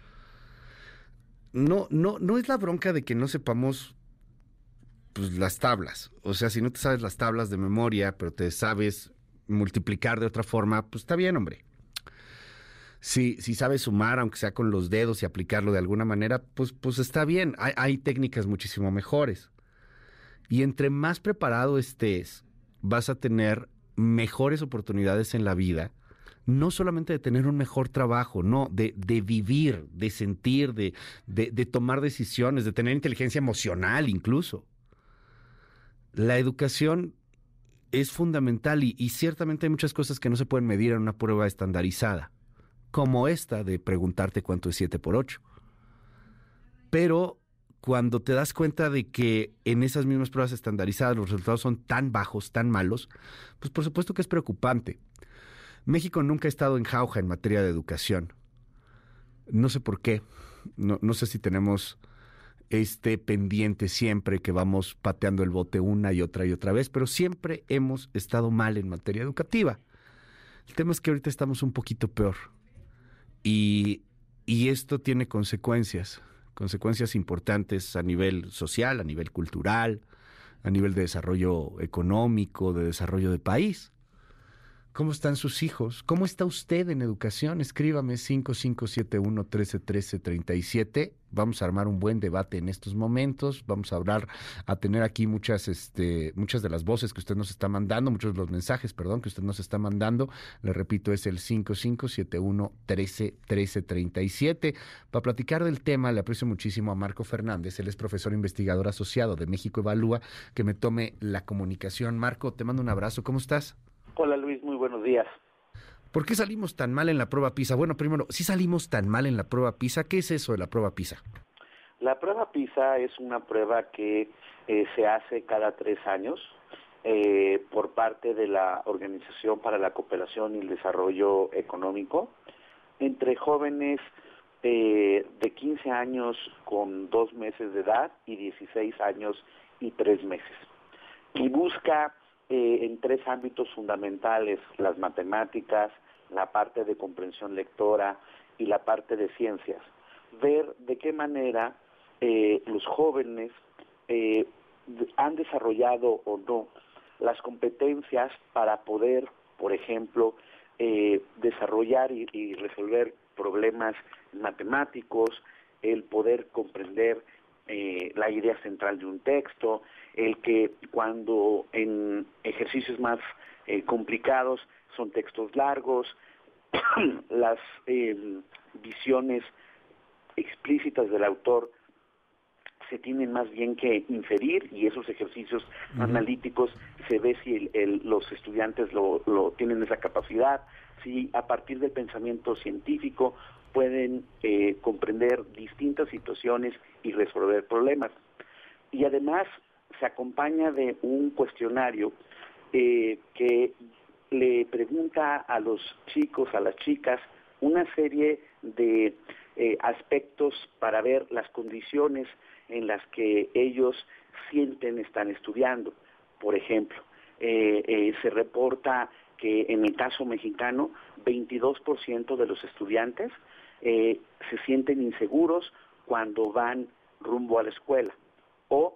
No es la bronca de que no sepamos pues, las tablas. O sea, si no te sabes las tablas de memoria, pero te sabes multiplicar de otra forma, pues está bien, hombre. Si sabes sumar, aunque sea con los dedos y aplicarlo de alguna manera, pues está bien. Hay técnicas muchísimo mejores. Y entre más preparado estés, vas a tener mejores oportunidades en la vida, no solamente de tener un mejor trabajo, no, de vivir, de sentir, de tomar decisiones, de tener inteligencia emocional incluso. La educación es fundamental y ciertamente hay muchas cosas que no se pueden medir en una prueba estandarizada, como esta de preguntarte cuánto es 7 por 8. Pero cuando te das cuenta de que en esas mismas pruebas estandarizadas los resultados son tan bajos, tan malos, pues por supuesto que es preocupante. México nunca ha estado en jauja en materia de educación. No sé por qué. No sé si tenemos pendiente siempre que vamos pateando el bote una y otra vez, pero siempre hemos estado mal en materia educativa. El tema es que ahorita estamos un poquito peor. Y esto tiene consecuencias importantes a nivel social, a nivel cultural, a nivel de desarrollo económico, de desarrollo de país. ¿Cómo están sus hijos? ¿Cómo está usted en educación? Escríbame 5571-1313-37. Vamos a armar un buen debate en estos momentos. Vamos a tener aquí muchas de las voces que usted nos está mandando, muchos de los mensajes, que usted nos está mandando. Le repito, es el 5571-1313-37. Para platicar del tema, le aprecio muchísimo a Marco Fernández. Él es profesor investigador asociado de México Evalúa, que me tome la comunicación. Marco, te mando un abrazo. ¿Cómo estás? Hola Luis, muy buenos días. ¿Por qué salimos tan mal en la prueba PISA? Bueno, primero, ¿sí salimos tan mal en la prueba PISA? ¿Qué es eso de la prueba PISA? La prueba PISA es una prueba que se hace cada 3 años por parte de la Organización para la Cooperación y el Desarrollo Económico entre jóvenes de 15 años con 2 meses de edad y 16 años y 3 meses. Y busca en 3 ámbitos fundamentales: las matemáticas, la parte de comprensión lectora y la parte de ciencias. Ver de qué manera los jóvenes han desarrollado o no las competencias para poder, por ejemplo, desarrollar y resolver problemas matemáticos, el poder comprender la idea central de un texto, el que cuando en ejercicios más complicados son textos largos, las visiones explícitas del autor se tienen más bien que inferir, y esos ejercicios analíticos se ve si los estudiantes lo tienen esa capacidad, si a partir del pensamiento científico pueden comprender distintas situaciones y resolver problemas. Y además se acompaña de un cuestionario que le pregunta a los chicos, a las chicas, una serie de aspectos para ver las condiciones en las que ellos están estudiando. Por ejemplo, se reporta que en el caso mexicano, 22% de los estudiantes se sienten inseguros cuando van rumbo a la escuela, o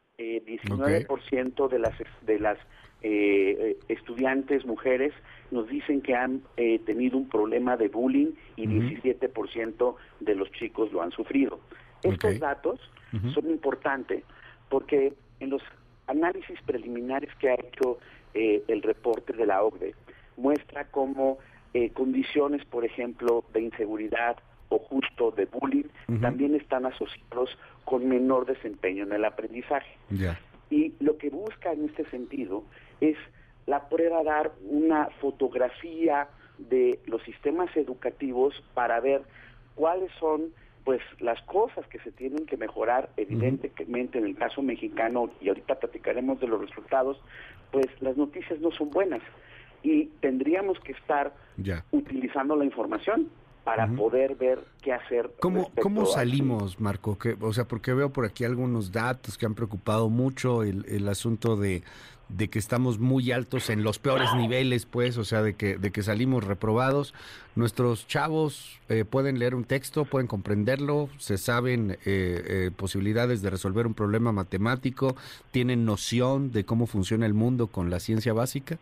19% de las estudiantes mujeres nos dicen que han tenido un problema de bullying, y 17% de los chicos lo han sufrido. Estos datos son importantes porque en los análisis preliminares que ha hecho el reporte de la OCDE muestra cómo condiciones, por ejemplo, de inseguridad o justo de bullying también están asociados con menor desempeño en el aprendizaje. Y lo que busca en este sentido es la prueba dar una fotografía de los sistemas educativos para ver cuáles son pues las cosas que se tienen que mejorar. Evidentemente en el caso mexicano, y ahorita platicaremos de los resultados, pues las noticias no son buenas y tendríamos que estar utilizando la información para poder ver qué hacer. ¿Cómo salimos, Marco? O sea, porque veo por aquí algunos datos que han preocupado mucho, el asunto de que estamos muy altos en los peores niveles, pues, o sea, de que salimos reprobados. Nuestros chavos pueden leer un texto, pueden comprenderlo, se saben posibilidades de resolver un problema matemático, tienen noción de cómo funciona el mundo con la ciencia básica.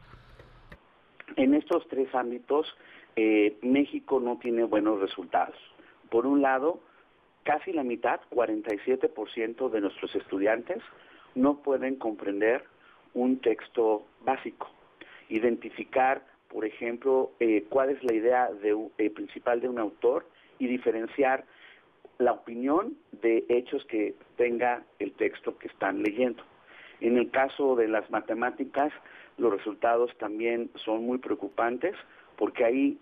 En estos tres ámbitos, México no tiene buenos resultados. Por un lado, casi la mitad, 47% de nuestros estudiantes no pueden comprender un texto básico. Identificar, por ejemplo, cuál es la idea principal de un autor y diferenciar la opinión de hechos que tenga el texto que están leyendo. En el caso de las matemáticas, los resultados también son muy preocupantes porque ahí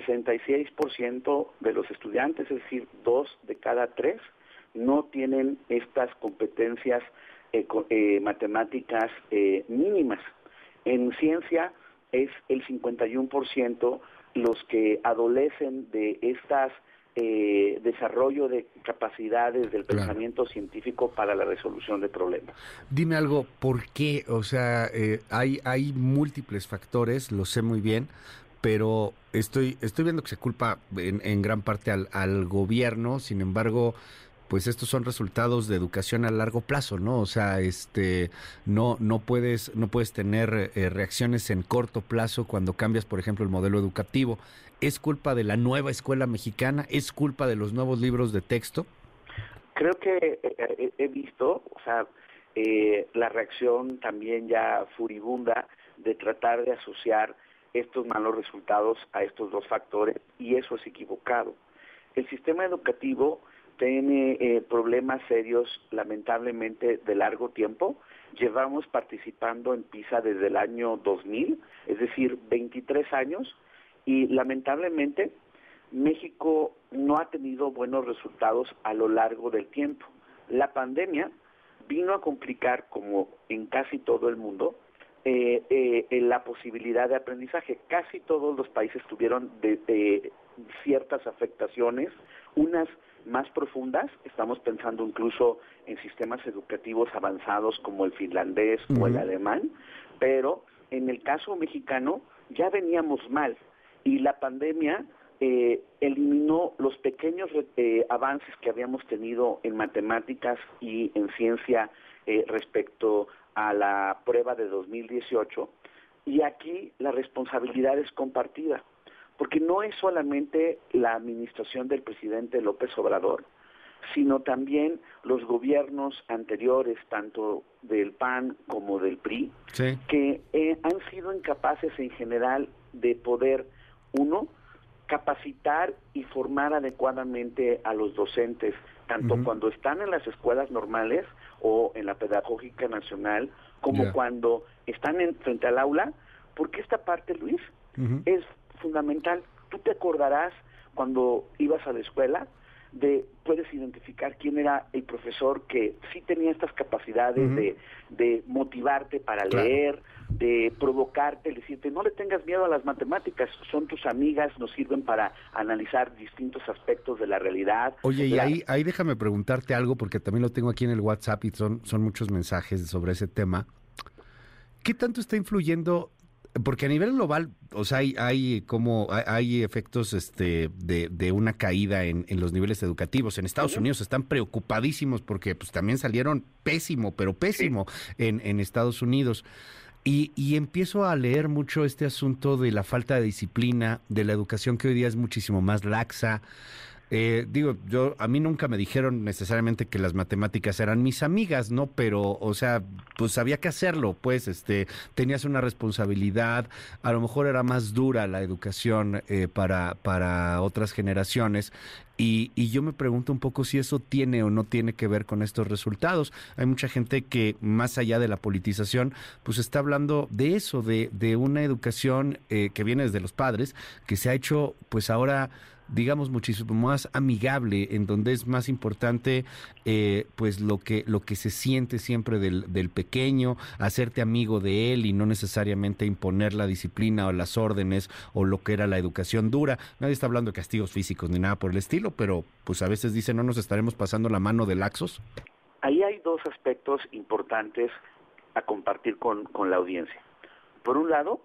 66% de los estudiantes, es decir, 2 de cada 3, no tienen estas competencias matemáticas mínimas. En ciencia es el 51% los que adolecen de estas desarrollo de capacidades del pensamiento científico para la resolución de problemas. Dime algo, ¿por qué? O sea, hay múltiples factores, lo sé muy bien, pero estoy viendo que se culpa en gran parte al gobierno. Sin embargo, pues estos son resultados de educación a largo plazo, ¿no? O sea, no puedes tener reacciones en corto plazo cuando cambias, por ejemplo, el modelo educativo. ¿Es culpa de la nueva escuela mexicana? ¿Es culpa de los nuevos libros de texto? Creo que he visto, o sea, la reacción también ya furibunda de tratar de asociar estos malos resultados a estos dos factores, y eso es equivocado. El sistema educativo tiene problemas serios, lamentablemente, de largo tiempo. Llevamos participando en PISA desde el año 2000, es decir, 23 años, y lamentablemente México no ha tenido buenos resultados a lo largo del tiempo. La pandemia vino a complicar, como en casi todo el mundo, la posibilidad de aprendizaje. Casi todos los países tuvieron ciertas afectaciones, unas más profundas. Estamos pensando incluso en sistemas educativos avanzados como el finlandés o el alemán, pero en el caso mexicano ya veníamos mal, y la pandemia eliminó los pequeños avances que habíamos tenido en matemáticas y en ciencia respecto a la prueba de 2018, y aquí la responsabilidad es compartida, porque no es solamente la administración del presidente López Obrador, sino también los gobiernos anteriores, tanto del PAN como del PRI, que han sido incapaces en general de poder, uno, capacitar y formar adecuadamente a los docentes, tanto cuando están en las escuelas normales o en la Pedagógica Nacional, como cuando están frente al aula, porque esta parte, Luis, es fundamental. Tú te acordarás cuando ibas a la escuela, puedes identificar quién era el profesor que sí tenía estas capacidades de motivarte para leer, de provocarte, decirte, no le tengas miedo a las matemáticas, son tus amigas, nos sirven para analizar distintos aspectos de la realidad. Oye, y ahí déjame preguntarte algo, porque también lo tengo aquí en el WhatsApp y son muchos mensajes sobre ese tema. ¿Qué tanto está influyendo? Porque a nivel global, o sea, hay efectos de una caída en los niveles educativos. En Estados Unidos están preocupadísimos porque pues también salieron pésimo en Estados Unidos. Y empiezo a leer mucho este asunto de la falta de disciplina, de la educación que hoy día es muchísimo más laxa. A mí nunca me dijeron necesariamente que las matemáticas eran mis amigas, ¿no? Pero, o sea, pues había que hacerlo, pues, tenías una responsabilidad, a lo mejor era más dura la educación para otras generaciones. Y yo me pregunto un poco si eso tiene o no tiene que ver con estos resultados. Hay mucha gente que, más allá de la politización, pues está hablando de eso, de una educación que viene desde los padres, que se ha hecho, pues ahora, digamos, muchísimo más amigable, en donde es más importante pues lo que se siente siempre del pequeño, hacerte amigo de él y no necesariamente imponer la disciplina o las órdenes o lo que era la educación dura. Nadie está hablando de castigos físicos ni nada por el estilo, pero pues a veces dicen, ¿no nos estaremos pasando la mano de laxos? Ahí hay dos aspectos importantes a compartir con la audiencia. Por un lado,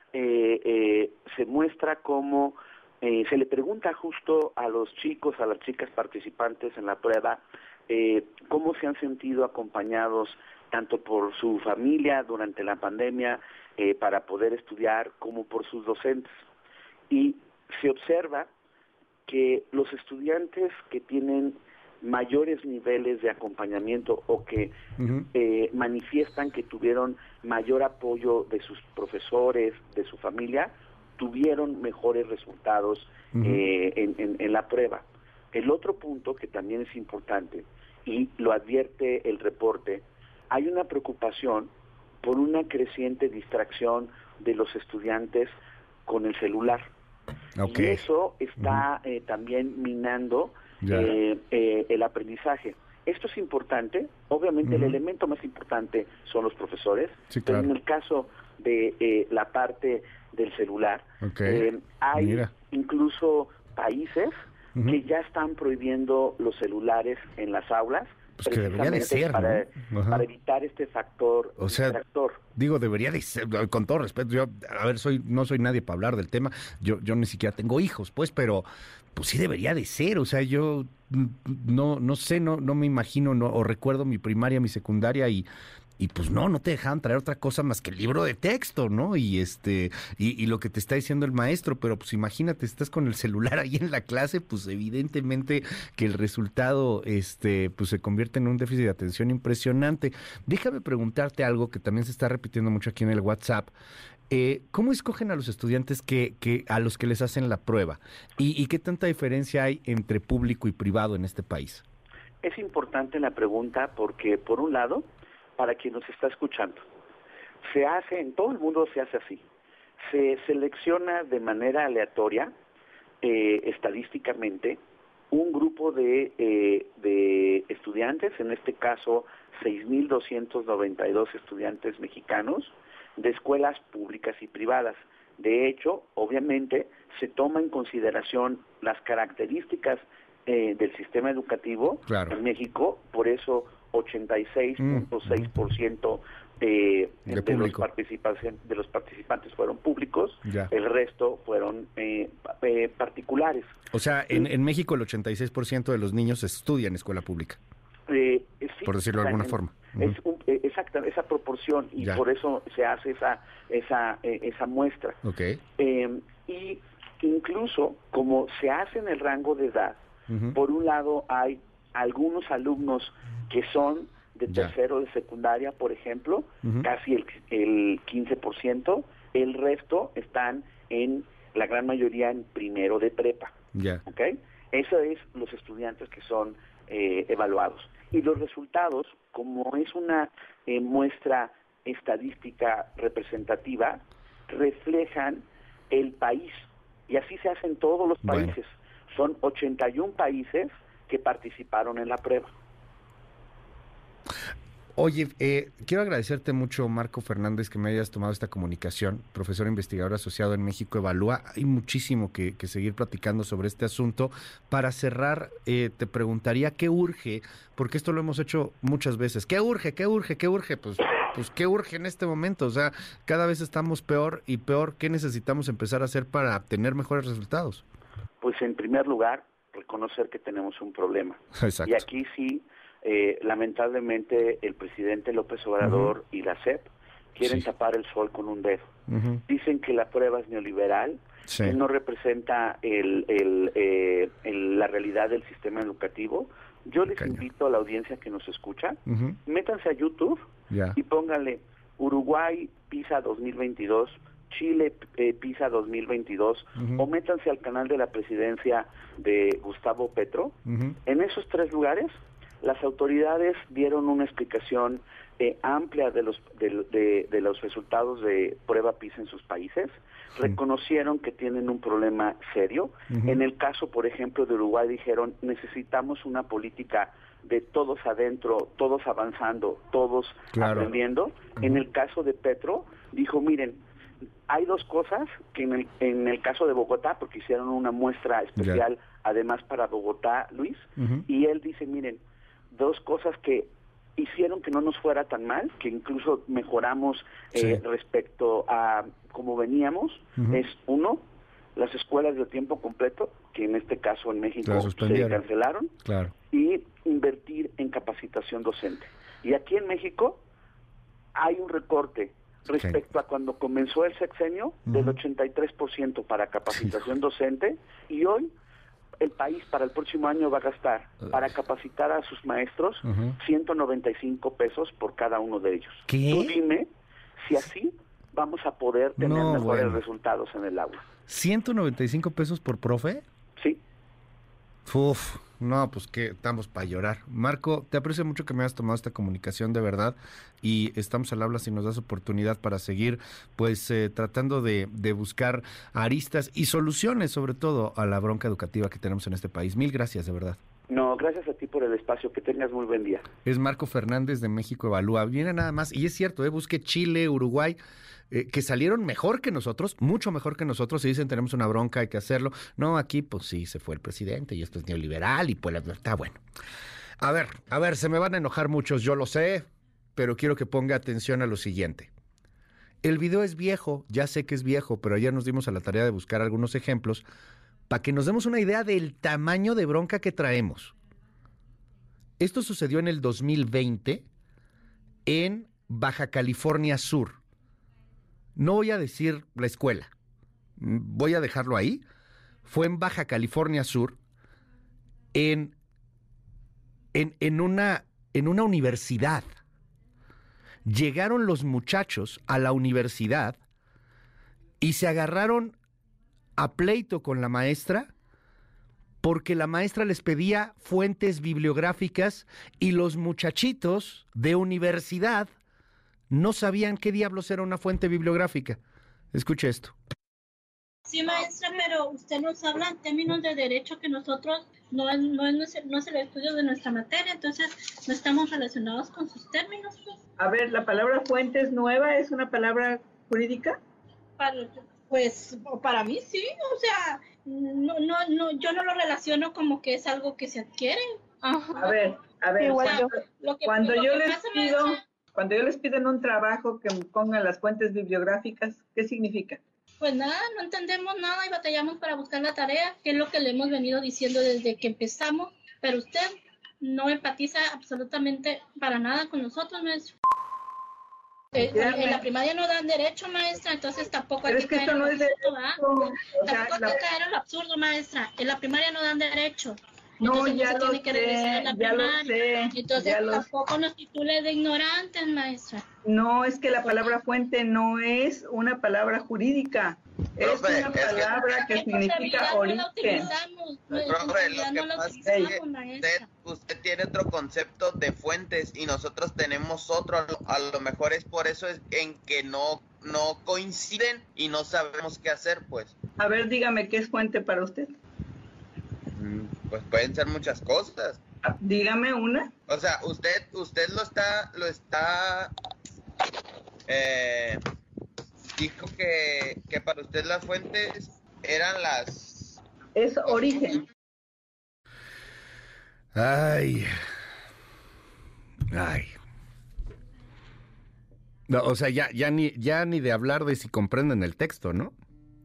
se muestra cómo se le pregunta justo a los chicos, a las chicas participantes en la prueba, cómo se han sentido acompañados tanto por su familia durante la pandemia para poder estudiar, como por sus docentes. Y se observa que los estudiantes que tienen mayores niveles de acompañamiento o que manifiestan que tuvieron mayor apoyo de sus profesores, de su familia, tuvieron mejores resultados en la prueba. El otro punto que también es importante, y lo advierte el reporte, hay una preocupación por una creciente distracción de los estudiantes con el celular. Y eso está también minando el aprendizaje. Esto es importante, obviamente el elemento más importante son los profesores, pero en el caso de la parte del celular, hay incluso países que ya están prohibiendo los celulares en las aulas, pues que debería de ser, ¿no? Para evitar este factor distractor. Digo, debería de ser, con todo respeto, yo, a ver, no soy nadie para hablar del tema, yo ni siquiera tengo hijos, pues, pero pues sí debería de ser, o sea, yo no sé, no me imagino, o recuerdo mi primaria, mi secundaria y pues no te dejaban traer otra cosa más que el libro de texto, ¿no? Y y lo que te está diciendo el maestro, pero pues imagínate, estás con el celular ahí en la clase, pues evidentemente que el resultado pues se convierte en un déficit de atención impresionante. Déjame preguntarte algo que también se está repitiendo mucho aquí en el WhatsApp. ¿Cómo escogen a los estudiantes a los que les hacen la prueba? ¿Y qué tanta diferencia hay entre público y privado en este país? Es importante la pregunta porque, por un lado, para quien nos está escuchando, en todo el mundo se hace así. Se selecciona de manera aleatoria, estadísticamente, un grupo de estudiantes, en este caso 6,292 estudiantes mexicanos, de escuelas públicas y privadas. De hecho, obviamente, se toma en consideración las características del sistema educativo en México, por eso 86.6% de los participantes fueron públicos, el resto fueron particulares. O sea, en México el 86% de los niños estudian en escuela pública, sí, por decirlo de alguna forma. Exacta esa proporción, y por eso se hace esa muestra. Y incluso, como se hace en el rango de edad, por un lado hay algunos alumnos que son de tercero de secundaria, por ejemplo, casi el 15%, el resto están en la gran mayoría en primero de prepa. Ya. ¿Ok? Eso es los estudiantes que son evaluados. Y los resultados, como es una muestra estadística representativa, reflejan el país. Y así se hace en todos los países. Son 81 países que participaron en la prueba. Oye, quiero agradecerte mucho, Marco Fernández, que me hayas tomado esta comunicación, profesor investigador asociado en México Evalúa. Hay muchísimo que seguir platicando sobre este asunto. Para cerrar, te preguntaría qué urge, porque esto lo hemos hecho muchas veces. ¿Qué urge? Pues ¿qué urge en este momento? O sea, cada vez estamos peor y peor. ¿Qué necesitamos empezar a hacer para obtener mejores resultados? Pues en primer lugar, reconocer que tenemos un problema. Exacto. Y aquí sí, lamentablemente el presidente López Obrador y la SEP quieren tapar el sol con un dedo. Dicen que la prueba es neoliberal, que no representa la realidad del sistema educativo. Yo les invito a la audiencia que nos escucha, métanse a YouTube y pónganle Uruguay PISA 2022, Chile PISA 2022, o métanse al canal de la presidencia de Gustavo Petro. En esos 3 lugares las autoridades dieron una explicación amplia de los resultados de prueba PISA en sus países, reconocieron que tienen un problema serio. En el caso, por ejemplo, de Uruguay dijeron, necesitamos una política de todos adentro, todos avanzando, todos aprendiendo. En el caso de Petro, dijo, miren, hay 2 cosas que en el caso de Bogotá, porque hicieron una muestra especial además para Bogotá, Luis, y él dice, miren, 2 cosas que hicieron que no nos fuera tan mal, que incluso mejoramos respecto a cómo veníamos, es 1, las escuelas de tiempo completo, que en este caso en México se cancelaron, y invertir en capacitación docente. Y aquí en México hay un recorte respecto a cuando comenzó el sexenio del 83% para capacitación docente, y hoy el país para el próximo año va a gastar para capacitar a sus maestros 195 pesos por cada uno de ellos. ¿Qué? Tú dime si así vamos a poder tener mejores resultados en el aula. ¿195 pesos por profe? Sí. Uf, no, pues que estamos para llorar. Marco, te aprecio mucho que me hayas tomado esta comunicación, de verdad, y estamos al habla si nos das oportunidad para seguir, pues, tratando de buscar aristas y soluciones, sobre todo, a la bronca educativa que tenemos en este país. Mil gracias, de verdad. No, gracias a ti por el espacio, que tengas muy buen día. Es Marco Fernández de México Evalúa. Viene nada más, y es cierto, busqué Chile, Uruguay, que salieron mejor que nosotros, mucho mejor que nosotros, y dicen tenemos una bronca, hay que hacerlo. No, aquí pues sí, se fue el presidente y esto es neoliberal y pues está bueno. A ver, se me van a enojar muchos, yo lo sé, pero quiero que ponga atención a lo siguiente. El video es viejo, ya sé que es viejo, pero ayer nos dimos a la tarea de buscar algunos ejemplos para que nos demos una idea del tamaño de bronca que traemos. Esto sucedió en el 2020 en Baja California Sur. No voy a decir la escuela, voy a dejarlo ahí. Fue en Baja California Sur, en una universidad. Llegaron los muchachos a la universidad y se agarraron a pleito con la maestra porque la maestra les pedía fuentes bibliográficas y los muchachitos de universidad no sabían qué diablos era una fuente bibliográfica. Escuche esto. Sí, maestra, pero usted nos habla en términos de derecho que nosotros no es el estudio de nuestra materia, entonces no estamos relacionados con sus términos. A ver, ¿la palabra fuente es nueva? ¿Es una palabra jurídica? Pues para mí sí, o sea, no, yo no lo relaciono como que es algo que se adquiere. Ajá. A ver, o sea, cuando yo les pido en un trabajo que me pongan las fuentes bibliográficas, ¿qué significa? Pues nada, no entendemos nada y batallamos para buscar la tarea, que es lo que le hemos venido diciendo desde que empezamos, pero usted no empatiza absolutamente para nada con nosotros, maestro. En la primaria no dan derecho, maestra, entonces tampoco hay que caer en lo absurdo, tampoco hay que caer en lo absurdo, maestra. En la primaria no dan derecho. No, entonces ya se lo tiene que regresar a la primaria. Entonces tampoco nos titules de ignorantes, maestra. No, es que la palabra fuente no es una palabra jurídica. Es una palabra que significa origen. Profe, lo que pasa es que usted tiene otro concepto de fuentes y nosotros tenemos otro. A lo mejor es por eso en que no coinciden y no sabemos qué hacer, pues. A ver, dígame, ¿qué es fuente para usted? Pues pueden ser muchas cosas. Dígame una. O sea, usted lo está dijo que para usted las fuentes eran las... Es origen. Ay. No, o sea, ya ni de hablar de si comprenden el texto, ¿no?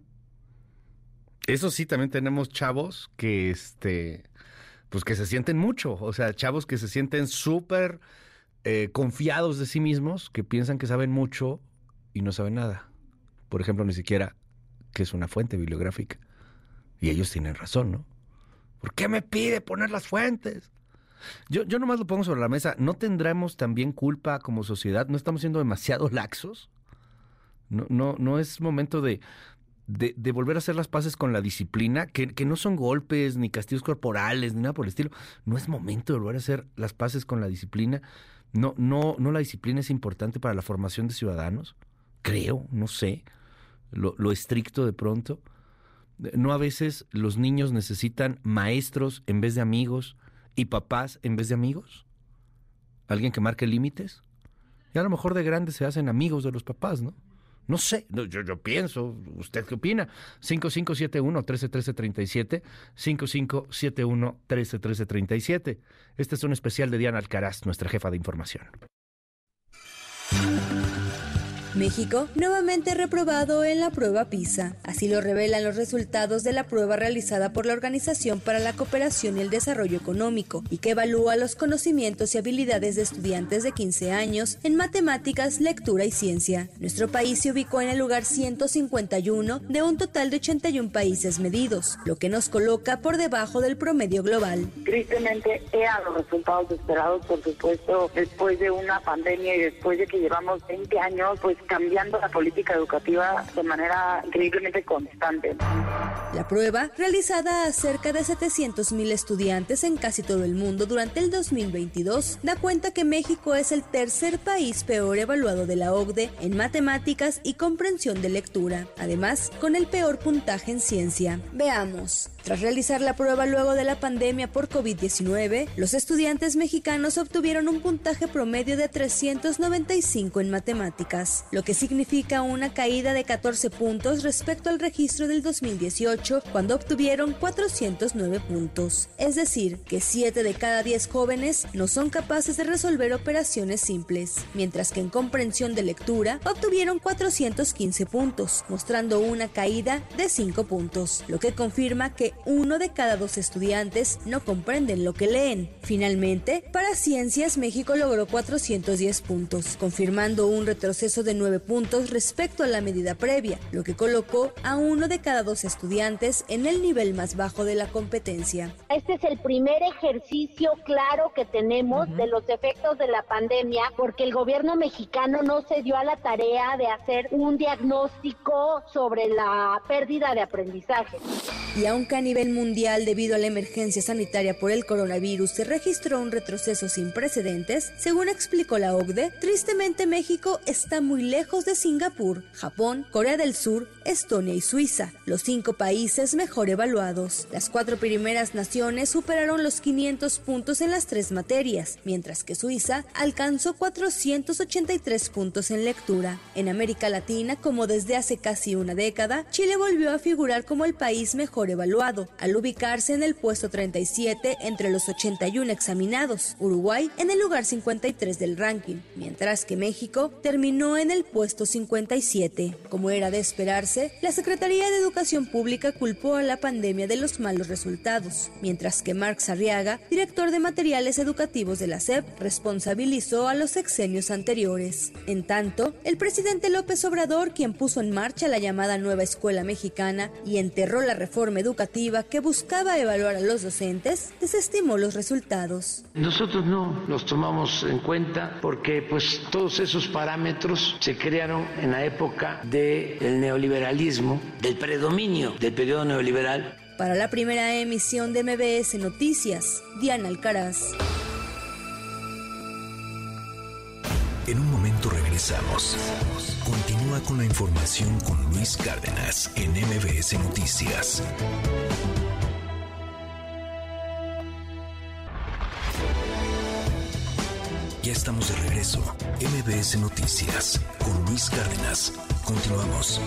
Eso sí, también tenemos chavos que, pues que se sienten mucho. O sea, chavos que se sienten súper confiados de sí mismos, que piensan que saben mucho y no saben nada. Por ejemplo, ni siquiera que es una fuente bibliográfica. Y ellos tienen razón, ¿no? ¿Por qué me pide poner las fuentes? Yo nomás lo pongo sobre la mesa. ¿No tendremos también culpa como sociedad? ¿No estamos siendo demasiado laxos? No es momento de volver a hacer las paces con la disciplina, que no son golpes, ni castigos corporales, ni nada por el estilo. No es momento de volver a hacer las paces con la disciplina. No la disciplina es importante para la formación de ciudadanos. Creo, no sé, lo estricto de pronto. No, a veces los niños necesitan maestros en vez de amigos y papás en vez de amigos. Alguien que marque límites. Y a lo mejor de grandes se hacen amigos de los papás, ¿no? No sé, yo pienso, ¿usted qué opina? 5571-131337, 5571-131337. Este es un especial de Diana Alcaraz, nuestra jefa de información. México nuevamente reprobado en la prueba PISA. Así lo revelan los resultados de la prueba realizada por la Organización para la Cooperación y el Desarrollo Económico y que evalúa los conocimientos y habilidades de estudiantes de 15 años en matemáticas, lectura y ciencia. Nuestro país se ubicó en el lugar 151 de un total de 81 países medidos, lo que nos coloca por debajo del promedio global. Tristemente eran los resultados esperados, por supuesto, después de una pandemia y después de que llevamos 20 años, pues cambiando la política educativa de manera increíblemente constante. La prueba, realizada a cerca de 700,000 estudiantes en casi todo el mundo durante el 2022, da cuenta que México es el tercer país peor evaluado de la OCDE en matemáticas y comprensión de lectura, además con el peor puntaje en ciencia. Veamos. Tras realizar la prueba luego de la pandemia por COVID-19, los estudiantes mexicanos obtuvieron un puntaje promedio de 395 en matemáticas, lo que significa una caída de 14 puntos respecto al registro del 2018, cuando obtuvieron 409 puntos. Es decir, que 7 de cada 10 jóvenes no son capaces de resolver operaciones simples, mientras que en comprensión de lectura obtuvieron 415 puntos, mostrando una caída de 5 puntos, lo que confirma que 1 de cada 2 estudiantes no comprenden lo que leen. Finalmente, para ciencias, México logró 410 puntos, confirmando un retroceso de 9 puntos respecto a la medida previa, lo que colocó a 1 de cada 2 estudiantes en el nivel más bajo de la competencia. Este es el primer ejercicio claro que tenemos de los efectos de la pandemia, porque el gobierno mexicano no se dio a la tarea de hacer un diagnóstico sobre la pérdida de aprendizaje. Y aunque a nivel mundial, debido a la emergencia sanitaria por el coronavirus, se registró un retroceso sin precedentes, según explicó la OCDE, tristemente México está muy lejos de Singapur, Japón, Corea del Sur, Estonia y Suiza, los 5 países mejor evaluados. Las 4 primeras naciones superaron los 500 puntos en las 3 materias, mientras que Suiza alcanzó 483 puntos en lectura. En América Latina, como desde hace casi una década, Chile volvió a figurar como el país mejor evaluado, al ubicarse en el puesto 37 entre los 81 examinados. Uruguay en el lugar 53 del ranking, mientras que México terminó en el el puesto 57. Como era de esperarse, la Secretaría de Educación Pública culpó a la pandemia de los malos resultados, mientras que Marx Arriaga, director de materiales educativos de la SEP, responsabilizó a los sexenios anteriores. En tanto, el presidente López Obrador, quien puso en marcha la llamada Nueva Escuela Mexicana y enterró la reforma educativa que buscaba evaluar a los docentes, desestimó los resultados. Nosotros no los tomamos en cuenta porque pues todos esos parámetros se crearon en la época del neoliberalismo, del predominio del periodo neoliberal. Para la primera emisión de MBS Noticias, Diana Alcaraz. En un momento regresamos. Continúa con la información con Luis Cárdenas en MBS Noticias. Ya estamos de regreso. MBS Noticias con Luis Cárdenas. Continuamos.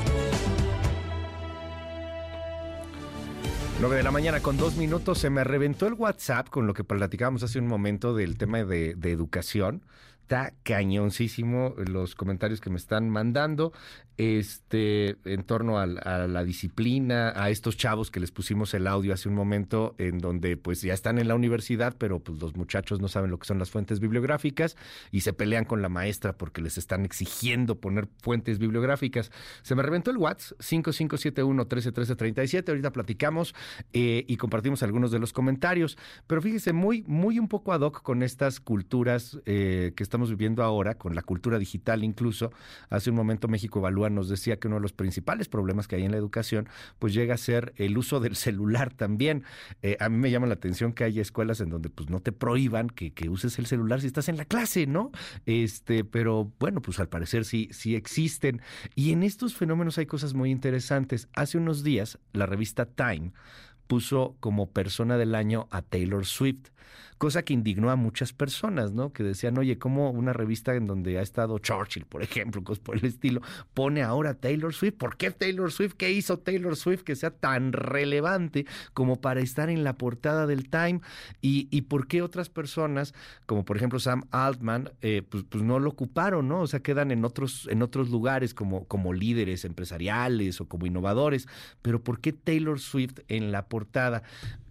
9 de la mañana con 2 minutos. Se me reventó el WhatsApp con lo que platicábamos hace un momento del tema de educación. Está cañoncísimo los comentarios que me están mandando en torno a la disciplina, a estos chavos que les pusimos el audio hace un momento, en donde pues ya están en la universidad, pero pues los muchachos no saben lo que son las fuentes bibliográficas y se pelean con la maestra porque les están exigiendo poner fuentes bibliográficas. Se me reventó el WhatsApp, 5571-131337. Ahorita platicamos y compartimos algunos de los comentarios, pero fíjese, muy un poco ad hoc con estas culturas que estamos viviendo ahora, con la cultura digital incluso. Hace un momento México Evalúa nos decía que uno de los principales problemas que hay en la educación pues llega a ser el uso del celular también. A mí me llama la atención que hay escuelas en donde pues no te prohíban que uses el celular si estás en la clase, ¿no? Pero bueno, pues al parecer sí existen. Y en estos fenómenos hay cosas muy interesantes. Hace unos días la revista Time puso como persona del año a Taylor Swift, cosa que indignó a muchas personas, ¿no? Que decían, oye, ¿cómo una revista en donde ha estado Churchill, por ejemplo, cosas por el estilo, pone ahora a Taylor Swift? ¿Por qué Taylor Swift? ¿Qué hizo Taylor Swift que sea tan relevante como para estar en la portada del Time? ¿Y por qué otras personas, como por ejemplo Sam Altman, pues no lo ocuparon, ¿no? O sea, quedan en otros lugares como líderes empresariales o como innovadores. Pero ¿por qué Taylor Swift en la portada?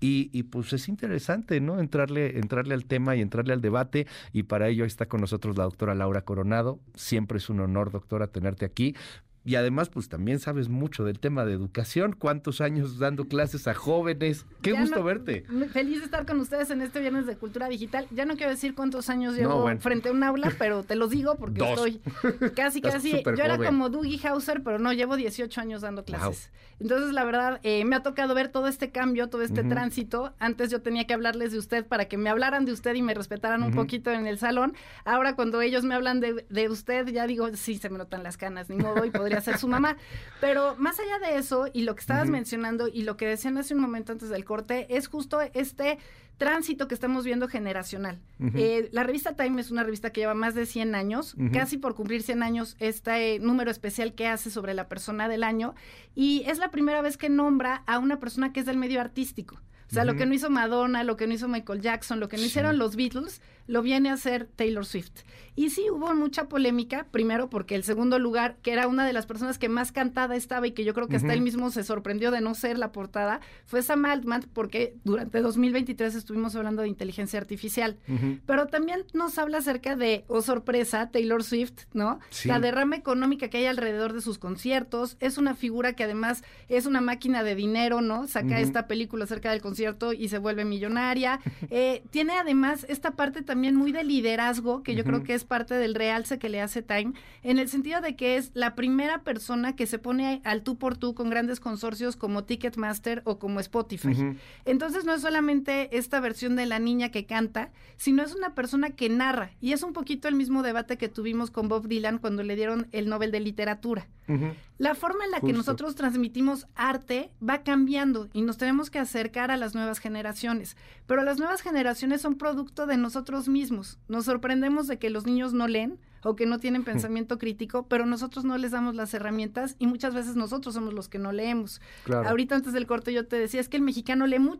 Y pues es interesante, ¿no? Entrarle al tema y entrarle al debate, y para ello está con nosotros la doctora Laura Coronado. Siempre es un honor, doctora, tenerte aquí. Y además, pues también sabes mucho del tema de educación. ¿Cuántos años dando clases a jóvenes? ¡Qué gusto verte! Feliz de estar con ustedes en este viernes de Cultura Digital. Ya no quiero decir cuántos años llevo frente a un aula, pero te los digo porque estoy casi. Yo era como Dougie Hauser, pero no, llevo 18 años dando clases. Wow. Entonces, la verdad, me ha tocado ver todo este cambio, todo este tránsito. Antes yo tenía que hablarles de usted para que me hablaran de usted y me respetaran un poquito en el salón. Ahora, cuando ellos me hablan de usted, ya digo, sí, se me notan las canas, ni modo, y podría ser su mamá. Pero más allá de eso, y lo que estabas mencionando y lo que decían hace un momento antes del corte, es justo este tránsito que estamos viendo generacional. La revista Time es una revista que lleva más de 100 años, casi por cumplir 100 años, este número especial que hace sobre la persona del año, y es la primera vez que nombra a una persona que es del medio artístico. O sea, lo que no hizo Madonna, lo que no hizo Michael Jackson, lo que no hicieron los Beatles, lo viene a hacer Taylor Swift. Y sí, hubo mucha polémica, primero porque el segundo lugar, que era una de las personas que más cantada estaba y que yo creo que hasta él mismo se sorprendió de no ser la portada, fue Sam Altman, porque durante 2023 estuvimos hablando de inteligencia artificial. Pero también nos habla acerca de, sorpresa, Taylor Swift, ¿no? Sí. La derrama económica que hay alrededor de sus conciertos. Es una figura que además es una máquina de dinero, ¿no? Saca esta película acerca del concierto y se vuelve millonaria. Tiene además esta parte también muy de liderazgo, que yo creo que es parte del realce que le hace Time, en el sentido de que es la primera persona que se pone al tú por tú con grandes consorcios como Ticketmaster o como Spotify. Entonces no es solamente esta versión de la niña que canta, sino es una persona que narra, y es un poquito el mismo debate que tuvimos con Bob Dylan cuando le dieron el Nobel de Literatura. La forma en la que nosotros transmitimos arte va cambiando y nos tenemos que acercar a las nuevas generaciones, pero las nuevas generaciones son producto de nosotros mismos. Nos sorprendemos de que los niños no leen o que no tienen pensamiento crítico, pero nosotros no les damos las herramientas y muchas veces nosotros somos los que no leemos. Claro. Ahorita antes del corte yo te decía, es que el mexicano lee mucho,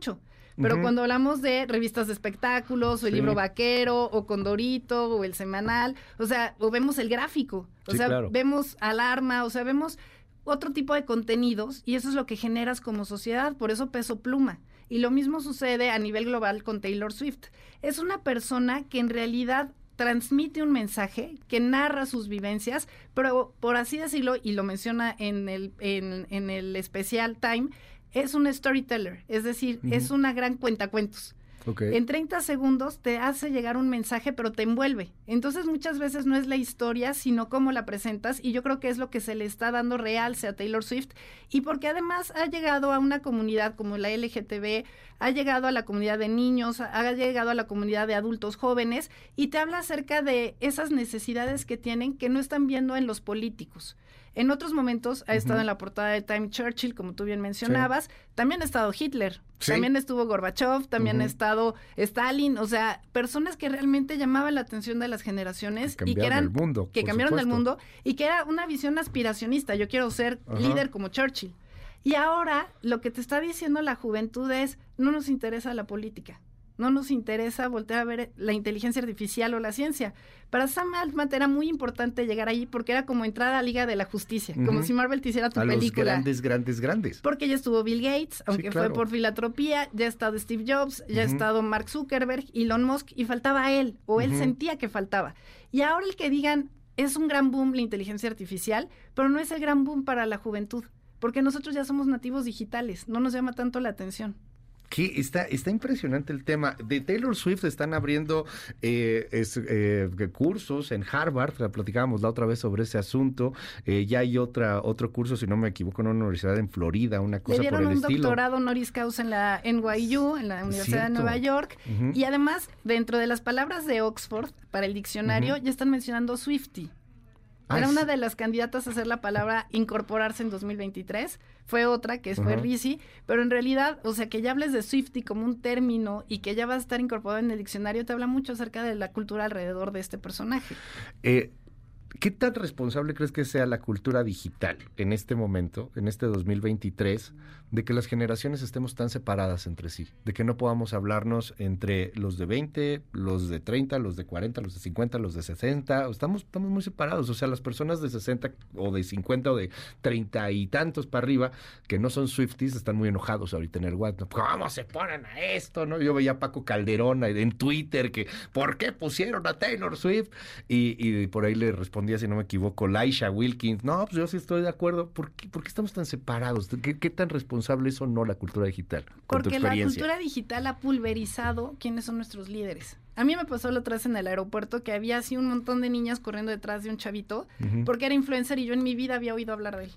Pero cuando hablamos de revistas de espectáculos, o el libro vaquero, o Condorito, o el semanal, o sea, o vemos el gráfico, o sea, vemos Alarma, o sea, vemos otro tipo de contenidos, y eso es lo que generas como sociedad, por eso Peso Pluma. Y lo mismo sucede a nivel global con Taylor Swift. Es una persona que en realidad transmite un mensaje, que narra sus vivencias, pero por así decirlo, y lo menciona en el especial Time, es un storyteller, es decir, es una gran cuentacuentos. En 30 segundos te hace llegar un mensaje, pero te envuelve. Entonces muchas veces no es la historia, sino cómo la presentas, y yo creo que es lo que se le está dando realce a Taylor Swift, y porque además ha llegado a una comunidad como la LGTB, ha llegado a la comunidad de niños, ha llegado a la comunidad de adultos jóvenes, y te habla acerca de esas necesidades que tienen que no están viendo en los políticos. En otros momentos ha estado en la portada de Time Churchill, como tú bien mencionabas, también ha estado Hitler, también estuvo Gorbachev, también ha estado Stalin, o sea, personas que realmente llamaban la atención de las generaciones y que eran que cambiaron el mundo, y que era una visión aspiracionista, yo quiero ser líder como Churchill. Y ahora lo que te está diciendo la juventud es, no nos interesa la política. No nos interesa voltear a ver la inteligencia artificial o la ciencia. Para Sam Altman era muy importante llegar ahí porque era como entrar a la Liga de la Justicia, como si Marvel te hiciera tu película. A los grandes. Porque ya estuvo Bill Gates, aunque fue por filantropía, ya ha estado Steve Jobs, ya ha estado Mark Zuckerberg, Elon Musk, y faltaba él, o él sentía que faltaba. Y ahora el que digan, es un gran boom la inteligencia artificial, pero no es el gran boom para la juventud, porque nosotros ya somos nativos digitales, no nos llama tanto la atención. Que está impresionante el tema. De Taylor Swift están abriendo cursos en Harvard, platicábamos la otra vez sobre ese asunto. Ya hay otro curso, si no me equivoco, en una universidad en Florida, una cosa por el estilo. Le dieron un doctorado honoris causa en la NYU, en la Universidad de Nueva York, y además, dentro de las palabras de Oxford, para el diccionario, ya están mencionando Swiftie. Era una de las candidatas a hacer la palabra incorporarse en 2023. Fue otra, que fue Rizzi, pero en realidad, o sea, que ya hables de Swiftie como un término y que ya va a estar incorporado en el diccionario, te habla mucho acerca de la cultura alrededor de este personaje. ¿Qué tan responsable crees que sea la cultura digital en este momento, en este 2023, de que las generaciones estemos tan separadas entre sí? De que no podamos hablarnos entre los de 20, los de 30, los de 40, los de 50, los de 60. Estamos muy separados. O sea, las personas de 60 o de 50 o de 30 y tantos para arriba, que no son Swifties, están muy enojados ahorita en el WhatsApp. ¿Cómo se ponen a esto? ¿No? Yo veía a Paco Calderón en Twitter que ¿por qué pusieron a Taylor Swift? Y por ahí le respondía, si no me equivoco, Laisha Wilkins. No, pues yo sí estoy de acuerdo. ¿Por qué estamos tan separados? ¿Qué tan responsable es o no la cultura digital? Porque la cultura digital ha pulverizado quiénes son nuestros líderes. A mí me pasó la otra vez en el aeropuerto que había así un montón de niñas corriendo detrás de un chavito porque era influencer y yo en mi vida había oído hablar de él.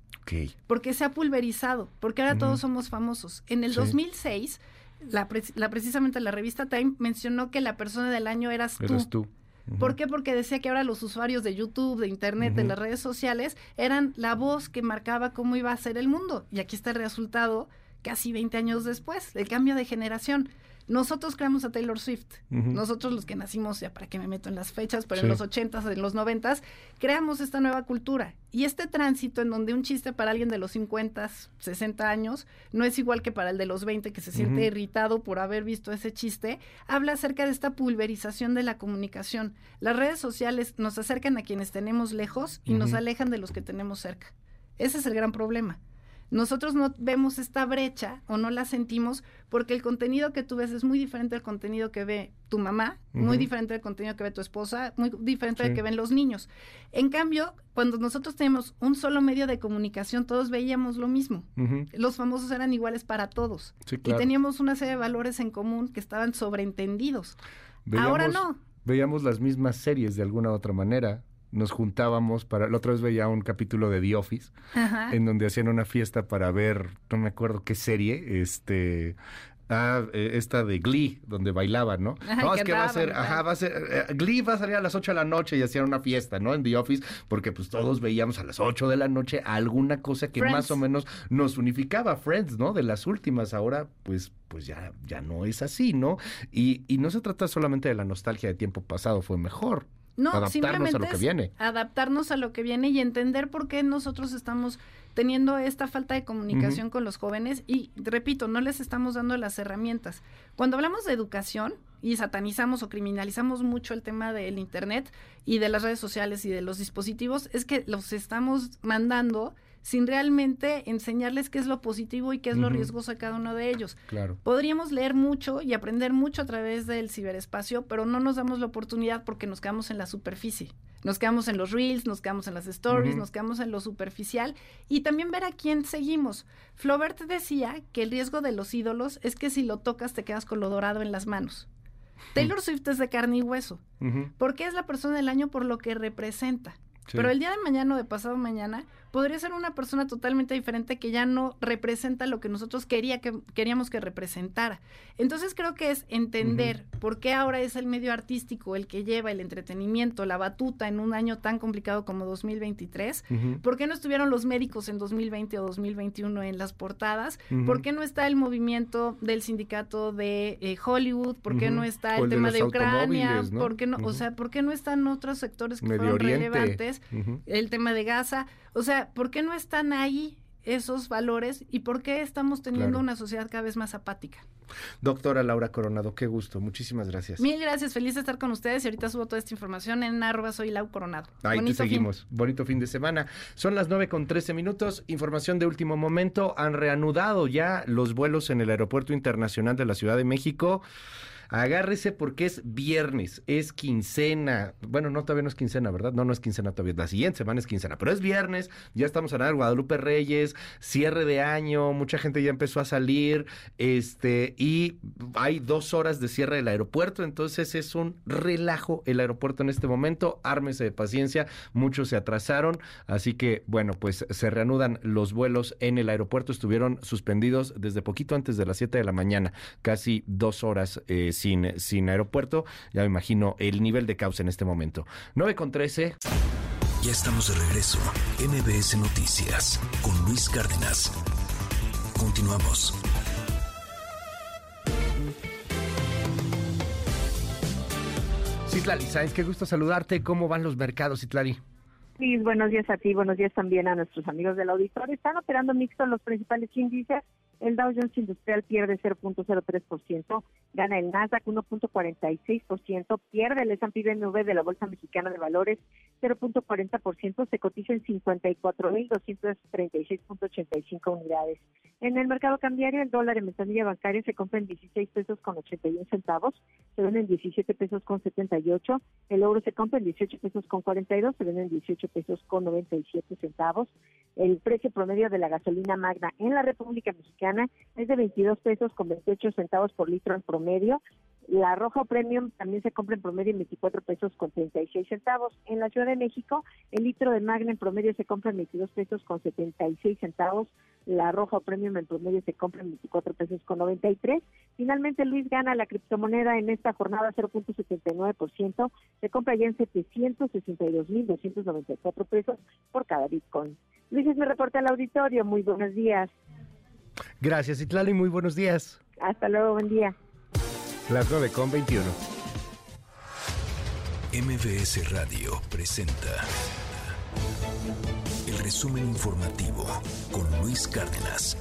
Porque se ha pulverizado, porque ahora todos somos famosos. En el 2006, precisamente la revista Time mencionó que la persona del año eras tú. ¿Por qué? Porque decía que ahora los usuarios de YouTube, de Internet, de las redes sociales, eran la voz que marcaba cómo iba a ser el mundo. Y aquí está el resultado casi 20 años después, el cambio de generación. Nosotros creamos a Taylor Swift. Nosotros los que nacimos, ya para qué me meto en las fechas, pero en los 80s, en los 90s, creamos esta nueva cultura. Y este tránsito en donde un chiste para alguien de los 50, 60 años no es igual que para el de los 20 que se siente irritado por haber visto ese chiste, habla acerca de esta pulverización de la comunicación. Las redes sociales nos acercan a quienes tenemos lejos y nos alejan de los que tenemos cerca. Ese es el gran problema. Nosotros no vemos esta brecha o no la sentimos porque el contenido que tú ves es muy diferente al contenido que ve tu mamá, muy diferente al contenido que ve tu esposa, muy diferente al que ven los niños. En cambio, cuando nosotros tenemos un solo medio de comunicación, todos veíamos lo mismo. Los famosos eran iguales para todos. Y teníamos una serie de valores en común que estaban sobreentendidos. Ahora no. Veíamos las mismas series de alguna u otra manera. Nos juntábamos la otra vez veía un capítulo de The Office, en donde hacían una fiesta para ver, no me acuerdo qué serie, esta de Glee, donde bailaban, ¿no? No, es que va a ser, Glee va a salir a las 8 de la noche y hacían una fiesta, ¿no? En The Office, porque pues todos veíamos a las 8 de la noche alguna cosa que más o menos nos unificaba. Friends, ¿no? De las últimas, ahora pues ya no es así, ¿no? Y no se trata solamente de la nostalgia de tiempo pasado, fue mejor. No, adaptarnos a lo que viene. Adaptarnos a lo que viene y entender por qué nosotros estamos teniendo esta falta de comunicación con los jóvenes y, repito, no les estamos dando las herramientas. Cuando hablamos de educación y satanizamos o criminalizamos mucho el tema del internet y de las redes sociales y de los dispositivos, es que los estamos mandando sin realmente enseñarles qué es lo positivo y qué es lo riesgoso de cada uno de ellos. Claro. Podríamos leer mucho y aprender mucho a través del ciberespacio, pero no nos damos la oportunidad porque nos quedamos en la superficie. Nos quedamos en los reels, nos quedamos en las stories, nos quedamos en lo superficial y también ver a quién seguimos. Flaubert decía que el riesgo de los ídolos es que si lo tocas te quedas con lo dorado en las manos. Taylor Swift es de carne y hueso, porque es la persona del año por lo que representa. Sí. Pero el día de mañana o de pasado mañana podría ser una persona totalmente diferente que ya no representa lo que nosotros queríamos que representara. Entonces creo que es entender por qué ahora es el medio artístico el que lleva el entretenimiento, la batuta en un año tan complicado como 2023. ¿Por qué no estuvieron los médicos en 2020 o 2021 en las portadas? ¿Por qué no está el movimiento del sindicato de Hollywood? ¿Por qué no está el tema de Ucrania? ¿No? ¿Por qué no, o sea, por qué no están otros sectores que fueron relevantes? El tema de Gaza, o sea, ¿por qué no están ahí esos valores y por qué estamos teniendo una sociedad cada vez más apática? Doctora Laura Coronado, qué gusto, muchísimas gracias. Mil gracias, feliz de estar con ustedes y ahorita subo toda esta información en @soyLauCoronado. Ahí te seguimos, bonito fin de semana. Son las 9:13, información de último momento, han reanudado ya los vuelos en el Aeropuerto Internacional de la Ciudad de México. Agárrese porque es viernes, es quincena. Bueno, no, todavía no es quincena, ¿verdad? No es quincena todavía. La siguiente semana es quincena, pero es viernes. Ya estamos en Guadalupe Reyes, cierre de año, mucha gente ya empezó a salir, y hay 2 horas de cierre del aeropuerto, entonces es un relajo el aeropuerto en este momento. Ármese de paciencia, muchos se atrasaron, así que, bueno, pues se reanudan los vuelos en el aeropuerto. Estuvieron suspendidos desde poquito antes de las 7 de la mañana, casi 2 horas sin aeropuerto. Ya me imagino el nivel de caos en este momento. 9:13. Ya estamos de regreso. MBS Noticias con Luis Cárdenas. Continuamos. Citlali Sáenz, qué gusto saludarte. ¿Cómo van los mercados, Citlali? Sí, buenos días a ti, buenos días también a nuestros amigos del auditorio. Están operando mixtos los principales índices. El Dow Jones Industrial pierde 0.03%, gana el Nasdaq 1.46%, pierde el S&P BMV de la Bolsa Mexicana de Valores 0.40%, se cotiza en 54,236.85 unidades. En el mercado cambiario, el dólar en ventanilla bancaria se compra en 16 pesos con 81 centavos, se vende en 17 pesos con 78, el euro se compra en 18 pesos con 42, se vende en 18 pesos con 97 centavos. El precio promedio de la gasolina magna en la República Mexicana es de 22 pesos con 28 centavos por litro en promedio. La Roja Premium también se compra en promedio en 24 pesos con 36 centavos. En la Ciudad de México, el litro de Magna en promedio se compra en 22 pesos con 76 centavos. La Roja Premium en promedio se compra en 24 pesos con 93. Finalmente, Luis, gana la criptomoneda en esta jornada 0.79%. Se compra ya en 762,294 pesos por cada Bitcoin. Luis, es mi reporte al auditorio. Muy buenos días. Gracias, Citlali. Muy buenos días. Hasta luego. Buen día. Las 9:21. MBS Radio presenta el resumen informativo con Luis Cárdenas.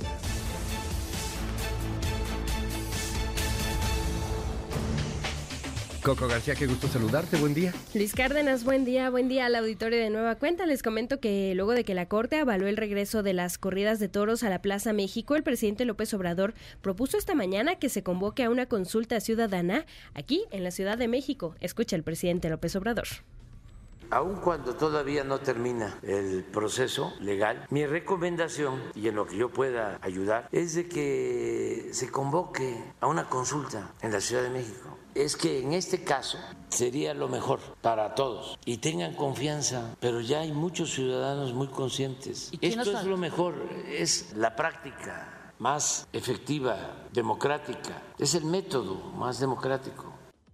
Coco García, qué gusto saludarte, buen día. Luis Cárdenas, buen día al auditorio de Nueva Cuenta. Les comento que luego de que la Corte avaló el regreso de las corridas de toros a la Plaza México, el presidente López Obrador propuso esta mañana que se convoque a una consulta ciudadana aquí en la Ciudad de México. Escucha el presidente López Obrador. Aun cuando todavía no termina el proceso legal, mi recomendación, y en lo que yo pueda ayudar, es de que se convoque a una consulta en la Ciudad de México. Es que en este caso sería lo mejor para todos y tengan confianza, pero ya hay muchos ciudadanos muy conscientes. Esto es lo mejor, es la práctica más efectiva, democrática, es el método más democrático.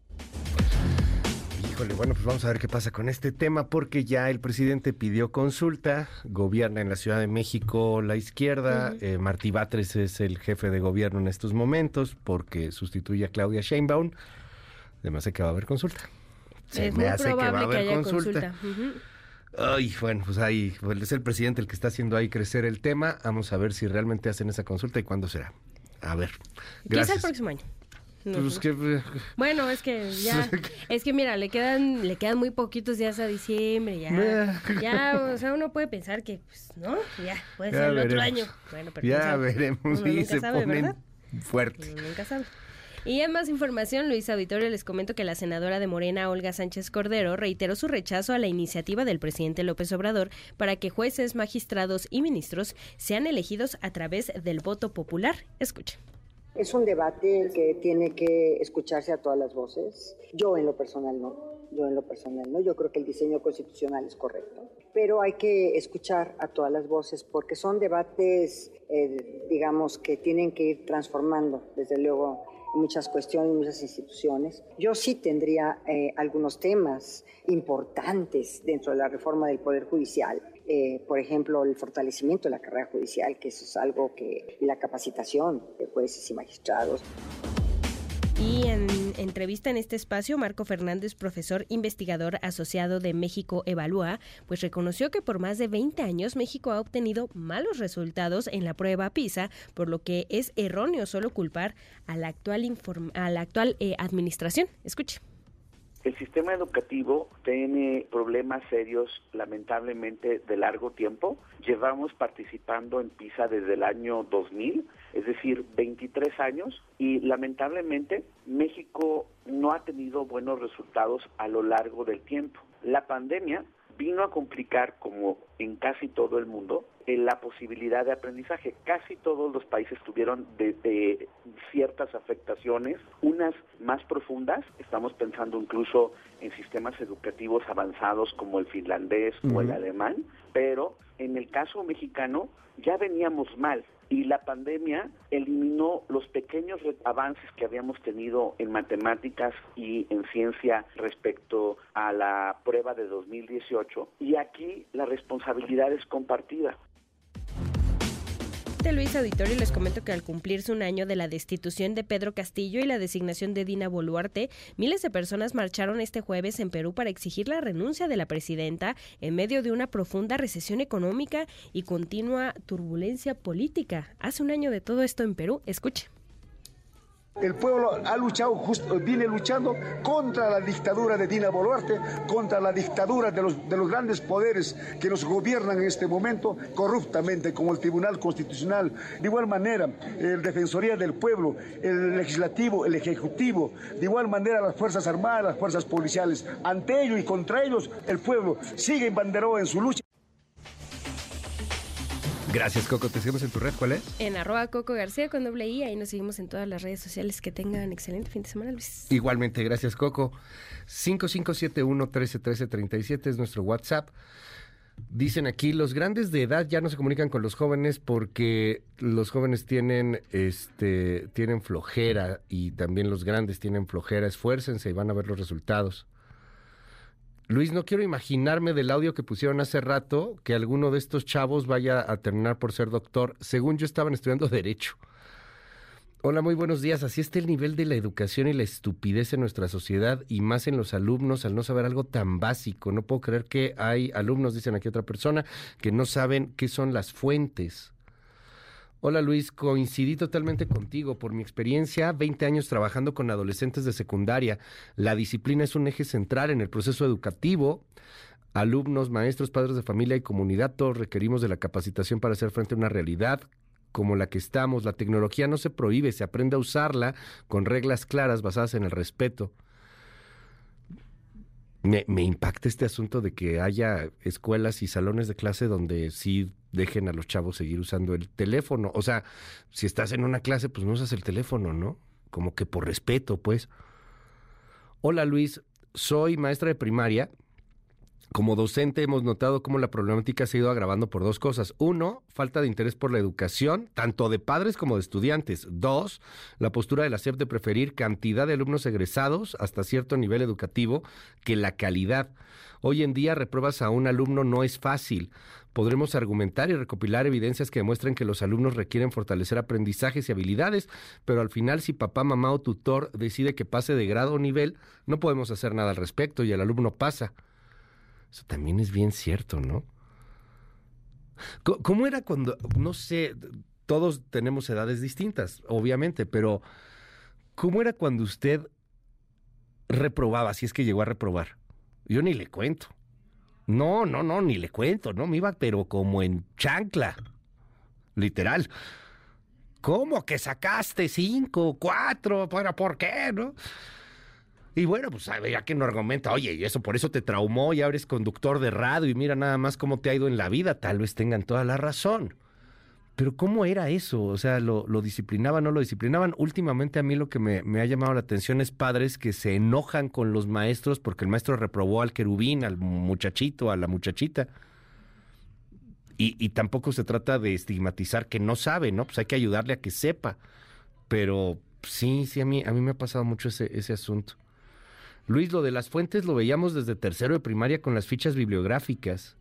Bueno, pues vamos a ver qué pasa con este tema, porque ya el presidente pidió consulta, gobierna en la Ciudad de México la izquierda, Martí Batres es el jefe de gobierno en estos momentos, porque sustituye a Claudia Sheinbaum, además de que va a haber consulta. Se me hace que va a haber consulta. Ay, bueno, pues ahí es el presidente el que está haciendo ahí crecer el tema. Vamos a ver si realmente hacen esa consulta y cuándo será. A ver. Quizá el próximo año. Bueno, es que mira, le quedan muy poquitos días a diciembre, ya, o sea, uno puede pensar que, pues, ¿no? Ya, puede ser el otro año. Bueno, pero ya veremos, y se ponen ¿verdad? Fuerte. Uno nunca sabe. Y en más información, Luis Auditorio, les comento que la senadora de Morena, Olga Sánchez Cordero, reiteró su rechazo a la iniciativa del presidente López Obrador para que jueces, magistrados y ministros sean elegidos a través del voto popular. Escuchen. Es un debate que tiene que escucharse a todas las voces. Yo en lo personal no. Yo creo que el diseño constitucional es correcto. Pero hay que escuchar a todas las voces porque son debates, digamos, que tienen que ir transformando, desde luego, muchas cuestiones, muchas instituciones. Yo sí tendría algunos temas importantes dentro de la reforma del Poder Judicial. Por ejemplo, el fortalecimiento de la carrera judicial, que eso es algo que... la capacitación de jueces y magistrados. Y en entrevista en este espacio, Marco Fernández, profesor investigador asociado de México Evalúa, pues reconoció que por más de 20 años México ha obtenido malos resultados en la prueba PISA, por lo que es erróneo solo culpar a la actual administración. Escuche. El sistema educativo tiene problemas serios, lamentablemente, de largo tiempo. Llevamos participando en PISA desde el año 2000, es decir, 23 años, y lamentablemente México no ha tenido buenos resultados a lo largo del tiempo. La pandemia vino a complicar, como en casi todo el mundo, la posibilidad de aprendizaje. Casi todos los países tuvieron de ciertas afectaciones, unas más profundas. Estamos pensando incluso en sistemas educativos avanzados como el finlandés o el alemán, pero en el caso mexicano ya veníamos mal. Y la pandemia eliminó los pequeños avances que habíamos tenido en matemáticas y en ciencia respecto a la prueba de 2018. Y aquí la responsabilidad es compartida. De Luis Auditorio, les comento que al cumplirse un año de la destitución de Pedro Castillo y la designación de Dina Boluarte, miles de personas marcharon este jueves en Perú para exigir la renuncia de la presidenta en medio de una profunda recesión económica y continua turbulencia política. Hace un año de todo esto en Perú. Escuche. El pueblo ha luchado, viene luchando contra la dictadura de Dina Boluarte, contra la dictadura de los grandes poderes que nos gobiernan en este momento corruptamente, como el Tribunal Constitucional. De igual manera, el Defensoría del Pueblo, el Legislativo, el Ejecutivo, de igual manera las Fuerzas Armadas, las Fuerzas Policiales. Ante ellos y contra ellos, el pueblo sigue embanderado en su lucha. Gracias, Coco. ¿Te seguimos en tu red? ¿Cuál es? En @CocoGarcía con _I. Ahí nos seguimos en todas las redes sociales. Que tengan excelente fin de semana, Luis. Igualmente, gracias, Coco. 5571-131337 es nuestro WhatsApp. Dicen aquí, los grandes de edad ya no se comunican con los jóvenes porque los jóvenes tienen flojera y también los grandes tienen flojera. Esfuércense y van a ver los resultados. Luis, no quiero imaginarme del audio que pusieron hace rato que alguno de estos chavos vaya a terminar por ser doctor. Según yo, estaban estudiando Derecho. Hola, muy buenos días. Así está el nivel de la educación y la estupidez en nuestra sociedad y más en los alumnos al no saber algo tan básico. No puedo creer que hay alumnos, dicen aquí otra persona, que no saben qué son las fuentes. Hola Luis, coincidí totalmente contigo. Por mi experiencia, 20 años trabajando con adolescentes de secundaria. La disciplina es un eje central en el proceso educativo. Alumnos, maestros, padres de familia y comunidad, todos requerimos de la capacitación para hacer frente a una realidad como la que estamos. La tecnología no se prohíbe, se aprende a usarla con reglas claras basadas en el respeto. Me impacta este asunto de que haya escuelas y salones de clase donde sí dejen a los chavos seguir usando el teléfono. O sea, si estás en una clase, pues no usas el teléfono, ¿no? Como que por respeto, pues. Hola Luis, soy maestra de primaria. Como docente hemos notado cómo la problemática se ha ido agravando por dos cosas. 1, falta de interés por la educación, tanto de padres como de estudiantes. 2, la postura de la SEP de preferir cantidad de alumnos egresados hasta cierto nivel educativo que la calidad. Hoy en día repruebas a un alumno no es fácil. Podremos argumentar y recopilar evidencias que demuestren que los alumnos requieren fortalecer aprendizajes y habilidades, pero al final si papá, mamá o tutor decide que pase de grado o nivel, no podemos hacer nada al respecto y el alumno pasa. Eso también es bien cierto, ¿no? ¿Cómo era cuando, no sé, todos tenemos edades distintas, obviamente, pero ¿cómo era cuando usted reprobaba, si es que llegó a reprobar? Yo ni le cuento. No, ni le cuento, ¿no? Me iba, pero como en chancla, literal. ¿Cómo que sacaste 5, 4? ¿Pero por qué, no? Y bueno, pues ya que no argumenta, oye, y eso por eso te traumó, ya eres conductor de radio y mira nada más cómo te ha ido en la vida, tal vez tengan toda la razón. Pero ¿cómo era eso? O sea, ¿lo disciplinaban, no lo disciplinaban? Últimamente a mí lo que me ha llamado la atención es padres que se enojan con los maestros porque el maestro reprobó al querubín, al muchachito, a la muchachita. Y tampoco se trata de estigmatizar que no sabe, ¿no? Pues hay que ayudarle a que sepa. Pero sí, a mí me ha pasado mucho ese asunto. Luis, lo de las fuentes lo veíamos desde tercero de primaria con las fichas bibliográficas.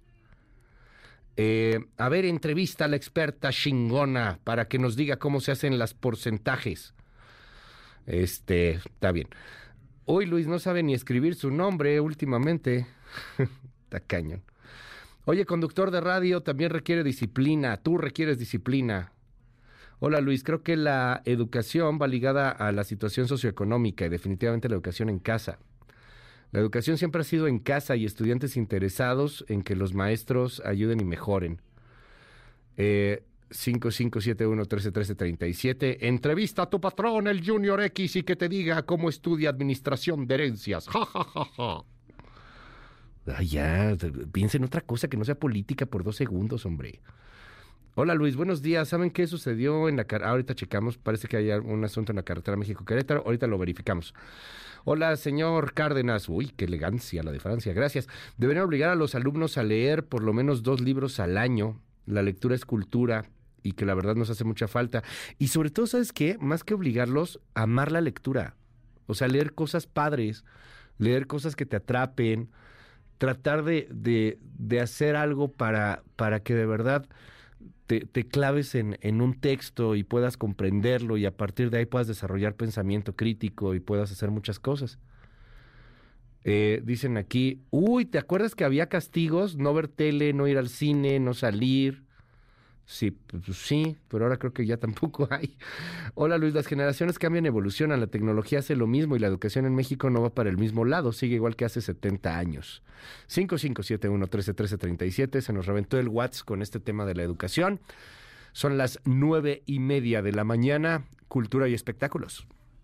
A ver, entrevista a la experta chingona para que nos diga cómo se hacen los porcentajes. Está bien. Hoy Luis no sabe ni escribir su nombre últimamente. Está cañón. Oye, conductor de radio también requiere disciplina. Tú requieres disciplina. Hola Luis, creo que la educación va ligada a la situación socioeconómica y definitivamente la educación en casa. La educación siempre ha sido en casa y estudiantes interesados en que los maestros ayuden y mejoren. 5571-131337. Entrevista a tu patrón, el Junior X, y que te diga cómo estudia administración de herencias. Ja, ja, ja, ja. Ay, ya, piensa en otra cosa que no sea política por 2 segundos, hombre. Hola Luis, buenos días. ¿Saben qué sucedió en la carretera? Ahorita checamos, parece que hay un asunto en la carretera México-Querétaro. Ahorita lo verificamos. Hola, señor Cárdenas. Uy, qué elegancia la de Francia. Gracias. Deberían obligar a los alumnos a leer por lo menos 2 libros al año. La lectura es cultura y que la verdad nos hace mucha falta. Y sobre todo, ¿sabes qué? Más que obligarlos, a amar la lectura. O sea, leer cosas padres, leer cosas que te atrapen, tratar de hacer algo para que de verdad te claves en un texto y puedas comprenderlo y a partir de ahí puedas desarrollar pensamiento crítico y puedas hacer muchas cosas. Dicen aquí, uy, ¿te acuerdas que había castigos? No ver tele, no ir al cine, no salir. Sí, pues sí, pero ahora creo que ya tampoco hay. Hola Luis, las generaciones cambian, evolucionan, la tecnología hace lo mismo y la educación en México no va para el mismo lado, sigue igual que hace 70 años. 5571-131337, se nos reventó el WhatsApp con este tema de la educación. Son las 9:30 de la mañana, cultura y espectáculos.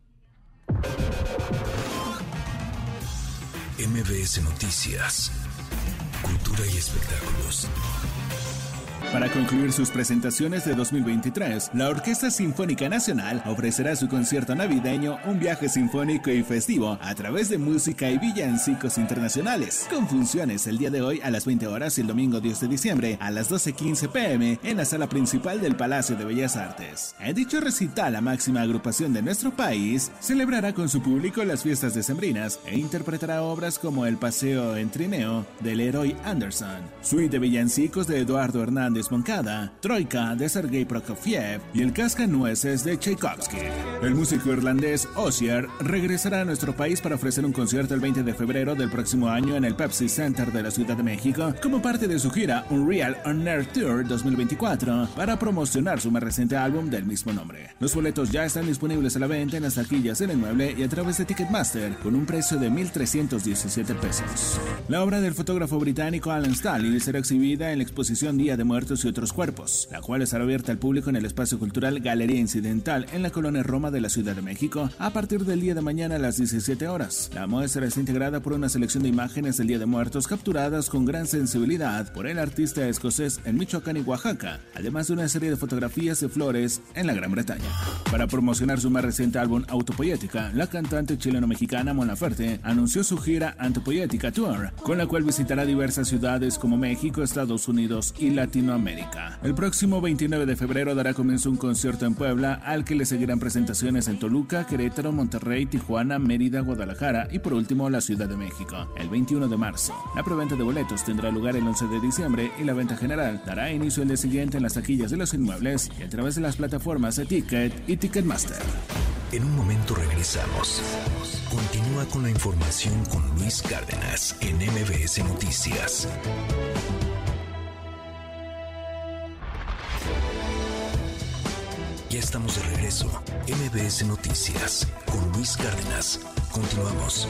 MBS Noticias, cultura y espectáculos. Para concluir sus presentaciones de 2023, la Orquesta Sinfónica Nacional ofrecerá su concierto navideño, un viaje sinfónico y festivo a través de música y villancicos internacionales, con funciones el día de hoy a las 20 horas y el domingo 10 de diciembre a las 12:15 p.m. en la sala principal del Palacio de Bellas Artes. En dicho recital, la máxima agrupación de nuestro país celebrará con su público las fiestas decembrinas e interpretará obras como El Paseo en Trineo de Leroy Anderson, Suite de villancicos de Eduardo Hernández Moncada, Troika de Sergei Prokofiev y El Cascanueces de Tchaikovsky. El músico irlandés Osier regresará a nuestro país para ofrecer un concierto el 20 de febrero del próximo año en el Pepsi Center de la Ciudad de México como parte de su gira Unreal On Air Tour 2024 para promocionar su más reciente álbum del mismo nombre. Los boletos ya están disponibles a la venta en las taquillas del inmueble y a través de Ticketmaster con un precio de $1,317. La obra del fotógrafo británico Alan Staley será exhibida en la exposición Día de Muertos muertos y otros cuerpos, la cual estará abierta al público en el espacio cultural Galería Incidental en la colonia Roma de la Ciudad de México a partir del día de mañana a las 17 horas. La muestra está integrada por una selección de imágenes del Día de Muertos capturadas con gran sensibilidad por el artista escocés en Michoacán y Oaxaca, además de una serie de fotografías de flores en la Gran Bretaña. Para promocionar su más reciente álbum Autopoética, la cantante chileno-mexicana Mon Laferte anunció su gira Autopoética Tour, con la cual visitará diversas ciudades como México, Estados Unidos y Latinoamérica. El próximo 29 de febrero dará comienzo un concierto en Puebla, al que le seguirán presentaciones en Toluca, Querétaro, Monterrey, Tijuana, Mérida, Guadalajara y por último la Ciudad de México, el 21 de marzo. La preventa de boletos tendrá lugar el 11 de diciembre y la venta general dará inicio el día siguiente en las taquillas de los inmuebles y a través de las plataformas de Ticket y Ticketmaster. En un momento regresamos. Continúa con la información con Luis Cárdenas en MBS Noticias. Ya estamos de regreso. MBS Noticias con Luis Cárdenas. Continuamos.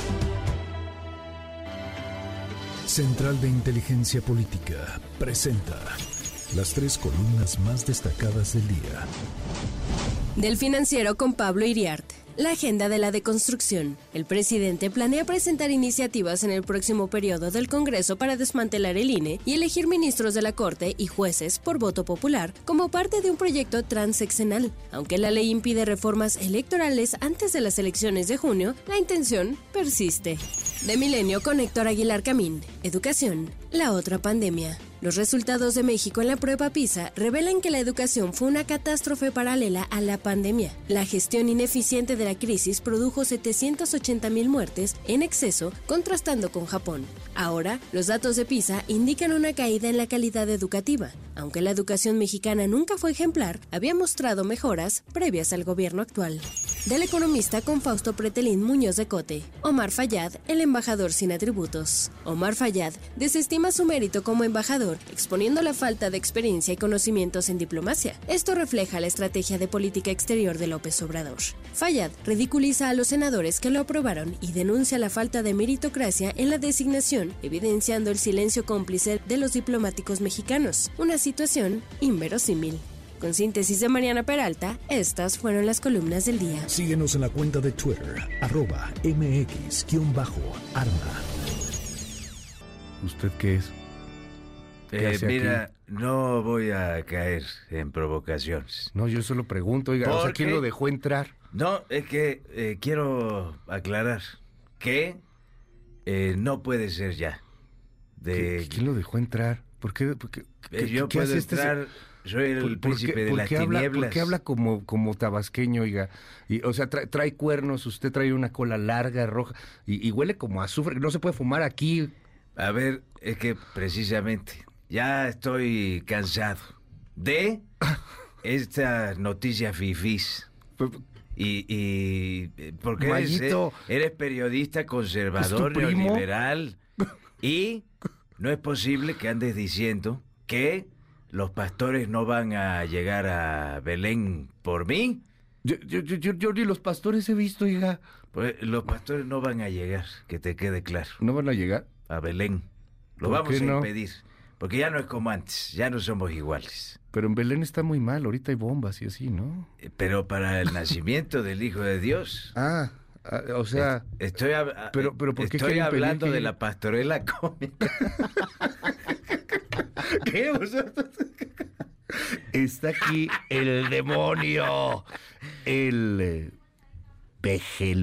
Central de Inteligencia Política presenta las 3 columnas más destacadas del día. Del Financiero con Pablo Iriart. La agenda de la deconstrucción. El presidente planea presentar iniciativas en el próximo periodo del Congreso para desmantelar el INE y elegir ministros de la Corte y jueces por voto popular como parte de un proyecto transeccional. Aunque la ley impide reformas electorales antes de las elecciones de junio, la intención persiste. De Milenio con Héctor Aguilar Camín. Educación. La otra pandemia. Los resultados de México en la prueba PISA revelan que la educación fue una catástrofe paralela a la pandemia. La gestión ineficiente de la crisis produjo 780,000 muertes en exceso, contrastando con Japón. Ahora, los datos de PISA indican una caída en la calidad educativa. Aunque la educación mexicana nunca fue ejemplar, había mostrado mejoras previas al gobierno actual. Del Economista con Fausto Pretelín Muñoz de Cote. Omar Fayad, el embajador sin atributos. Omar Fayad desestima su mérito como embajador, exponiendo la falta de experiencia y conocimientos en diplomacia. Esto refleja la estrategia de política exterior de López Obrador. Fayad ridiculiza a los senadores que lo aprobaron y denuncia la falta de meritocracia en la designación, evidenciando el silencio cómplice de los diplomáticos mexicanos. Una situación inverosímil. Con síntesis de Mariana Peralta, estas fueron las columnas del día. Síguenos en la cuenta de Twitter, @MX_Arma. ¿Usted qué es? Mira, aquí? No voy a caer en provocaciones. No, yo solo pregunto, oiga, o sea, ¿quién lo dejó entrar? No, es que quiero aclarar que no puede ser ya. ¿Quién lo dejó entrar? ¿Por qué? Yo puedo entrar... Soy el príncipe de las tinieblas. ¿Por qué habla como tabasqueño, oiga? O sea, trae cuernos, usted trae una cola larga, roja, y huele como a azufre. No se puede fumar aquí. A ver, es que precisamente ya estoy cansado de estas noticias fifís. Y porque eres periodista conservador, neoliberal, y no es posible que andes diciendo que los pastores no van a llegar a Belén por mí. Yo ni los pastores he visto, hija. Pues los pastores no van a llegar, que te quede claro. ¿No van a llegar? A Belén. Lo vamos a impedir. Porque ya no es como antes, ya no somos iguales. Pero en Belén está muy mal, ahorita hay bombas y así, ¿no? Pero para el nacimiento del Hijo de Dios. O sea... pero ¿por qué estoy hablando de la pastorela cómica. ¿Qué? Está aquí el demonio. El peje,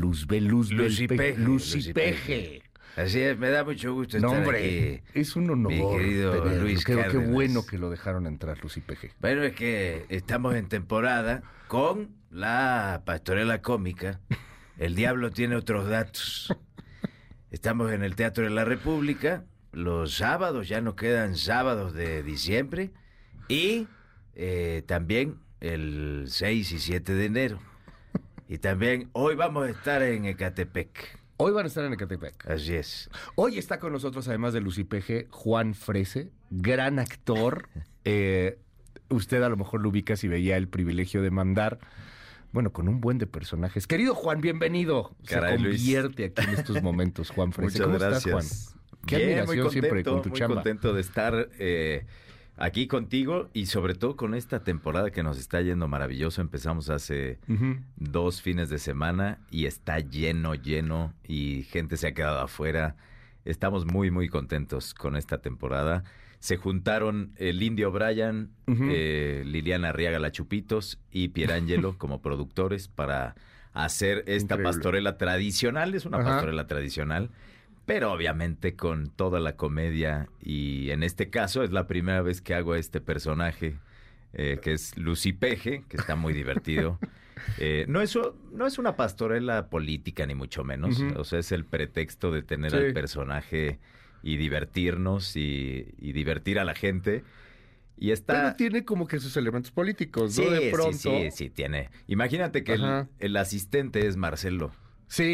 Lucipeje. Así es, me da mucho gusto estar aquí. Es un honor. Mi querido Luis Cárdenas. Qué bueno que lo dejaron entrar, Lucipeje. Bueno, es que estamos en temporada con la pastorela cómica. El diablo tiene otros datos. Estamos en el Teatro de la República. Los sábados, ya nos quedan sábados de diciembre. Y también el 6 y 7 de enero. Y también hoy vamos a estar en Ecatepec. Hoy van a estar en Ecatepec. Así es. Hoy está con nosotros, además de Lucipeje, Juan Frese, gran actor. Usted a lo mejor lo ubica si veía El Privilegio de Mandar. Bueno, con un buen de personajes. Querido Juan, bienvenido. Caray, se convierte Luis. Aquí en estos momentos, Juan Frese. Muchas ¿Cómo gracias. estás, Juan? Qué admiración siempre con tu chamba. Muy contento de estar aquí contigo y sobre todo con esta temporada que nos está yendo maravilloso. Empezamos hace 2 fines de semana y está lleno y gente se ha quedado afuera. Estamos muy, muy contentos con esta temporada. Se juntaron el Indio Bryan, Liliana Arriaga La Chupitos y Pierangelo como productores para hacer esta pastorela tradicional. Es una pastorela tradicional, pero obviamente con toda la comedia. Y en este caso es la primera vez que hago este personaje, que es Lucy Peje, que está muy divertido. No es una pastorela política, ni mucho menos. O sea, es el pretexto de tener al personaje y divertirnos y divertir a la gente. Y Pero tiene como que sus elementos políticos, ¿no? De pronto. Sí, tiene. Imagínate que el asistente es Marcelo. Sí,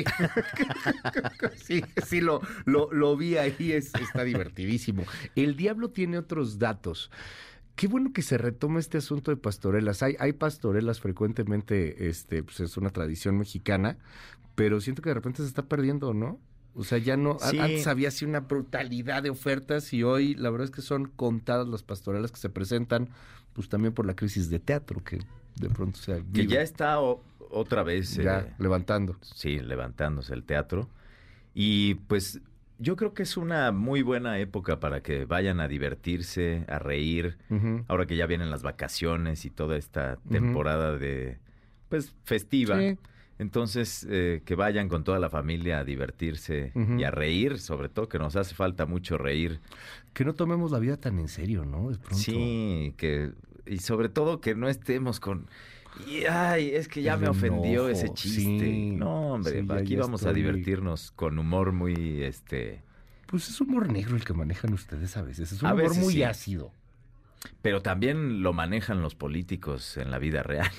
sí, lo vi ahí, está divertidísimo. El Diablo tiene otros datos. Qué bueno que se retoma este asunto de pastorelas. Hay pastorelas frecuentemente, pues es una tradición mexicana, pero siento que de repente se está perdiendo, ¿no? O sea, ya no, antes había así una brutalidad de ofertas y hoy la verdad es que son contadas las pastorelas que se presentan, pues también por la crisis de teatro que de pronto se vive. Que ya está otra vez levantando. Sí, levantándose el teatro. Y pues yo creo que es una muy buena época para que vayan a divertirse, a reír. Ahora que ya vienen las vacaciones y toda esta temporada de pues festiva. Sí. Entonces, que vayan con toda la familia a divertirse y a reír, sobre todo que nos hace falta mucho reír. Que no tomemos la vida tan en serio, ¿no? De pronto. Sí, y sobre todo que no estemos con... Ay, es que ya me ofendió ese chiste. Sí, no, hombre, aquí vamos a divertirnos con humor muy, Pues es humor negro el que manejan ustedes a veces. Es un humor muy ácido. Pero también lo manejan los políticos en la vida real.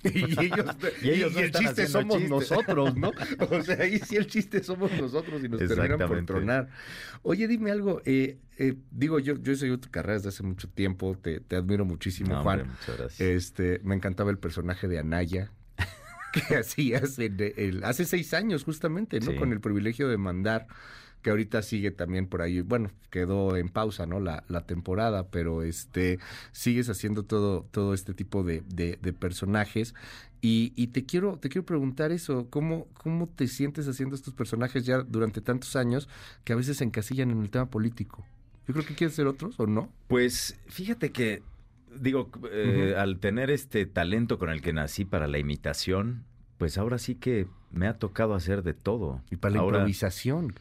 y ellos el chiste somos nosotros, ¿no? O sea, ahí sí el chiste somos nosotros y nos terminan por tronar. Oye, dime algo. Digo, yo seguí tu carrera desde hace mucho tiempo. Te admiro muchísimo, Juan. Hombre, muchas gracias. Me encantaba el personaje de Anaya que hacías hace 6 años justamente, ¿no? Sí. Con El Privilegio de Mandar, que ahorita sigue también por ahí, bueno, quedó en pausa, ¿no? La temporada, pero sigues haciendo todo este tipo de personajes. Y te quiero preguntar eso, ¿cómo te sientes haciendo estos personajes ya durante tantos años que a veces se encasillan en el tema político? Yo creo que quieres ser otros, ¿o no? Pues fíjate que, digo, al tener este talento con el que nací para la imitación, pues ahora sí que me ha tocado hacer de todo. Y para la improvisación.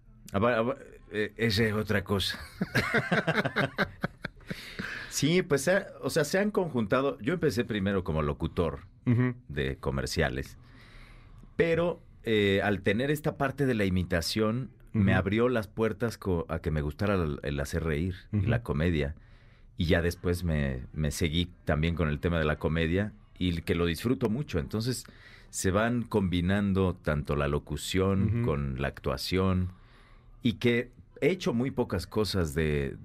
Esa es otra cosa. Sí, pues, o sea, se han conjuntado. Yo empecé primero como locutor de comerciales, pero al tener esta parte de la imitación, me abrió las puertas a que me gustara el hacer reír y la comedia. Y ya después me seguí también con el tema de la comedia y que lo disfruto mucho. Entonces, se van combinando tanto la locución con la actuación. Y que he hecho muy pocas cosas de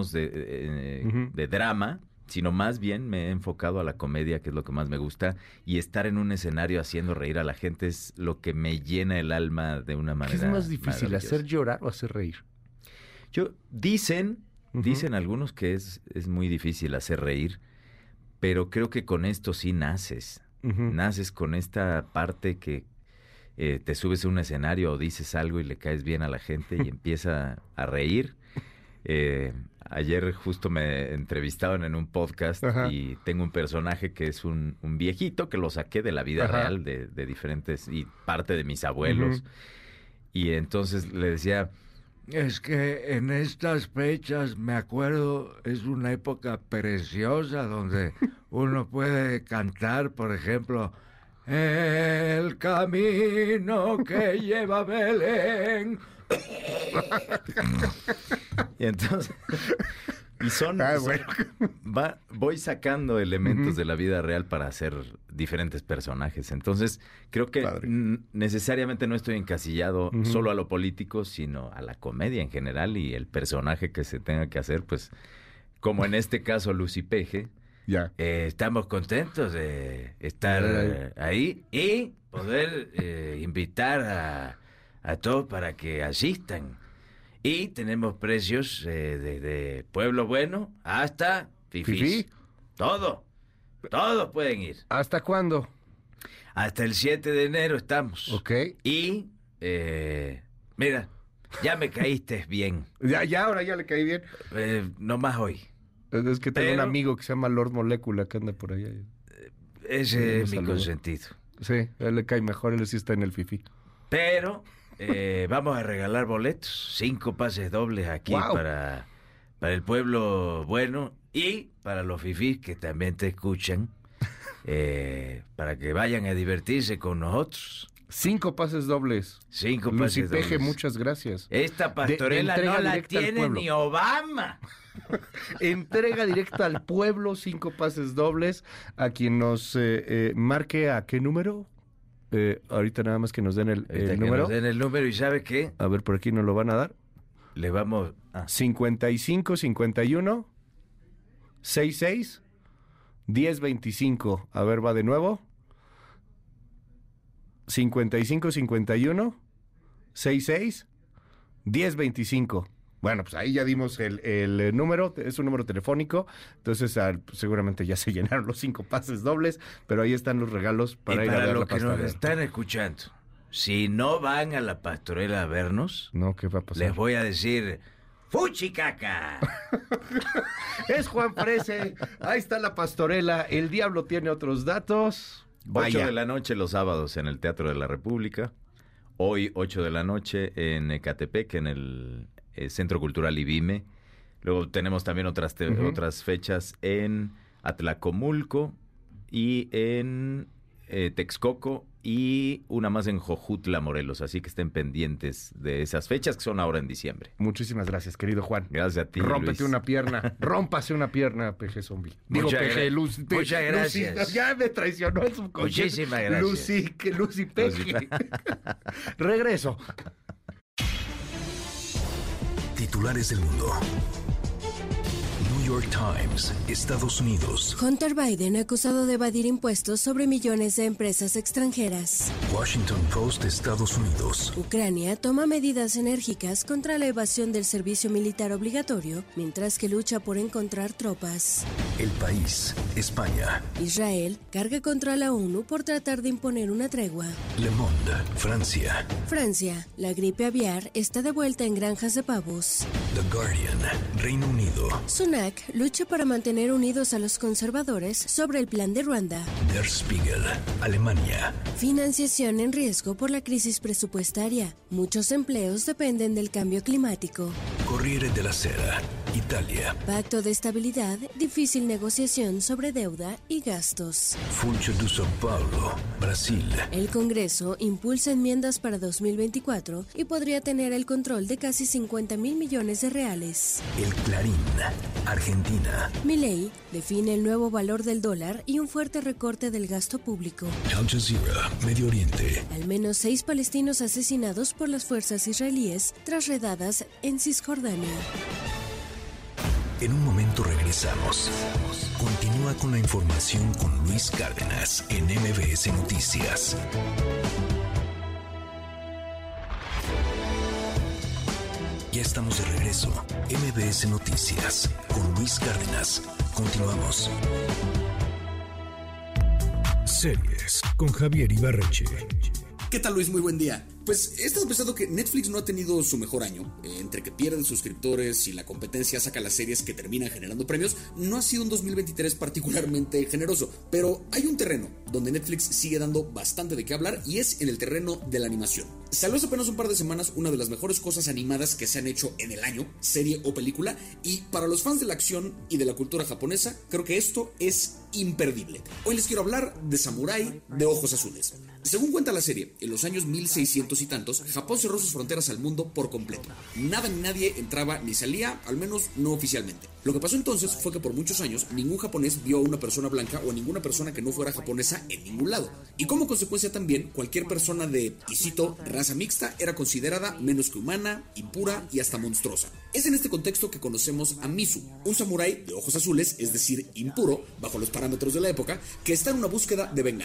drama, sino más bien me he enfocado a la comedia, que es lo que más me gusta, y estar en un escenario haciendo reír a la gente es lo que me llena el alma de una manera. ¿Qué es más difícil, hacer llorar o hacer reír? Dicen algunos que es muy difícil hacer reír, pero creo que con esto sí naces. Naces con esta parte que te subes a un escenario o dices algo y le caes bien a la gente y empieza a reír. Ayer justo me entrevistaron en un podcast y tengo un personaje que es un viejito que lo saqué de la vida real de diferentes y parte de mis abuelos. Y entonces le decía, es que en estas fechas, me acuerdo, es una época preciosa donde uno puede cantar, por ejemplo, el camino que lleva a Belén. Y entonces, voy sacando elementos de la vida real para hacer diferentes personajes. Entonces, creo que necesariamente no estoy encasillado solo a lo político, sino a la comedia en general y el personaje que se tenga que hacer, pues, como en este caso Lucy Peje. Ya. Estamos contentos de estar ahí y poder invitar a todos para que asistan. Y tenemos precios de Pueblo Bueno hasta fifís. Todos pueden ir. ¿Hasta cuándo? Hasta el 7 de enero estamos. Ok. Y, mira, ya me caíste bien. Ahora ya le caí bien. No más hoy. Es que tengo un amigo que se llama Lord Molecula que anda por allá. Ese es mi consentido. Sí, a él le cae mejor, él sí está en el fifí. Pero vamos a regalar boletos, 5 pases dobles aquí para el pueblo bueno y para los fifís que también te escuchan, para que vayan a divertirse con nosotros. 5 pases dobles. 5 pases dobles. Peje, muchas gracias. Esta pastorela no la tiene ni Obama. Entrega directa al pueblo, 5 pases dobles. A quien nos marque a qué número. Ahorita nada más que nos den el número. Nos den el número y ¿sabe qué? A ver, por aquí nos lo van a dar. Le vamos a 55 51 66 10 25. A ver, va de nuevo. 55 51 66 10 25. Bueno, pues ahí ya dimos el número, es un número telefónico, entonces seguramente ya se llenaron los 5 pases dobles, pero ahí están los regalos para ir a ver la pastorela. Para los que nos están escuchando, si no van a la pastorela a vernos, no, ¿qué va a pasar? Les voy a decir, ¡fuchicaca! Es Juan Frese, ahí está la pastorela, el diablo tiene otros datos. 8 de la noche los sábados en el Teatro de la República, hoy 8 de la noche en Ecatepec, en el Centro Cultural Ibime. Luego tenemos también otras fechas en Atlacomulco y en Texcoco y una más en Jojutla, Morelos. Así que estén pendientes de esas fechas que son ahora en diciembre. Muchísimas gracias, querido Juan. Gracias a ti, Rómpete Luis. una pierna. Rómpase una pierna, Peje Zombie. Muchas gracias. Lucy, ya me traicionó el subconsciente. Muchísimas gracias. Lucy Peje. Regreso. Titulares del mundo. New York Times, Estados Unidos. Hunter Biden acusado de evadir impuestos sobre millones de empresas extranjeras. Washington Post, Estados Unidos. Ucrania toma medidas enérgicas contra la evasión del servicio militar obligatorio, mientras que lucha por encontrar tropas. El País, España. Israel carga contra la ONU por tratar de imponer una tregua. Le Monde, Francia. Francia, la gripe aviar está de vuelta en granjas de pavos. The Guardian, Reino Unido. Sunak lucha para mantener unidos a los conservadores sobre el plan de Ruanda. Der Spiegel, Alemania. Financiación en riesgo por la crisis presupuestaria. Muchos empleos dependen del cambio climático. Corriere della Sera, Italia. Pacto de estabilidad, difícil negociación sobre deuda y gastos. Funcho de São Paulo, Brasil. El Congreso impulsa enmiendas para 2024 y podría tener el control de casi 50,000 millones de reales. El Clarín, Argentina. Milei define el nuevo valor del dólar y un fuerte recorte del gasto público. Al Jazeera, Medio Oriente. Al menos 6 palestinos asesinados por las fuerzas israelíes tras redadas en Cisjordania. En un momento regresamos. Continúa con la información con Luis Cárdenas en MBS Noticias. Ya estamos de regreso. MBS Noticias con Luis Cárdenas. Continuamos. Series con Javier Ibarreche. ¿Qué tal, Luis? Muy buen día. Pues he estado pensando que Netflix no ha tenido su mejor año. Entre que pierden suscriptores y la competencia saca las series que terminan generando premios, no ha sido un 2023 particularmente generoso. Pero hay un terreno donde Netflix sigue dando bastante de qué hablar y es en el terreno de la animación. Salió hace apenas un par de semanas una de las mejores cosas animadas que se han hecho en el año, serie o película, y para los fans de la acción y de la cultura japonesa, creo que esto es imperdible. Hoy les quiero hablar de Samurái de Ojos Azules. Según cuenta la serie, en los años 1600 y tantos, Japón cerró sus fronteras al mundo por completo. Nada ni nadie entraba ni salía, al menos no oficialmente. Lo que pasó entonces fue que por muchos años ningún japonés vio a una persona blanca o a ninguna persona que no fuera japonesa en ningún lado. Y como consecuencia también, cualquier persona de, y cito, raza mixta era considerada menos que humana, impura y hasta monstruosa. Es en este contexto que conocemos a Mizu, un samurái de ojos azules, es decir, impuro, bajo los parámetros de la época, que está en una búsqueda de venganza.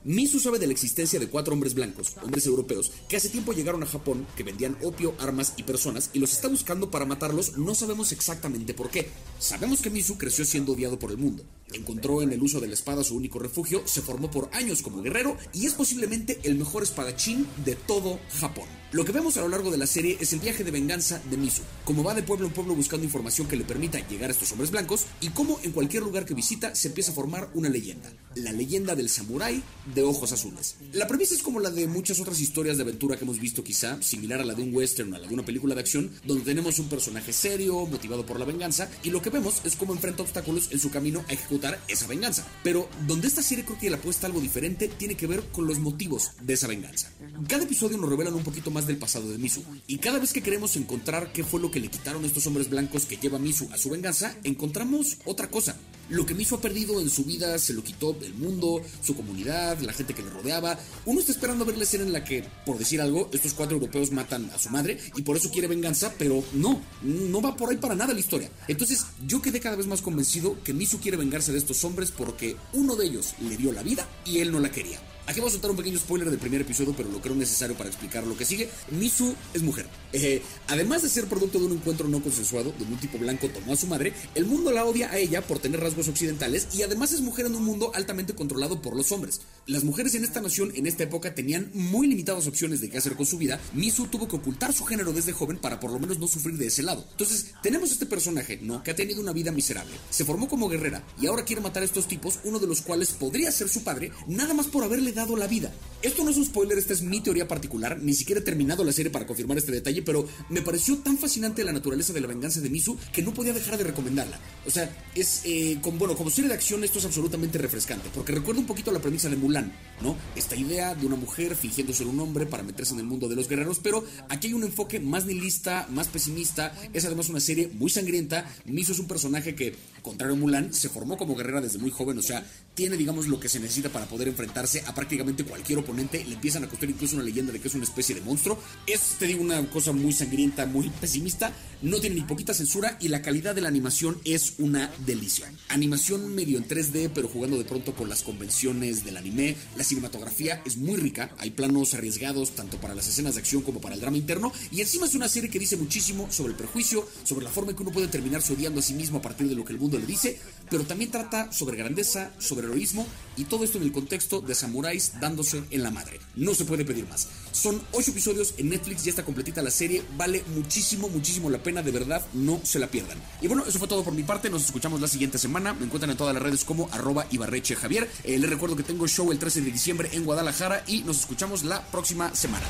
Misu sabe de la existencia de 4 hombres blancos, hombres europeos, que hace tiempo llegaron a Japón, que vendían opio, armas y personas, y los está buscando para matarlos. No sabemos exactamente por qué. Sabemos que Misu creció siendo odiado por el mundo. Encontró en el uso de la espada su único refugio, se formó por años como guerrero y es posiblemente el mejor espadachín de todo Japón. Lo que vemos a lo largo de la serie es el viaje de venganza de Misu, cómo va de pueblo en pueblo buscando información que le permita llegar a estos hombres blancos y cómo en cualquier lugar que visita se empieza a formar una leyenda, la leyenda del samurái de ojos azules. La premisa es como la de muchas otras historias de aventura que hemos visto, quizá similar a la de un western o a la de una película de acción, donde tenemos un personaje serio, motivado por la venganza, y lo que vemos es cómo enfrenta obstáculos en su camino a ejecutar esa venganza. Pero donde esta serie creo que le apuesta algo diferente tiene que ver con los motivos de esa venganza. Cada episodio nos revelan un poquito más del pasado de Misu, y cada vez que queremos encontrar qué fue lo que le quitaron estos hombres blancos que lleva Misu a su venganza, encontramos otra cosa. Lo que Misu ha perdido en su vida se lo quitó el mundo, su comunidad, la gente que le rodeaba. Uno está esperando ver la escena en la que, por decir algo, estos 4 europeos matan a su madre y por eso quiere venganza, pero no va por ahí para nada la historia. Entonces yo quedé cada vez más convencido que Misu quiere vengarse de estos hombres porque uno de ellos le dio la vida y él no la quería. Aquí voy a soltar un pequeño spoiler del primer episodio, pero lo creo necesario para explicar lo que sigue. Misu es mujer. Además de ser producto de un encuentro no consensuado, donde un tipo blanco tomó a su madre, el mundo la odia a ella por tener rasgos occidentales y además es mujer en un mundo altamente controlado por los hombres. Las mujeres en esta nación, en esta época, tenían muy limitadas opciones de qué hacer con su vida. Misu tuvo que ocultar su género desde joven para por lo menos no sufrir de ese lado. Entonces, tenemos este personaje, ¿no?, que ha tenido una vida miserable. Se formó como guerrera y ahora quiere matar a estos tipos, uno de los cuales podría ser su padre, nada más por haberle dado la vida. Esto no es un spoiler, esta es mi teoría particular, ni siquiera he terminado la serie para confirmar este detalle, pero me pareció tan fascinante la naturaleza de la venganza de Misu que no podía dejar de recomendarla. O sea, es, como serie de acción esto es absolutamente refrescante, porque recuerda un poquito la premisa de Mulan, ¿no? Esta idea de una mujer fingiendo ser un hombre para meterse en el mundo de los guerreros, pero aquí hay un enfoque más nihilista, más pesimista, es además una serie muy sangrienta. Misu es un personaje que, contrario a Mulan, se formó como guerrera desde muy joven, o sea, tiene, digamos, lo que se necesita para poder enfrentarse a prácticamente cualquier oponente. Le empiezan a construir incluso una leyenda de que es una especie de monstruo. Es, te digo, una cosa muy sangrienta, muy pesimista, no tiene ni poquita censura y la calidad de la animación es una delicia. Animación medio en 3D, pero jugando de pronto con las convenciones del anime. La cinematografía es muy rica, hay planos arriesgados tanto para las escenas de acción como para el drama interno, y encima es una serie que dice muchísimo sobre el prejuicio, sobre la forma en que uno puede terminarse odiando a sí mismo a partir de lo que el mundo le dice, pero también trata sobre grandeza, sobre heroísmo, y todo esto en el contexto de samuráis dándose en la madre. No se puede pedir más. Son 8 episodios en Netflix, ya está completita la serie, vale muchísimo la pena, de verdad, no se la pierdan. Y bueno, eso fue todo por mi parte, nos escuchamos la siguiente semana, me encuentran en todas las redes como @ibarrechejavier. Les recuerdo que tengo show el 13 de diciembre en Guadalajara y nos escuchamos la próxima semana.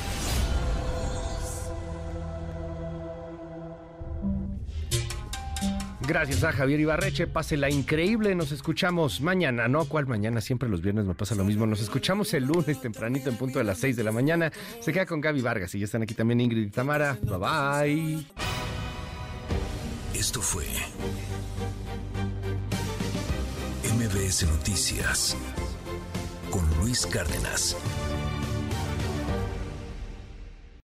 Gracias a Javier Ibarreche, pásela increíble, nos escuchamos mañana, ¿no? ¿Cuál mañana? Siempre los viernes me pasa lo mismo, nos escuchamos el lunes tempranito en punto de las 6 de la mañana, se queda con Gaby Vargas y ya están aquí también Ingrid y Tamara, bye bye. Esto fue MBS Noticias con Luis Cárdenas.